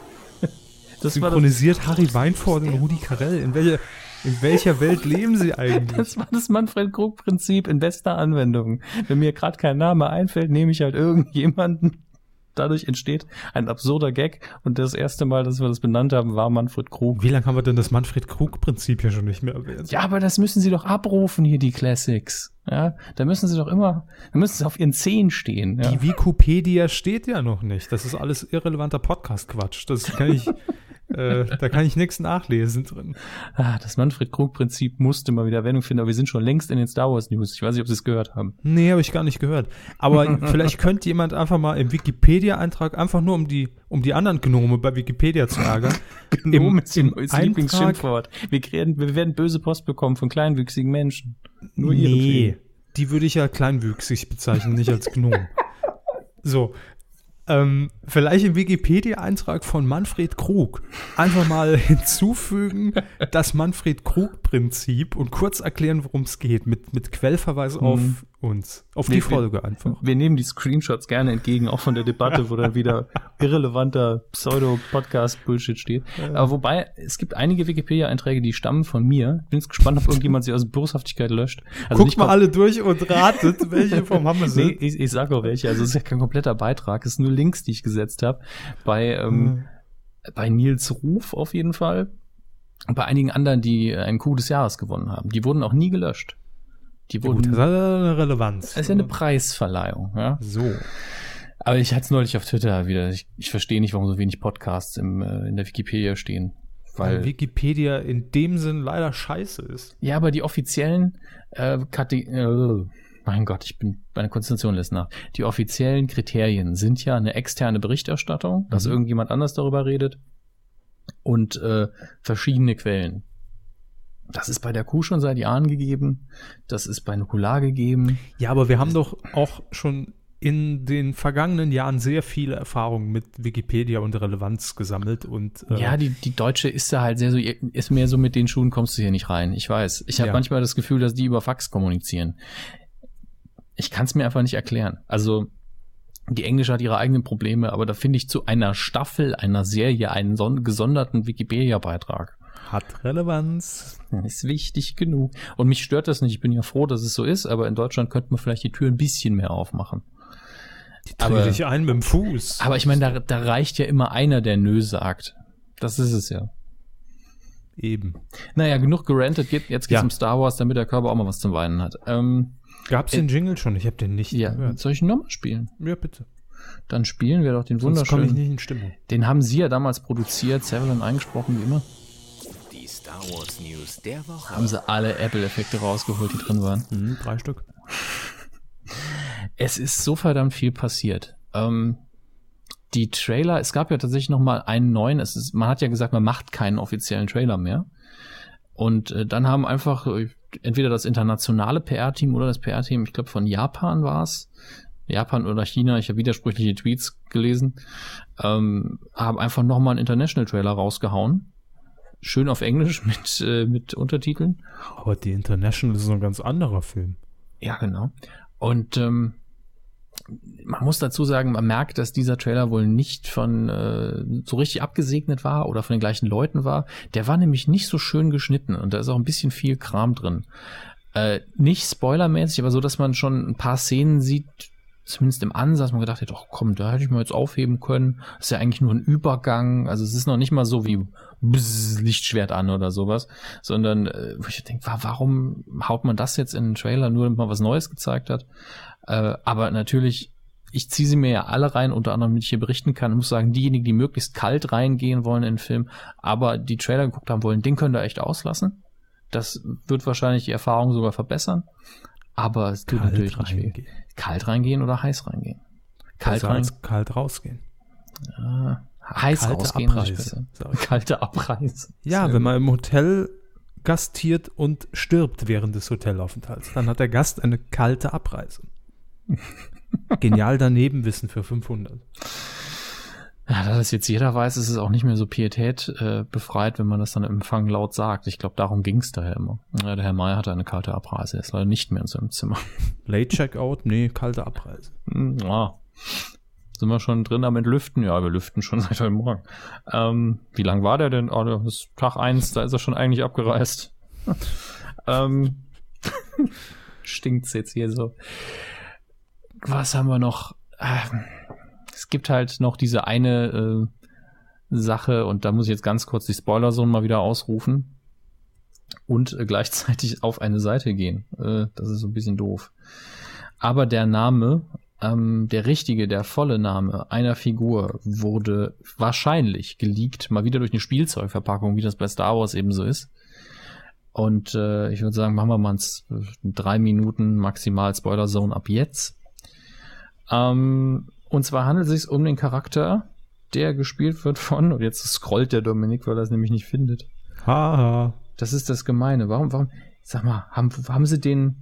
Das synchronisiert war das Harry Weinfurt und Rudi Carrell. In, welche, in welcher Welt leben sie eigentlich? Das war das Manfred Krug-Prinzip in bester Anwendung. Wenn mir gerade kein Name einfällt, nehme ich halt irgendjemanden. Dadurch entsteht ein absurder Gag. Und das erste Mal, dass wir das benannt haben, war Manfred Krug. Wie lange haben wir denn das Manfred-Krug-Prinzip ja schon nicht mehr erwähnt? Ja, aber das müssen sie doch abrufen hier, die Classics. Ja, da müssen sie doch immer, da müssen sie auf ihren Zehen stehen. Ja. Die Wikipedia steht ja noch nicht. Das ist alles irrelevanter Podcast-Quatsch. Das kann ich, äh, da kann ich nichts nachlesen drin. Ah, das Manfred-Krug-Prinzip musste mal wieder Erwähnung finden, aber wir sind schon längst in den Star Wars News. Ich weiß nicht, ob Sie es gehört haben. Nee, habe ich gar nicht gehört. Aber vielleicht könnte jemand einfach mal im Wikipedia-Eintrag, einfach nur um die, um die anderen Gnome bei Wikipedia zu ärgern. Gnome ist ihr neues Lieblingsschimpfwort. Wir, kriegen, wir werden böse Post bekommen von kleinwüchsigen Menschen. Nur nee, die würde ich ja kleinwüchsig bezeichnen, nicht als Gnome. So, ähm, vielleicht im Wikipedia-Eintrag von Manfred Krug einfach mal hinzufügen, das Manfred-Krug-Prinzip und kurz erklären, worum es geht, mit, mit Quellverweis hm. auf uns, auf nee, die Folge einfach. Wir nehmen die Screenshots gerne entgegen, auch von der Debatte, wo dann wieder irrelevanter Pseudo-Podcast-Bullshit steht. Ja. Aber wobei, es gibt einige Wikipedia-Einträge, die stammen von mir. Ich bin jetzt gespannt, ob irgendjemand sie aus Boshaftigkeit löscht. Also Guckt mal alle durch und ratet, welche vom Hammer sind. Nee, ich, ich sag auch welche. Also es ist ja kein kompletter Beitrag, es sind nur Links, die ich gesetzt habe. Bei, ähm, hm. bei Nils Ruf auf jeden Fall. Und bei einigen anderen, die einen Coup des Jahres gewonnen haben. Die wurden auch nie gelöscht. Die wurden, ja, gut, das hat eine Relevanz. Das ist ja eine Preisverleihung, ja. So. Aber ich hatte es neulich auf Twitter wieder. Ich, ich verstehe nicht, warum so wenig Podcasts im, äh, in der Wikipedia stehen. Weil, weil Wikipedia in dem Sinn leider scheiße ist. Ja, aber die offiziellen äh, Kategorien, äh, mein Gott, ich bin, meine Konzentration lässt nach. Die offiziellen Kriterien sind ja eine externe Berichterstattung, dass mhm. irgendjemand anders darüber redet und äh, verschiedene Quellen. Das ist bei der Kuh schon seit Jahren gegeben. Das ist bei Nukular gegeben. Ja, aber wir haben doch auch schon in den vergangenen Jahren sehr viele Erfahrungen mit Wikipedia und Relevanz gesammelt. Und äh ja, die, die Deutsche ist da halt sehr so, ist mehr so, mit den Schuhen kommst du hier nicht rein. Ich weiß. Ich habe ja. manchmal das Gefühl, dass die über Fax kommunizieren. Ich kann es mir einfach nicht erklären. Also die Englische hat ihre eigenen Probleme, aber da finde ich zu einer Staffel, einer Serie, einen son- gesonderten Wikipedia-Beitrag. Hat Relevanz. Ist wichtig genug. Und mich stört das nicht. Ich bin ja froh, dass es so ist, aber in Deutschland könnte man vielleicht die Tür ein bisschen mehr aufmachen. Die trete ich ein mit dem Fuß. Aber ich meine, da, da reicht ja immer einer, der Nö sagt. Das ist es ja. Eben. Naja, genug gerantet, geht, jetzt geht's Ja. um Star Wars, damit der Körper auch mal was zum Weinen hat. Ähm, Gab's den Jingle schon? Ich habe den nicht ja, gehört. soll ich ihn nochmal spielen? Ja, bitte. Dann spielen wir doch den Sonst komme ich wunderschönen. nicht in Stimmung. Den haben sie ja damals produziert, Severin eingesprochen, wie immer. Die Star Wars News der Woche. Haben sie alle Apple-Effekte rausgeholt, die drin waren. Mhm, drei Stück. Es ist so verdammt viel passiert. Ähm, die Trailer, es gab ja tatsächlich noch mal einen neuen. Es ist, man hat ja gesagt, man macht keinen offiziellen Trailer mehr. Und äh, dann haben einfach äh, entweder das internationale P R-Team oder das P R-Team, ich glaube von Japan war es, Japan oder China, ich habe widersprüchliche Tweets gelesen, ähm, haben einfach noch mal einen International-Trailer rausgehauen. Schön auf Englisch mit, äh, mit Untertiteln. Aber die International ist so ein ganz anderer Film. Ja, genau. Und ähm, man muss dazu sagen, man merkt, dass dieser Trailer wohl nicht von äh, so richtig abgesegnet war oder von den gleichen Leuten war. Der war nämlich nicht so schön geschnitten und da ist auch ein bisschen viel Kram drin. Äh, nicht spoilermäßig, aber so, dass man schon ein paar Szenen sieht, zumindest im Ansatz, man gedacht hat, oh komm, da hätte ich mal jetzt aufheben können. Das ist ja eigentlich nur ein Übergang. Also es ist noch nicht mal so wie Bzz, Lichtschwert an oder sowas, sondern äh, wo ich denke, warum haut man das jetzt in den Trailer, nur damit man was Neues gezeigt hat? Äh, aber natürlich, ich ziehe sie mir ja alle rein, unter anderem, damit ich hier berichten kann. Ich muss sagen, diejenigen, die möglichst kalt reingehen wollen in den Film, aber die Trailer geguckt haben wollen, den können da echt auslassen. Das wird wahrscheinlich die Erfahrung sogar verbessern. Aber es tut Kalt natürlich nicht weh. reingehen. Kalt reingehen oder heiß reingehen? Kalt Besser rein, als kalt rausgehen. ja, heiß Kalte rausgehen. ist Abreise, besser. sag ich. Kalte Abreise. Ja, Sehr wenn man im Hotel gastiert und stirbt während des Hotelaufenthalts, dann hat der Gast eine kalte Abreise. Genial Danebenwissen für fünfhundert. Ja, da das jetzt jeder weiß, ist es auch nicht mehr so Pietät äh, befreit, wenn man das dann im Empfang laut sagt. Ich glaube, darum ging es daher immer. Ja, der Herr Mayer hatte eine kalte Abreise, er ist leider nicht mehr in seinem Zimmer. Late Checkout? Nee, kalte Abreise. Hm, ja. Sind wir schon drin am Entlüften? Ja, wir lüften schon seit heute Morgen. Ähm, wie lang war der denn? Oh, das ist Tag eins, da ist er schon eigentlich abgereist. ähm, stinkt's jetzt hier so. Was haben wir noch? Ähm, es gibt halt noch diese eine äh, Sache und da muss ich jetzt ganz kurz die Spoilerzone mal wieder ausrufen und äh, gleichzeitig auf eine Seite gehen. Äh, das ist so ein bisschen doof. Aber der Name, ähm, der richtige, der volle Name einer Figur wurde wahrscheinlich geleakt, mal wieder durch eine Spielzeugverpackung, wie das bei Star Wars eben so ist. Und äh, ich würde sagen, machen wir mal ein, drei Minuten maximal Spoilerzone ab jetzt. Ähm, und zwar handelt es sich um den Charakter, der gespielt wird von, und jetzt scrollt der Dominik, weil er es nämlich nicht findet. Haha. Das ist das Gemeine. Warum, warum, sag mal, haben, haben sie den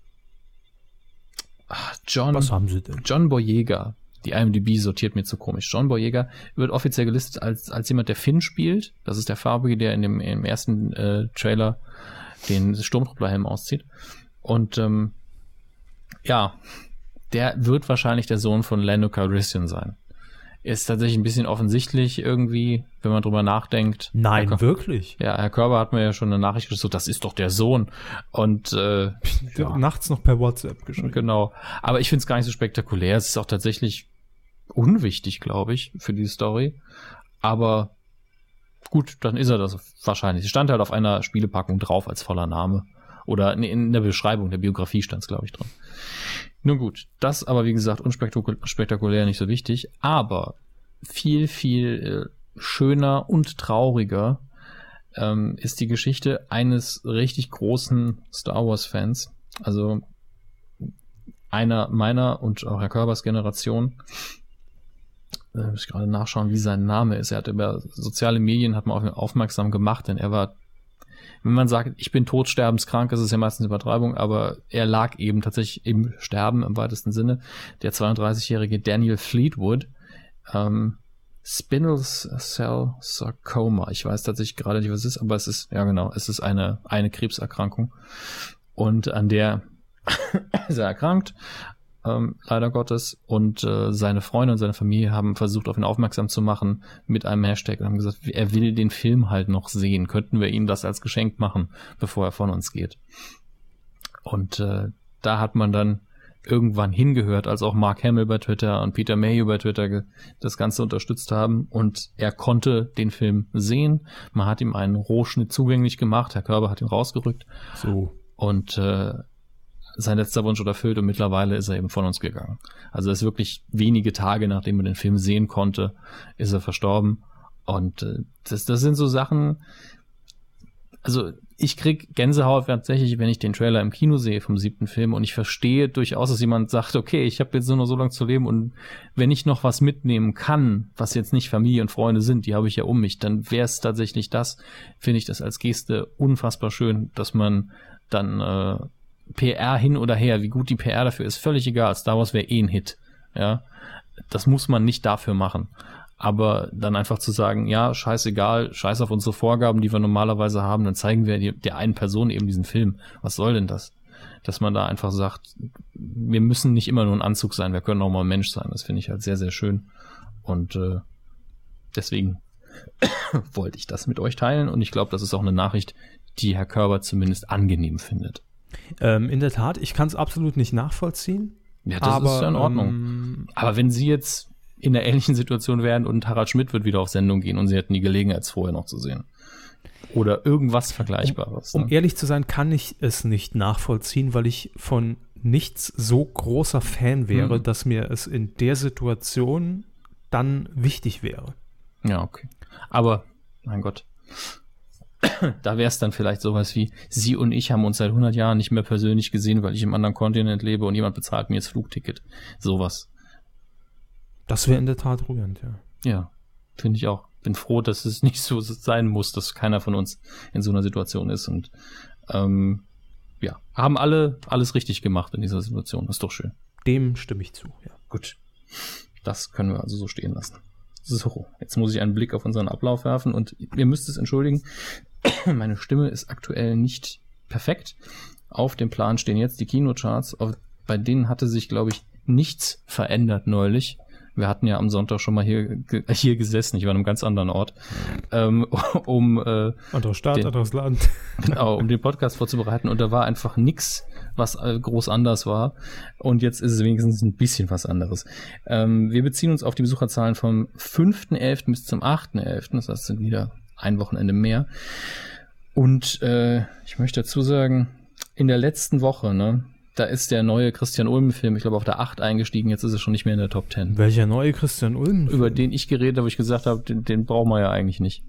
ach, John, Was haben sie denn? John Boyega, die I M D B sortiert mir zu komisch. John Boyega wird offiziell gelistet als, als jemand, der Finn spielt. Das ist der Farbige, der in dem im ersten äh, Trailer den Sturmtrupplerhelm auszieht. Und ähm, ja, der wird wahrscheinlich der Sohn von Lando Calrissian sein. Ist tatsächlich ein bisschen offensichtlich irgendwie, wenn man drüber nachdenkt. Nein, Herr, wirklich? ja, Herr Körber hat mir ja schon eine Nachricht geschickt, so, das ist doch der Sohn. Und äh, ja, Nachts noch per WhatsApp geschrieben. genau. Aber ich finde es gar nicht so spektakulär. Es ist auch tatsächlich unwichtig, glaube ich, für die Story. Aber gut, dann ist er das wahrscheinlich. Es stand halt auf einer Spielepackung drauf als voller Name. Oder in der Beschreibung der Biografie stand es, glaube ich, drin. Nun gut, das aber, wie gesagt, unspektakulär, nicht so wichtig. Aber viel, viel äh, schöner und trauriger ähm, ist die Geschichte eines richtig großen Star Wars-Fans. Also einer meiner und auch Herr Körbers Generation. Äh, muss ich gerade nachschauen, wie sein Name ist. Er hat über soziale Medien hat man auf ihn aufmerksam gemacht, denn er war, wenn man sagt, ich bin todsterbenskrank, das ist ja meistens Übertreibung, aber er lag eben tatsächlich im Sterben im weitesten Sinne. Der zweiunddreißigjährige Daniel Fleetwood, ähm, Spinal Cell Sarcoma. Ich weiß tatsächlich gerade nicht, was es ist, aber es ist, ja genau, es ist eine, eine Krebserkrankung. Und an der ist er erkrankt, ähm, leider Gottes. Und äh, seine Freunde und seine Familie haben versucht, auf ihn aufmerksam zu machen mit einem Hashtag und haben gesagt, er will den Film halt noch sehen. Könnten wir ihm das als Geschenk machen, bevor er von uns geht? Und äh, da hat man dann irgendwann hingehört, als auch Mark Hamill bei Twitter und Peter Mayhew bei Twitter ge- das Ganze unterstützt haben. Und er konnte den Film sehen. Man hat ihm einen Rohschnitt zugänglich gemacht. Herr Körber hat ihn rausgerückt. So. Und äh, sein letzter Wunsch wurde erfüllt und mittlerweile ist er eben von uns gegangen. Also er ist wirklich wenige Tage, nachdem er den Film sehen konnte, ist er verstorben. Und äh, das, das sind so Sachen, also ich krieg Gänsehaut tatsächlich, wenn ich den Trailer im Kino sehe vom siebten Film, und ich verstehe durchaus, dass jemand sagt, okay, ich habe jetzt nur noch so lange zu leben und wenn ich noch was mitnehmen kann, was jetzt nicht Familie und Freunde sind, die habe ich ja um mich, dann wäre es tatsächlich das, finde ich das als Geste unfassbar schön, dass man dann äh, P R hin oder her, wie gut die P R dafür ist, völlig egal, Star Wars wäre eh ein Hit, ja, das muss man nicht dafür machen. Aber dann einfach zu sagen, ja, scheißegal, scheiß auf unsere Vorgaben, die wir normalerweise haben, dann zeigen wir der einen Person eben diesen Film. Was soll denn das? Dass man da einfach sagt, wir müssen nicht immer nur ein Anzug sein, wir können auch mal ein Mensch sein. Das finde ich halt sehr, sehr schön. Und äh, deswegen wollte ich das mit euch teilen. Und ich glaube, das ist auch eine Nachricht, die Herr Körber zumindest angenehm findet. Ähm, in der Tat, ich kann es absolut nicht nachvollziehen. Ja, das aber, ist ja in Ordnung. Ähm, aber wenn Sie jetzt in einer ähnlichen Situation wären und Harald Schmidt wird wieder auf Sendung gehen und sie hätten die Gelegenheit, es vorher noch zu sehen. Oder irgendwas Vergleichbares. Um, um ne? ehrlich zu sein, kann ich es nicht nachvollziehen, weil ich von nichts so großer Fan wäre, Hm. dass mir es in der Situation dann wichtig wäre. Ja, okay. Aber, mein Gott, da wäre es dann vielleicht sowas wie, Sie und ich haben uns seit hundert Jahren nicht mehr persönlich gesehen, weil ich im anderen Kontinent lebe und jemand bezahlt mir das Flugticket. Sowas. Das wäre in der Tat rührend, ja. Ja, finde ich auch. Bin froh, dass es nicht so sein muss, dass keiner von uns in so einer Situation ist. Und ähm, ja, haben alle alles richtig gemacht in dieser Situation. Das ist doch schön. Dem stimme ich zu, ja. Gut. Das können wir also so stehen lassen. So, jetzt muss ich einen Blick auf unseren Ablauf werfen und ihr müsst es entschuldigen, meine Stimme ist aktuell nicht perfekt. Auf dem Plan stehen jetzt die Kinocharts, bei denen hatte sich, glaube ich, nichts verändert neulich. Wir hatten ja am Sonntag schon mal hier, hier gesessen, ich war an einem ganz anderen Ort, ähm, um äh, anderer Staat, den, anderes Land. Genau, um den Podcast vorzubereiten, und da war einfach nix, was äh, groß anders war, und jetzt ist es wenigstens ein bisschen was anderes. Ähm, wir beziehen uns auf die Besucherzahlen vom fünften elften bis zum achten elften, das heißt, es sind wieder ein Wochenende mehr, und äh, ich möchte dazu sagen, in der letzten Woche, ne, da ist der neue Christian Ulm-Film, ich glaube, auf der acht eingestiegen, jetzt ist er schon nicht mehr in der Top zehn. Welcher neue Christian Ulm? Über den ich geredet habe, wo ich gesagt habe, den, den brauchen wir ja eigentlich nicht.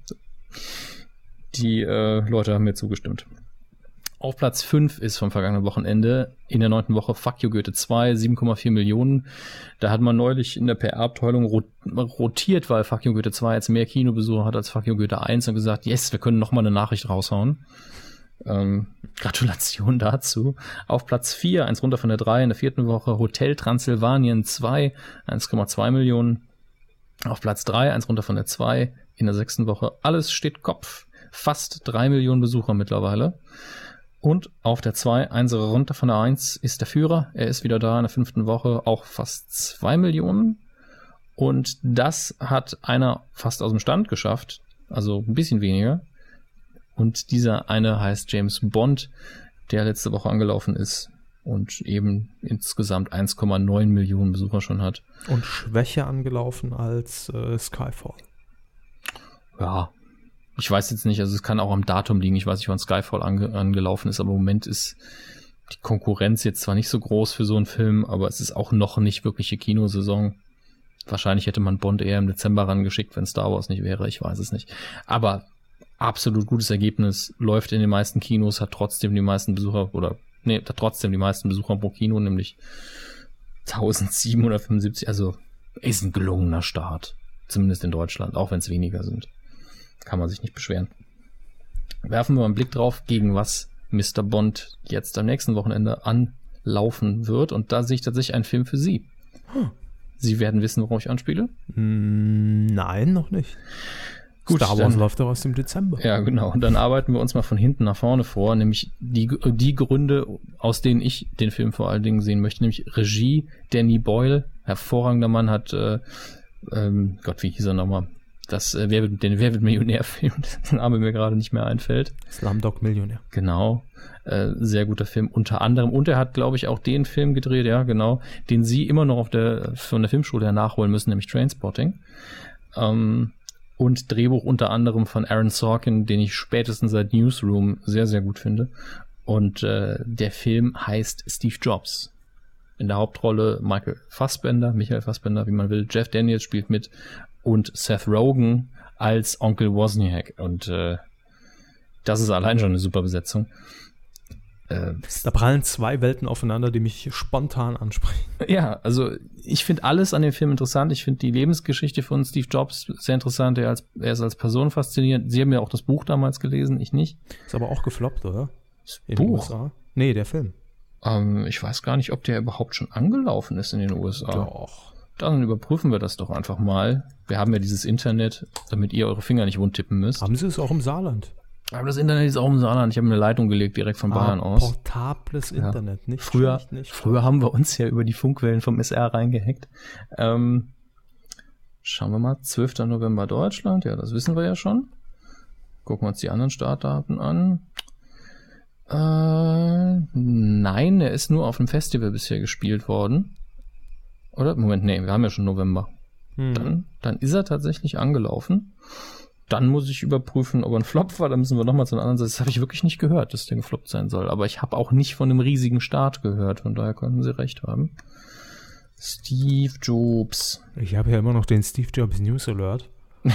Die äh, Leute haben mir zugestimmt. Auf Platz fünf ist vom vergangenen Wochenende in der neunten Woche Fuck You Goethe zwei, sieben Komma vier Millionen. Da hat man neulich in der P R-Abteilung rotiert, weil Fuck You Goethe zwei jetzt mehr Kinobesucher hat als Fuck You Goethe eins und gesagt, yes, wir können nochmal eine Nachricht raushauen. Ähm, Gratulation dazu. Auf Platz vier, eins runter von der drei, in der vierten Woche Hotel Transsilvanien zwei, eins Komma zwei Millionen. Auf Platz drei, eins runter von der zwei, in der sechsten Woche Alles steht Kopf, fast drei Millionen Besucher mittlerweile. Und auf der zwei, eins runter von der eins, ist der Führer. Er ist wieder da in der fünften Woche, auch fast zwei Millionen. Und das hat einer fast aus dem Stand geschafft, also ein bisschen weniger. Und dieser eine heißt James Bond, der letzte Woche angelaufen ist und eben insgesamt eins Komma neun Millionen Besucher schon hat. Und schwächer angelaufen als äh, Skyfall. Ja, ich weiß jetzt nicht, also es kann auch am Datum liegen, ich weiß nicht, wann Skyfall ange- angelaufen ist, aber im Moment ist die Konkurrenz jetzt zwar nicht so groß für so einen Film, aber es ist auch noch nicht wirkliche Kinosaison. Wahrscheinlich hätte man Bond eher im Dezember rangeschickt, wenn Star Wars nicht wäre, ich weiß es nicht. Aber absolut gutes Ergebnis, läuft in den meisten Kinos, hat trotzdem die meisten Besucher, oder, nee, hat trotzdem die meisten Besucher pro Kino, nämlich eintausendsiebenhundertfünfundsiebzig, also ist ein gelungener Start, zumindest in Deutschland, auch wenn es weniger sind. Kann man sich nicht beschweren. Werfen wir mal einen Blick drauf, gegen was Mister Bond jetzt am nächsten Wochenende anlaufen wird, und da sehe ich tatsächlich einen Film für Sie. Hm. Sie werden wissen, worauf ich anspiele? Nein, noch nicht. Gut, Star Wars dann läuft doch aus dem Dezember. Ja, genau. Und dann arbeiten wir uns mal von hinten nach vorne vor, nämlich die, die Gründe, aus denen ich den Film vor allen Dingen sehen möchte, nämlich Regie, Danny Boyle, hervorragender Mann, hat, äh, ähm, Gott, wie hieß er nochmal? das, äh, wer wird, den Wer wird Millionär-Film, dessen Name mir gerade nicht mehr einfällt. Slumdog Millionär. Genau. Äh, sehr guter Film, unter anderem. Und er hat, glaube ich, auch den Film gedreht, ja, genau, den sie immer noch auf der, von der Filmschule her nachholen müssen, nämlich Trainspotting. Ähm, und Drehbuch unter anderem von Aaron Sorkin, den ich spätestens seit Newsroom sehr, sehr gut finde. Und äh, der Film heißt Steve Jobs. In der Hauptrolle Michael Fassbender, Michael Fassbender, wie man will. Jeff Daniels spielt mit und Seth Rogen als Onkel Wozniak. Und äh, das ist allein schon eine super Besetzung. Äh, da prallen zwei Welten aufeinander, die mich spontan ansprechen. Ja, also ich finde alles an dem Film interessant. Ich finde die Lebensgeschichte von Steve Jobs sehr interessant. Er, als, er ist als Person faszinierend. Sie haben ja auch das Buch damals gelesen, ich nicht. Ist aber auch gefloppt, oder? Das Buch? Nee, der Film. Ähm, ich weiß gar nicht, ob der überhaupt schon angelaufen ist in den U S A. Doch. Dann überprüfen wir das doch einfach mal. Wir haben ja dieses Internet, damit ihr eure Finger nicht wund tippen müsst. Haben sie es auch im Saarland? Aber das Internet ist auch im Saarland. Ich habe eine Leitung gelegt, direkt von ah, Bayern aus. Portables Internet, ja. Nicht früher, schlecht, nicht früher haben wir uns ja über die Funkwellen vom S R reingehackt. Ähm, schauen wir mal. zwölfter November Deutschland. Ja, das wissen wir ja schon. Gucken wir uns die anderen Startdaten an. Äh, nein, er ist nur auf dem Festival bisher gespielt worden. Oder? Moment, nee, wir haben ja schon November. Hm. Dann, dann ist er tatsächlich angelaufen. Dann muss ich überprüfen, ob er ein Flop war. Dann müssen wir nochmal zu einer anderen Seite. Das habe ich wirklich nicht gehört, dass der gefloppt sein soll. Aber ich habe auch nicht von einem riesigen Start gehört. Von daher könnten Sie recht haben. Steve Jobs. Ich habe ja immer noch den Steve Jobs News Alert.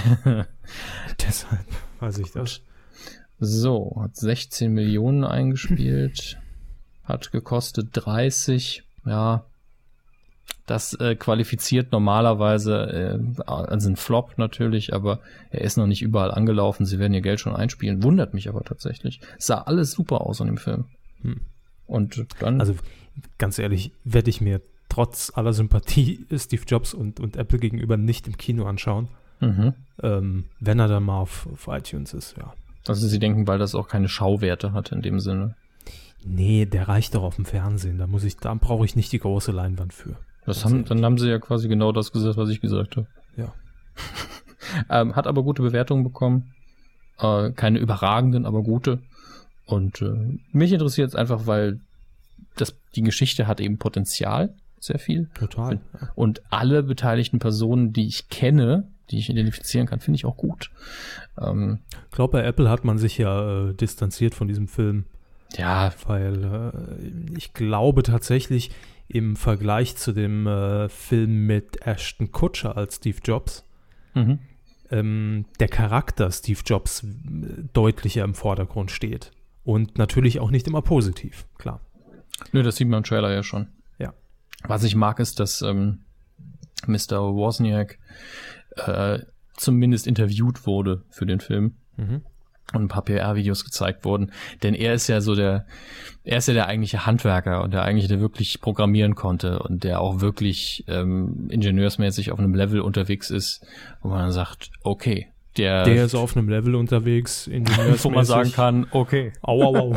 Deshalb weiß ich das. So, hat sechzehn Millionen eingespielt. Hat gekostet dreißig. Ja, das äh, qualifiziert normalerweise, äh, also ein Flop natürlich, aber er ist noch nicht überall angelaufen. Sie werden ihr Geld schon einspielen. Wundert mich aber tatsächlich. Es sah alles super aus an dem Film. Hm. Und dann... Also ganz ehrlich, werde ich mir trotz aller Sympathie Steve Jobs und, und Apple gegenüber nicht im Kino anschauen, mhm. ähm, wenn er dann mal auf, auf iTunes ist, ja. Also Sie denken, weil das auch keine Schauwerte hat in dem Sinne? Nee, der reicht doch auf dem Fernsehen. Da muss ich, da brauche ich nicht die große Leinwand für. Das haben, dann haben Sie ja quasi genau das gesagt, was ich gesagt habe. Ja. ähm, hat aber gute Bewertungen bekommen. Äh, keine überragenden, aber gute. Und äh, mich interessiert es einfach, weil das, die Geschichte hat eben Potenzial, sehr viel. Total. Und alle beteiligten Personen, die ich kenne, die ich identifizieren kann, finde ich auch gut. Ähm, ich glaube, bei Apple hat man sich ja äh, distanziert von diesem Film. Ja. Weil äh, ich glaube tatsächlich, im Vergleich zu dem äh, Film mit Ashton Kutcher als Steve Jobs, mhm. ähm, der Charakter Steve Jobs deutlicher im Vordergrund steht. Und natürlich auch nicht immer positiv, klar. Nö, das sieht man im Trailer ja schon. Ja. Was ich mag, ist, dass ähm, Mister Wozniak äh, zumindest interviewt wurde für den Film. Mhm. Und ein paar P R-Videos gezeigt wurden. Denn er ist ja so der, er ist ja der eigentliche Handwerker und der eigentliche, der wirklich programmieren konnte und der auch wirklich ähm, ingenieursmäßig auf einem Level unterwegs ist, wo man dann sagt, okay, der... Der ist auf einem Level unterwegs, ingenieursmäßig. Wo man sagen kann, okay. Au, au, au.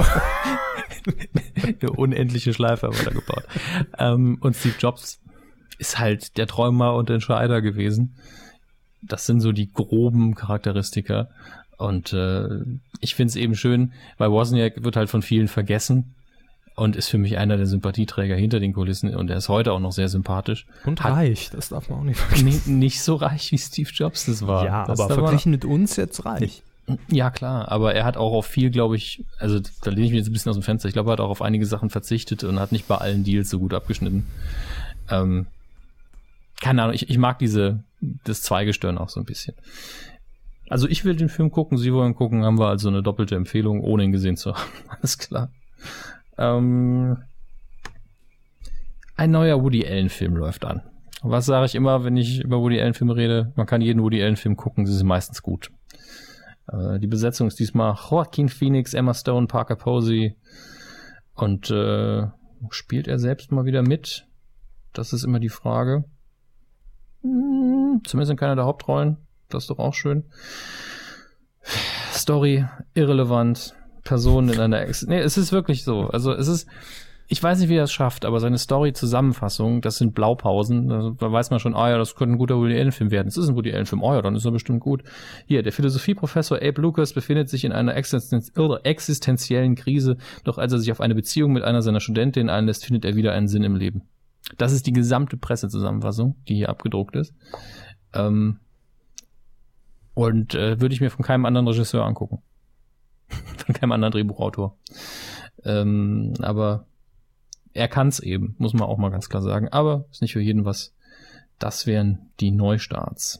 Eine unendliche Schleife haben wir da gebaut. ähm, und Steve Jobs ist halt der Träumer und Entscheider gewesen. Das sind so die groben Charakteristika. Und äh, ich finde es eben schön, weil Wozniak wird halt von vielen vergessen und ist für mich einer der Sympathieträger hinter den Kulissen und er ist heute auch noch sehr sympathisch. Und Hat reich, das darf man auch nicht vergessen. Nicht, nicht so reich, wie Steve Jobs das war. Ja, das aber verglichen mit uns jetzt reich. Ja, klar, aber er hat auch auf viel, glaube ich, also da lehne ich mich jetzt ein bisschen aus dem Fenster, ich glaube, er hat auch auf einige Sachen verzichtet und hat nicht bei allen Deals so gut abgeschnitten. Ähm, keine Ahnung, ich, ich mag diese, das Zweigestirn auch so ein bisschen. Also ich will den Film gucken, Sie wollen gucken, haben wir also eine doppelte Empfehlung, ohne ihn gesehen zu haben. Alles klar. Ähm, ein neuer Woody Allen-Film läuft an. Was sage ich immer, wenn ich über Woody Allen-Filme rede? Man kann jeden Woody Allen-Film gucken, sie sind meistens gut. Äh, die Besetzung ist diesmal Joaquin Phoenix, Emma Stone, Parker Posey. Und äh, spielt er selbst mal wieder mit? Das ist immer die Frage. Hm, zumindest in keiner der Hauptrollen. Das ist doch auch schön. Story, irrelevant. Personen in einer Ex... Nee, es ist wirklich so. Also es ist... Ich weiß nicht, wie er es schafft, aber seine Story-Zusammenfassung, das sind Blaupausen. Da, da weiß man schon, ah ja, das könnte ein guter Woody Allen-Film werden. Es ist ein Woody Allen-Film. Oh ja, dann ist er bestimmt gut. Hier, der Philosophieprofessor Abe Lucas befindet sich in einer existen- existenziellen Krise. Doch als er sich auf eine Beziehung mit einer seiner Studentinnen einlässt, findet er wieder einen Sinn im Leben. Das ist die gesamte Pressezusammenfassung, die hier abgedruckt ist. Ähm, und äh, würde ich mir von keinem anderen Regisseur angucken. Von keinem anderen Drehbuchautor. Ähm, aber er kann es eben, muss man auch mal ganz klar sagen. Aber ist nicht für jeden was. Das wären die Neustarts.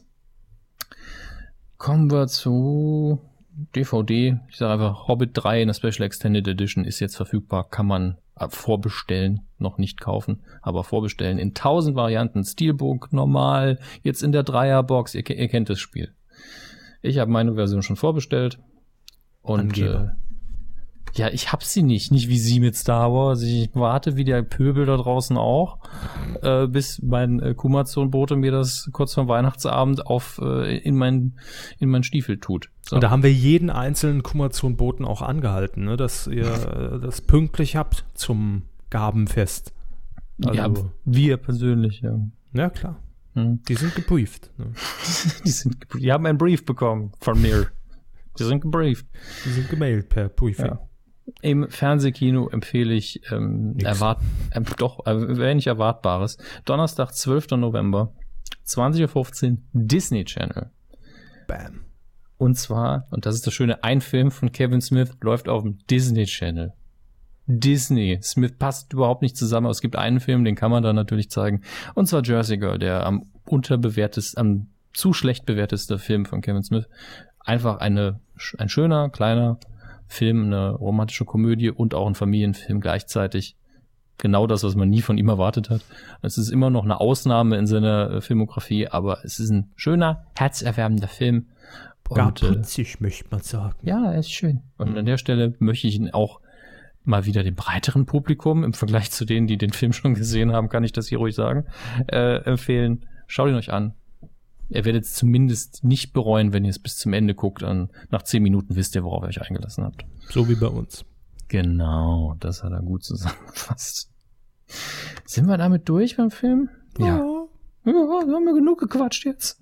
Kommen wir zu D V D. Ich sage einfach, Hobbit drei in der Special Extended Edition ist jetzt verfügbar. Kann man vorbestellen, noch nicht kaufen, aber vorbestellen in tausend Varianten. Steelbook, normal, jetzt in der Dreierbox. Ihr, ihr kennt das Spiel. Ich habe meine Version schon vorbestellt. Und äh, ja, ich hab sie nicht. Nicht wie sie mit Star Wars. Ich warte wie der Pöbel da draußen auch, äh, bis mein äh, Kumazon-Bote mir das kurz vor Weihnachtsabend auf äh, in mein in mein Stiefel tut. So. Und da haben wir jeden einzelnen Kumazon-Boten auch angehalten, ne, dass ihr äh, das pünktlich habt zum Gabenfest. Also, ja, wir persönlich, ja. Ja, klar. Hm. Die sind gebrieft. Ne? die, sind, die haben einen Brief bekommen von mir. Die sind gebrieft. Die sind gemailt per Briefing. Ja. Im Fernsehkino empfehle ich ähm, erwart äh, doch äh, wäre nicht Erwartbares. Donnerstag, zwölfter November, zwanzig Uhr fünfzehn, Disney Channel. Bam. Und zwar, und das ist das Schöne, ein Film von Kevin Smith läuft auf dem Disney Channel. Disney. Smith passt überhaupt nicht zusammen, aber es gibt einen Film, den kann man da natürlich zeigen. Und zwar Jersey Girl, der am unterbewertest, am zu schlecht bewerteste Film von Kevin Smith. Einfach eine, ein schöner, kleiner Film, eine romantische Komödie und auch ein Familienfilm gleichzeitig. Genau das, was man nie von ihm erwartet hat. Es ist immer noch eine Ausnahme in seiner Filmografie, aber es ist ein schöner, herzerwärmender Film. Gar putzig, äh, möchte man sagen. Ja, er ist schön. Und mhm. an der Stelle möchte ich ihn auch mal wieder dem breiteren Publikum, im Vergleich zu denen, die den Film schon gesehen haben, kann ich das hier ruhig sagen, äh, empfehlen. Schaut ihn euch an. Ihr werdet es zumindest nicht bereuen, wenn ihr es bis zum Ende guckt. Und nach zehn Minuten wisst ihr, worauf ihr euch eingelassen habt. So wie bei uns. Genau, das hat er gut zusammengefasst. Sind wir damit durch beim Film? Ja. Ja, wir haben ja genug gequatscht jetzt.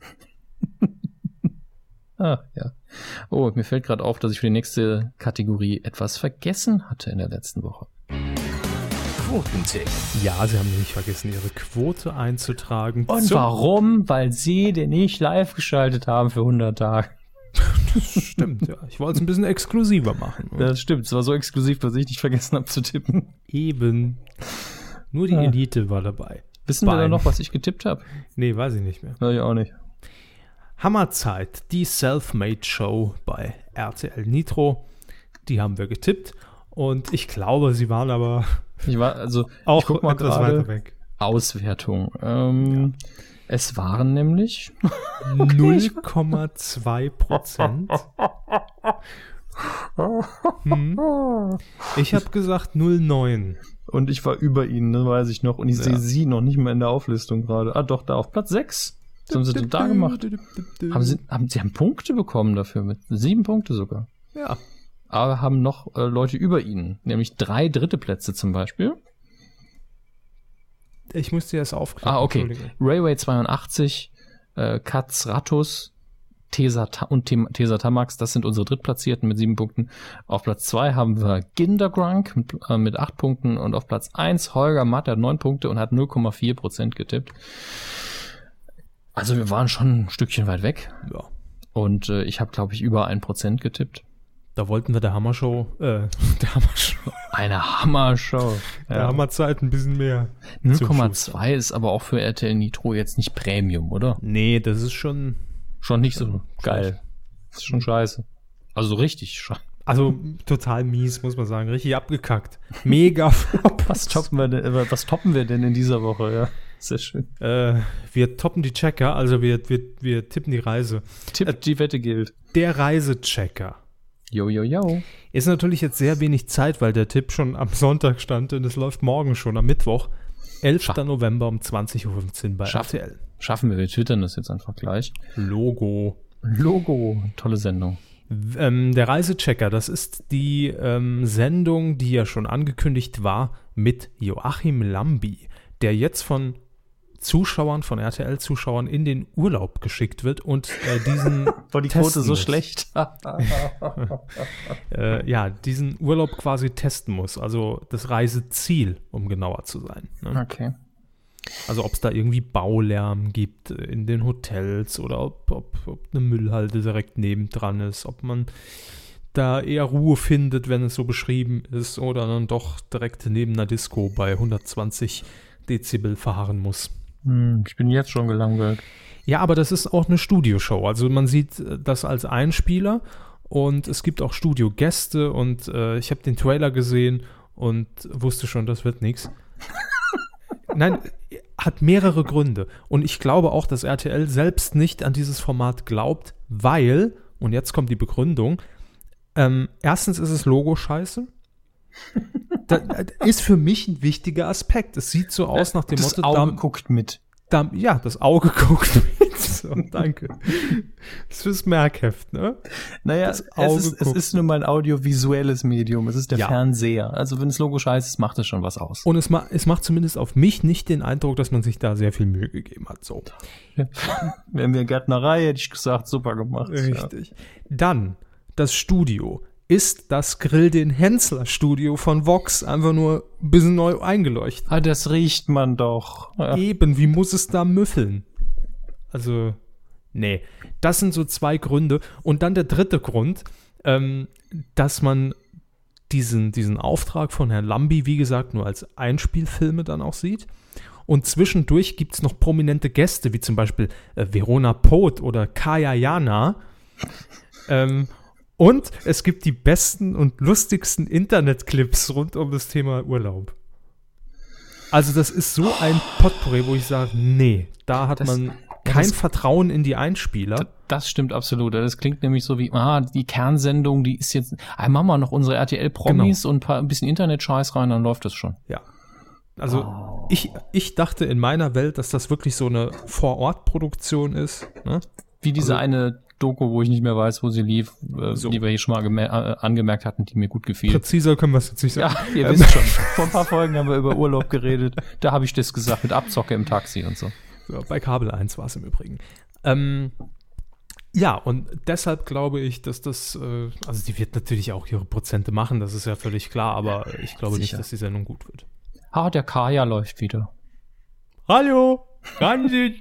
Ach ja. Oh, mir fällt gerade auf, dass ich für die nächste Kategorie etwas vergessen hatte in der letzten Woche. Quotentipp. Ja, sie haben nicht vergessen, ihre Quote einzutragen. Und warum? Weil sie den nicht live geschaltet haben für hundert Tage. Das stimmt, ja. Ich wollte es ein bisschen exklusiver machen. Das stimmt. Es war so exklusiv, dass ich nicht vergessen habe zu tippen. Eben. Nur die ja. Elite war dabei. Wissen Bein. wir da noch, was ich getippt habe? Nee, weiß ich nicht mehr. Ja, ich auch nicht. Hammerzeit, die Selfmade Show bei R T L Nitro. Die haben wir getippt. Und ich glaube, sie waren aber ich war also auch ich guck mal etwas weiter weg. Auswertung. Ähm, ja. Es waren nämlich null Komma zwei Prozent. hm. Ich habe gesagt null Komma neun. Und ich war über ihnen, das weiß ich noch. Und ich ja. sehe sie noch nicht mal in der Auflistung gerade. Ah, doch, da auf Platz sechs. Was haben sie denn da gemacht? Haben sie, haben, sie haben Punkte bekommen dafür, mit sieben Punkte sogar. Ja. Aber haben noch äh, Leute über ihnen, nämlich drei dritte Plätze zum Beispiel. Ich musste das aufklären. Ah, okay. Railway zweiundachtzig, äh, Katz Rattus, Tesa Ta- und Tem- Tesa Tamax, das sind unsere Drittplatzierten mit sieben Punkten. Auf Platz zwei haben wir Gindergrunk mit, äh, mit acht Punkten und auf Platz eins Holger Matt, der hat neun Punkte und hat null Komma vier Prozent getippt. Also wir waren schon ein Stückchen weit weg. Ja. Und äh, ich habe, glaube ich, über ein Prozent getippt. Da wollten wir der Hammershow, äh, der Hammershow. Eine Hammershow. Der ja. Hammerzeit ein bisschen mehr. null Komma zwei ist aber auch für R T L Nitro jetzt nicht Premium, oder? Nee, das ist schon... Schon nicht so geil. Das ist schon scheiße. Also so richtig scheiße. Also total mies, muss man sagen. Richtig abgekackt. Mega flop. Was toppen wir denn, was toppen wir denn in dieser Woche, ja? Sehr schön. Äh, wir toppen die Checker, also wir, wir, wir tippen die Reise. Tipp, äh, die Wette gilt. Der Reisechecker. Jo, jo, jo. Ist natürlich jetzt sehr wenig Zeit, weil der Tipp schon am Sonntag stand und es läuft morgen schon, am Mittwoch. elfter November um zwanzig Uhr fünfzehn bei Schaff, R T L. Schaffen wir, wir twittern das jetzt einfach gleich. Logo. Logo, tolle Sendung. Ähm, der Reisechecker, das ist die ähm, Sendung, die ja schon angekündigt war mit Joachim Lambi, der jetzt von Zuschauern, von R T L-Zuschauern in den Urlaub geschickt wird und äh, diesen War die Quote so schlecht? äh, ja, diesen Urlaub quasi testen muss, also das Reiseziel, um genauer zu sein. Ne? Okay. Also ob es da irgendwie Baulärm gibt in den Hotels oder ob, ob, ob eine Müllhalde direkt nebendran ist, ob man da eher Ruhe findet, wenn es so beschrieben ist, oder dann doch direkt neben einer Disco bei hundertzwanzig Dezibel verharren muss. Hm, ich bin jetzt schon gelangweilt. Ja, aber das ist auch eine Studioshow. Also man sieht das als Einspieler und es gibt auch Studiogäste und äh, ich habe den Trailer gesehen und wusste schon, das wird nichts. Nein, hat mehrere Gründe. Und ich glaube auch, dass R T L selbst nicht an dieses Format glaubt, weil, und jetzt kommt die Begründung, ähm, erstens ist es Logo-Scheiße. Das ist für mich ein wichtiger Aspekt. Es sieht so aus nach dem das Motto, Auge da, guckt mit. Da, ja, das Auge guckt mit. So, danke. Das ist fürs Merkheft, ne? Naja, das es, Auge ist, es ist nun mal ein audiovisuelles Medium. Es ist der Ja. Fernseher. Also wenn es Logo scheiße ist, macht es schon was aus. Und es, ma- es macht zumindest auf mich nicht den Eindruck, dass man sich da sehr viel Mühe gegeben hat. So. Wären wir Gärtnerei, hätte ich gesagt, super gemacht. Richtig. Dann das Studio. Ist das Grill den Hensler Studio von Vox einfach nur ein bisschen neu eingeleuchtet? Ja. Ah, das riecht man doch. Ja. Eben, wie muss es da müffeln? Also, nee. Das sind so zwei Gründe. Und dann der dritte Grund, ähm, dass man diesen, diesen Auftrag von Herrn Lambi, wie gesagt, nur als Einspielfilme dann auch sieht. Und zwischendurch gibt es noch prominente Gäste, wie zum Beispiel äh, Verona Poth oder Kaya Jana. Ähm, und es gibt die besten und lustigsten Internetclips rund um das Thema Urlaub. Also das ist so ein Potpourri, wo ich sage, nee, da hat Das- man ja, kein das- Vertrauen in die Einspieler. Das stimmt absolut. Das klingt nämlich so wie, ah, die Kernsendung, die ist jetzt, ah, machen wir noch unsere R T L-Promis Genau. und ein, paar, ein bisschen Internet-Scheiß rein, dann läuft das schon. Ja. Also Oh. ich, ich dachte in meiner Welt, dass das wirklich so eine Vor-Ort-Produktion ist. Ne? Wie diese Also- eine Doku, wo ich nicht mehr weiß, wo sie lief, äh, So. die wir hier schon mal gemer- äh, angemerkt hatten, die mir gut gefiel. Präziser können wir es jetzt nicht sagen. Ja, ihr Ähm, wisst schon. Vor ein paar Folgen haben wir über Urlaub geredet. Da habe ich das gesagt mit Abzocke im Taxi und so. Ja, bei Kabel eins war es im Übrigen. Ähm, ja, und deshalb glaube ich, dass das, äh, also die wird natürlich auch ihre Prozente machen, das ist ja völlig klar, aber ich glaube nicht, Sicher. dass die Sendung gut wird. Ah, der Kaya läuft wieder. Hallo, Ranjit.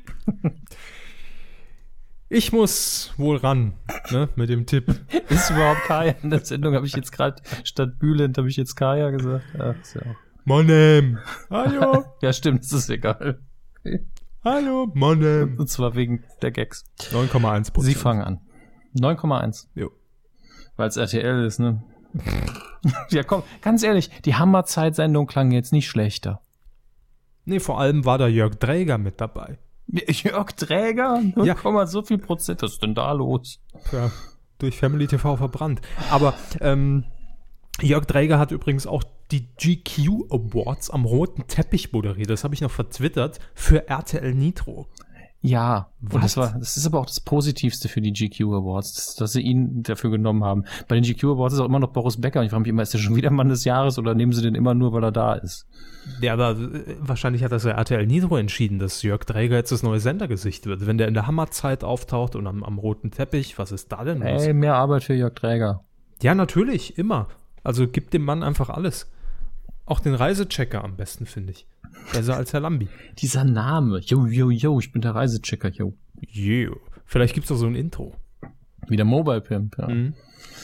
Ich muss wohl ran, ne, mit dem Tipp. Ist überhaupt Kaya in der Sendung? Habe ich jetzt gerade statt Bülent habe ich jetzt Kaya gesagt? Ach, ist ja auch. Monem. Hallo, Ja, stimmt, das ist egal. hallo, Monem. Und zwar wegen der Gags. neun Komma eins Prozent. Sie fangen an. neun Komma eins. Jo. Weil es R T L ist, ne? Ja, komm, ganz ehrlich, die Hammerzeit-Sendung klang jetzt nicht schlechter. Nee, vor allem war da Jörg Dräger mit dabei. Jörg Träger? null Komma so viel Prozent, was ist denn da los? Ja, durch Family T V verbrannt. Aber ähm, Jörg Dräger hat übrigens auch die G Q Awards am roten Teppich moderiert. Das habe ich noch vertwittert für R T L Nitro. Ja, und Was? das war, das ist aber auch das Positivste für die G Q Awards, dass, dass sie ihn dafür genommen haben. Bei den G Q Awards ist auch immer noch Boris Becker und ich frage mich immer, ist der schon wieder Mann des Jahres oder nehmen sie den immer nur, weil er da ist? Ja, aber äh, wahrscheinlich hat das ja R T L Nitro entschieden, dass Jörg Dräger jetzt das neue Sendergesicht wird. Wenn der in der Hammerzeit auftaucht und am, am roten Teppich, was ist da denn los? Ey, mehr Arbeit für Jörg Träger. Ja, natürlich, immer. Also gib dem Mann einfach alles. Auch den Reisechecker am besten, finde ich. Besser als Herr Lambi. Dieser Name, yo, yo, yo, ich bin der Reisechecker, yo. Yeah. Vielleicht gibt es auch so ein Intro. Wie der Mobile Pimp, ja. Mhm.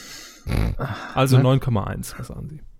Also Ne? neun Komma eins, was sagen Sie?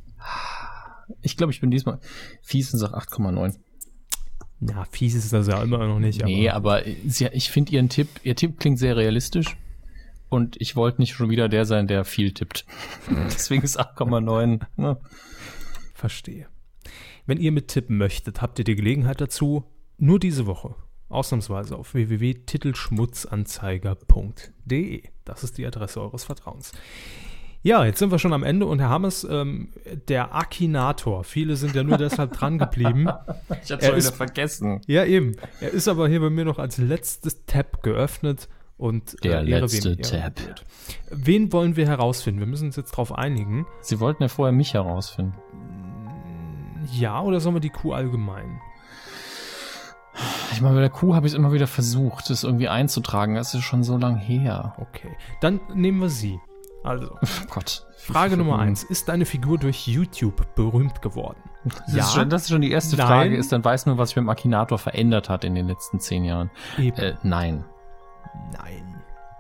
Ich glaube, ich bin diesmal fies und sag acht Komma neun. Ja, fies ist das ja immer noch nicht. Nee, aber sie, ich finde ihren Tipp, ihr Tipp klingt sehr realistisch und ich wollte nicht schon wieder der sein, der viel tippt. Deswegen ist acht Komma neun. Ne? Verstehe. Wenn ihr mittippen möchtet, habt ihr die Gelegenheit dazu, nur diese Woche, ausnahmsweise auf w w w punkt titelschmutzanzeiger punkt d e. Das ist die Adresse eures Vertrauens. Ja, jetzt sind wir schon am Ende und Herr Hammes, ähm, der Akinator, viele sind ja nur deshalb dran geblieben. Ich hab's Er schon wieder ist- vergessen. Ja, eben. Er ist aber hier bei mir noch als letztes Tab geöffnet Und Der äh, Ehre, letzte wem Ehre Tab. gebührt. Wen wollen wir herausfinden? Wir müssen uns jetzt drauf einigen. Sie wollten ja vorher mich herausfinden. Ja, oder sollen wir die Kuh allgemein? Ich meine, bei der Kuh habe ich es immer wieder versucht, das irgendwie einzutragen. Das ist schon so lang her. Okay, dann nehmen wir sie. Also, Oh Gott. Frage Nummer eins. Ist deine Figur durch YouTube berühmt geworden? Das, ist schon, das ist schon die erste Nein. Frage. Ist, dann weiß man, was sich mit dem Akinator verändert hat in den letzten zehn Jahren. Eben. Äh, nein. Nein.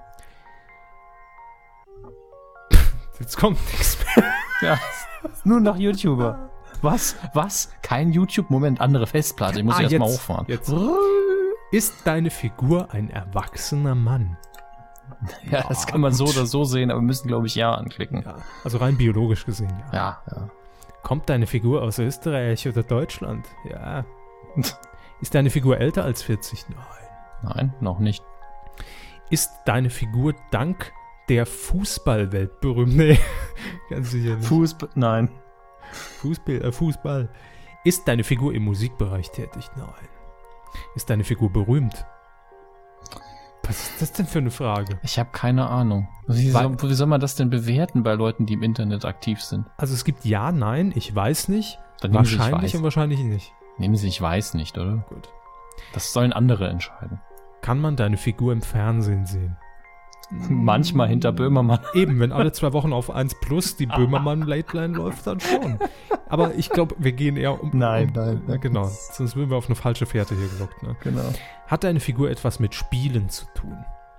Jetzt kommt nichts mehr. Ja, nur noch YouTuber. Was? Was? Kein YouTube? Moment, andere Festplatte. Ich muss Ah, erst mal jetzt. hochfahren. Jetzt. Ist deine Figur ein erwachsener Mann? Ja, das kann man so oder so sehen, aber wir müssen, glaube ich, ja anklicken. Ja, also rein biologisch gesehen, ja. Ja, ja. Kommt deine Figur aus Österreich oder Deutschland? Ja. Ist deine Figur älter als vierzig? Nein. Nein, noch nicht. Ist deine Figur dank der Fußballwelt berühmt? Nee, ganz sicher nicht. Fußball? Nein. Fußball, äh, Fußball. Ist deine Figur im Musikbereich tätig? Nein. Ist deine Figur berühmt? Was ist das denn für eine Frage? Ich habe keine Ahnung. Wie Weil- soll, wie soll man das denn bewerten bei Leuten, die im Internet aktiv sind? Also es gibt ja, nein, ich weiß nicht, Dann nehmen Sie, ich wahrscheinlich weiß. und wahrscheinlich nicht. Nehmen Sie, ich weiß nicht, oder? Gut. Das sollen andere entscheiden. Kann man deine Figur im Fernsehen sehen? Manchmal hinter Böhmermann. Eben, wenn alle zwei Wochen auf eins Plus die Böhmermann Late Line läuft, dann schon. Aber ich glaube, wir gehen eher um... Nein, um, nein, Ja, nein. genau, sonst würden wir auf eine falsche Fährte hier gelockt. Ne? Genau. Hat deine Figur etwas mit Spielen zu tun?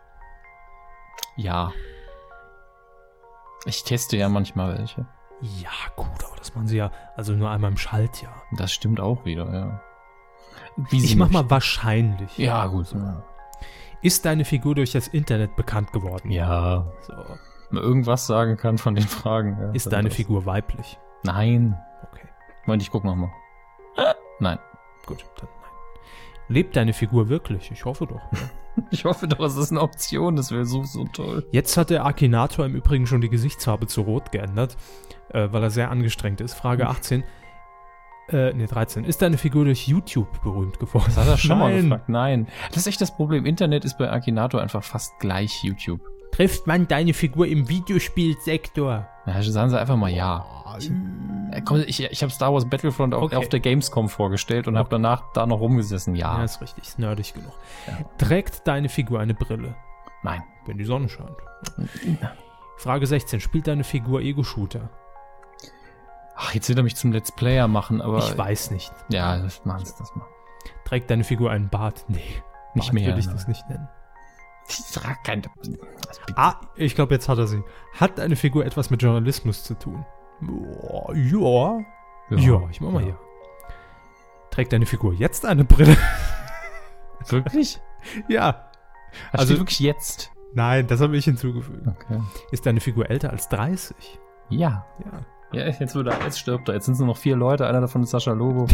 Ja. Ich teste ja manchmal welche. Ja, gut, aber das machen sie ja also nur einmal im Schaltjahr. Das stimmt auch wieder, ja. Wie Ich Sie mach möchten. mal wahrscheinlich. Ja, gut. Ja. Ist deine Figur durch das Internet bekannt geworden? ja. So. Man irgendwas sagen kann von den Fragen. Ja, Ist dann deine das. Figur weiblich? Nein. Okay, Moment, ich guck nochmal. Nein. gut, dann nein. Lebt deine Figur wirklich? Ich hoffe doch. Ne? Ich hoffe doch, es ist eine Option. Das wäre so, so toll. Jetzt hat der Akinator im Übrigen schon die Gesichtsfarbe zu rot geändert, äh, weil er sehr angestrengt ist. Frage achtzehn. Äh, ne, dreizehn. Ist deine Figur durch YouTube berühmt geworden? Das hat er schon mal Nein. gefragt. Nein. Das ist echt das Problem. Internet ist bei Akinator einfach fast gleich YouTube. Trifft man deine Figur im Videospielsektor? Ja, sagen Sie einfach mal ja. Ich, äh, komm, ich, ich habe Star Wars Battlefront auch Okay. auf der Gamescom vorgestellt und habe danach da noch rumgesessen. Ja. Ja, ist richtig. Ist nerdig genug. Ja. Trägt deine Figur eine Brille, Nein. wenn die Sonne scheint? Frage sechzehn. Spielt deine Figur Ego-Shooter? Ach, jetzt will er mich zum Let's Player machen, aber... Ich weiß nicht. Ja, das machen Sie das mal. Trägt deine Figur einen Bart? Nee. Nicht Bart mehr, würde ich ne? das nicht nennen. Ich trage kein... Ah, ich glaube, jetzt hat er sie. Hat deine Figur etwas mit Journalismus zu tun? Boah, ja. Ja, ich mach mal hier. Trägt deine Figur jetzt eine Brille? Wirklich? Ja. Also Also- wirklich jetzt? Nein, das habe ich hinzugefügt. Okay. Ist deine Figur älter als dreißig? Ja. Ja. Ja, jetzt, wird er, jetzt stirbt er. Jetzt sind es nur noch vier Leute. Einer davon ist Sascha Lobo.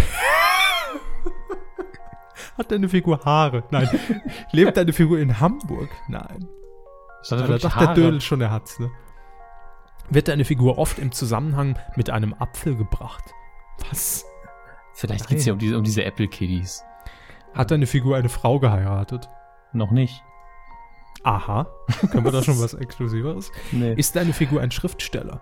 Hat deine Figur Haare? Nein. Lebt deine Figur in Hamburg? Nein. Statt Da dachte der Dödel schon, er hat's, ne? Wird deine Figur oft im Zusammenhang mit einem Apfel gebracht? Was? Vielleicht Nein. geht es ja um diese, um diese Apple Kiddies. Hat deine Figur eine Frau geheiratet? Noch nicht. Aha. Können wir da schon was Exklusiveres? Nee. Ist deine Figur ein Schriftsteller?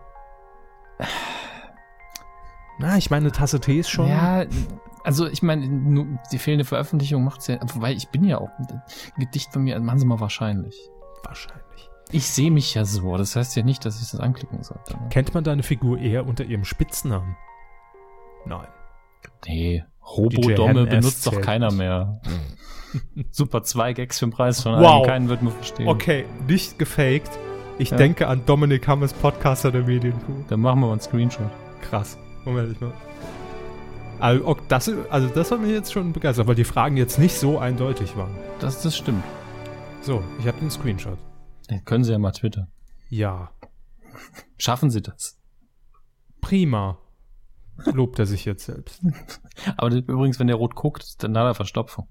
Na, ich meine, eine Tasse Tee ist schon... Ja, also ich meine, nur die fehlende Veröffentlichung macht's ja, wobei ich bin ja auch, ein Gedicht von mir, machen Sie mal wahrscheinlich. Wahrscheinlich. Ich sehe mich ja so, das heißt ja nicht, dass ich das anklicken sollte. Ne? Kennt man deine Figur eher unter ihrem Spitznamen? Nein. Nee, D J Robodomme N S benutzt doch zählt keiner nicht. mehr. Super, zwei Gags für den Preis von Wow. einem, keinen wird mir verstehen. Okay, nicht gefaked. Ich Ja. denke an Dominik Hammes, Podcaster der Medienkuh. Dann machen wir mal einen Screenshot. Krass. Moment, ich mal. Also, ok, das, also das hat mich jetzt schon begeistert, weil die Fragen jetzt nicht so eindeutig waren. Das, das stimmt. So, ich habe den Screenshot. Dann können Sie ja mal twittern. Ja. Schaffen Sie das. Prima. Lobt er sich jetzt selbst. Aber das, übrigens, wenn der rot guckt, dann hat er Verstopfung.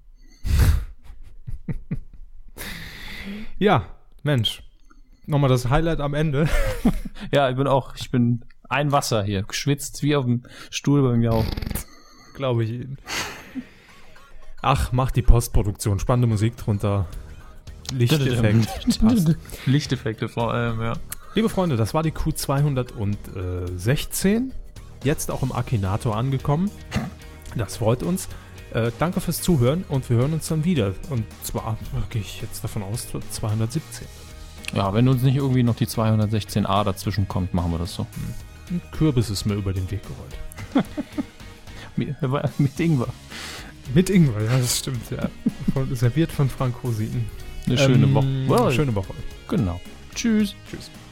Ja, Mensch. Nochmal das Highlight am Ende. Ja, ich bin auch, ich bin ein Wasser hier, geschwitzt wie auf dem Stuhl beim Jau. Glaube ich Ihnen. Ach, macht die Postproduktion. Spannende Musik drunter. Lichteffekt. Passt. Lichteffekte vor allem, ja. Liebe Freunde, das war die Q zweihundertsechzehn. Jetzt auch im Akinator angekommen. Das freut uns. Äh, danke fürs Zuhören und wir hören uns dann wieder. Und zwar gehe ich jetzt davon aus, zweihundertsiebzehn. Ja, wenn uns nicht irgendwie noch die zweihundertsechzehn a dazwischen kommt, machen wir das so. Ein Kürbis ist mir über den Weg gerollt. mit, mit Ingwer. Mit Ingwer, ja, das stimmt, ja. Von, serviert von Frank Rosin. Eine schöne Ähm, Woche. Well, schöne Woche. Genau. Tschüss. Tschüss.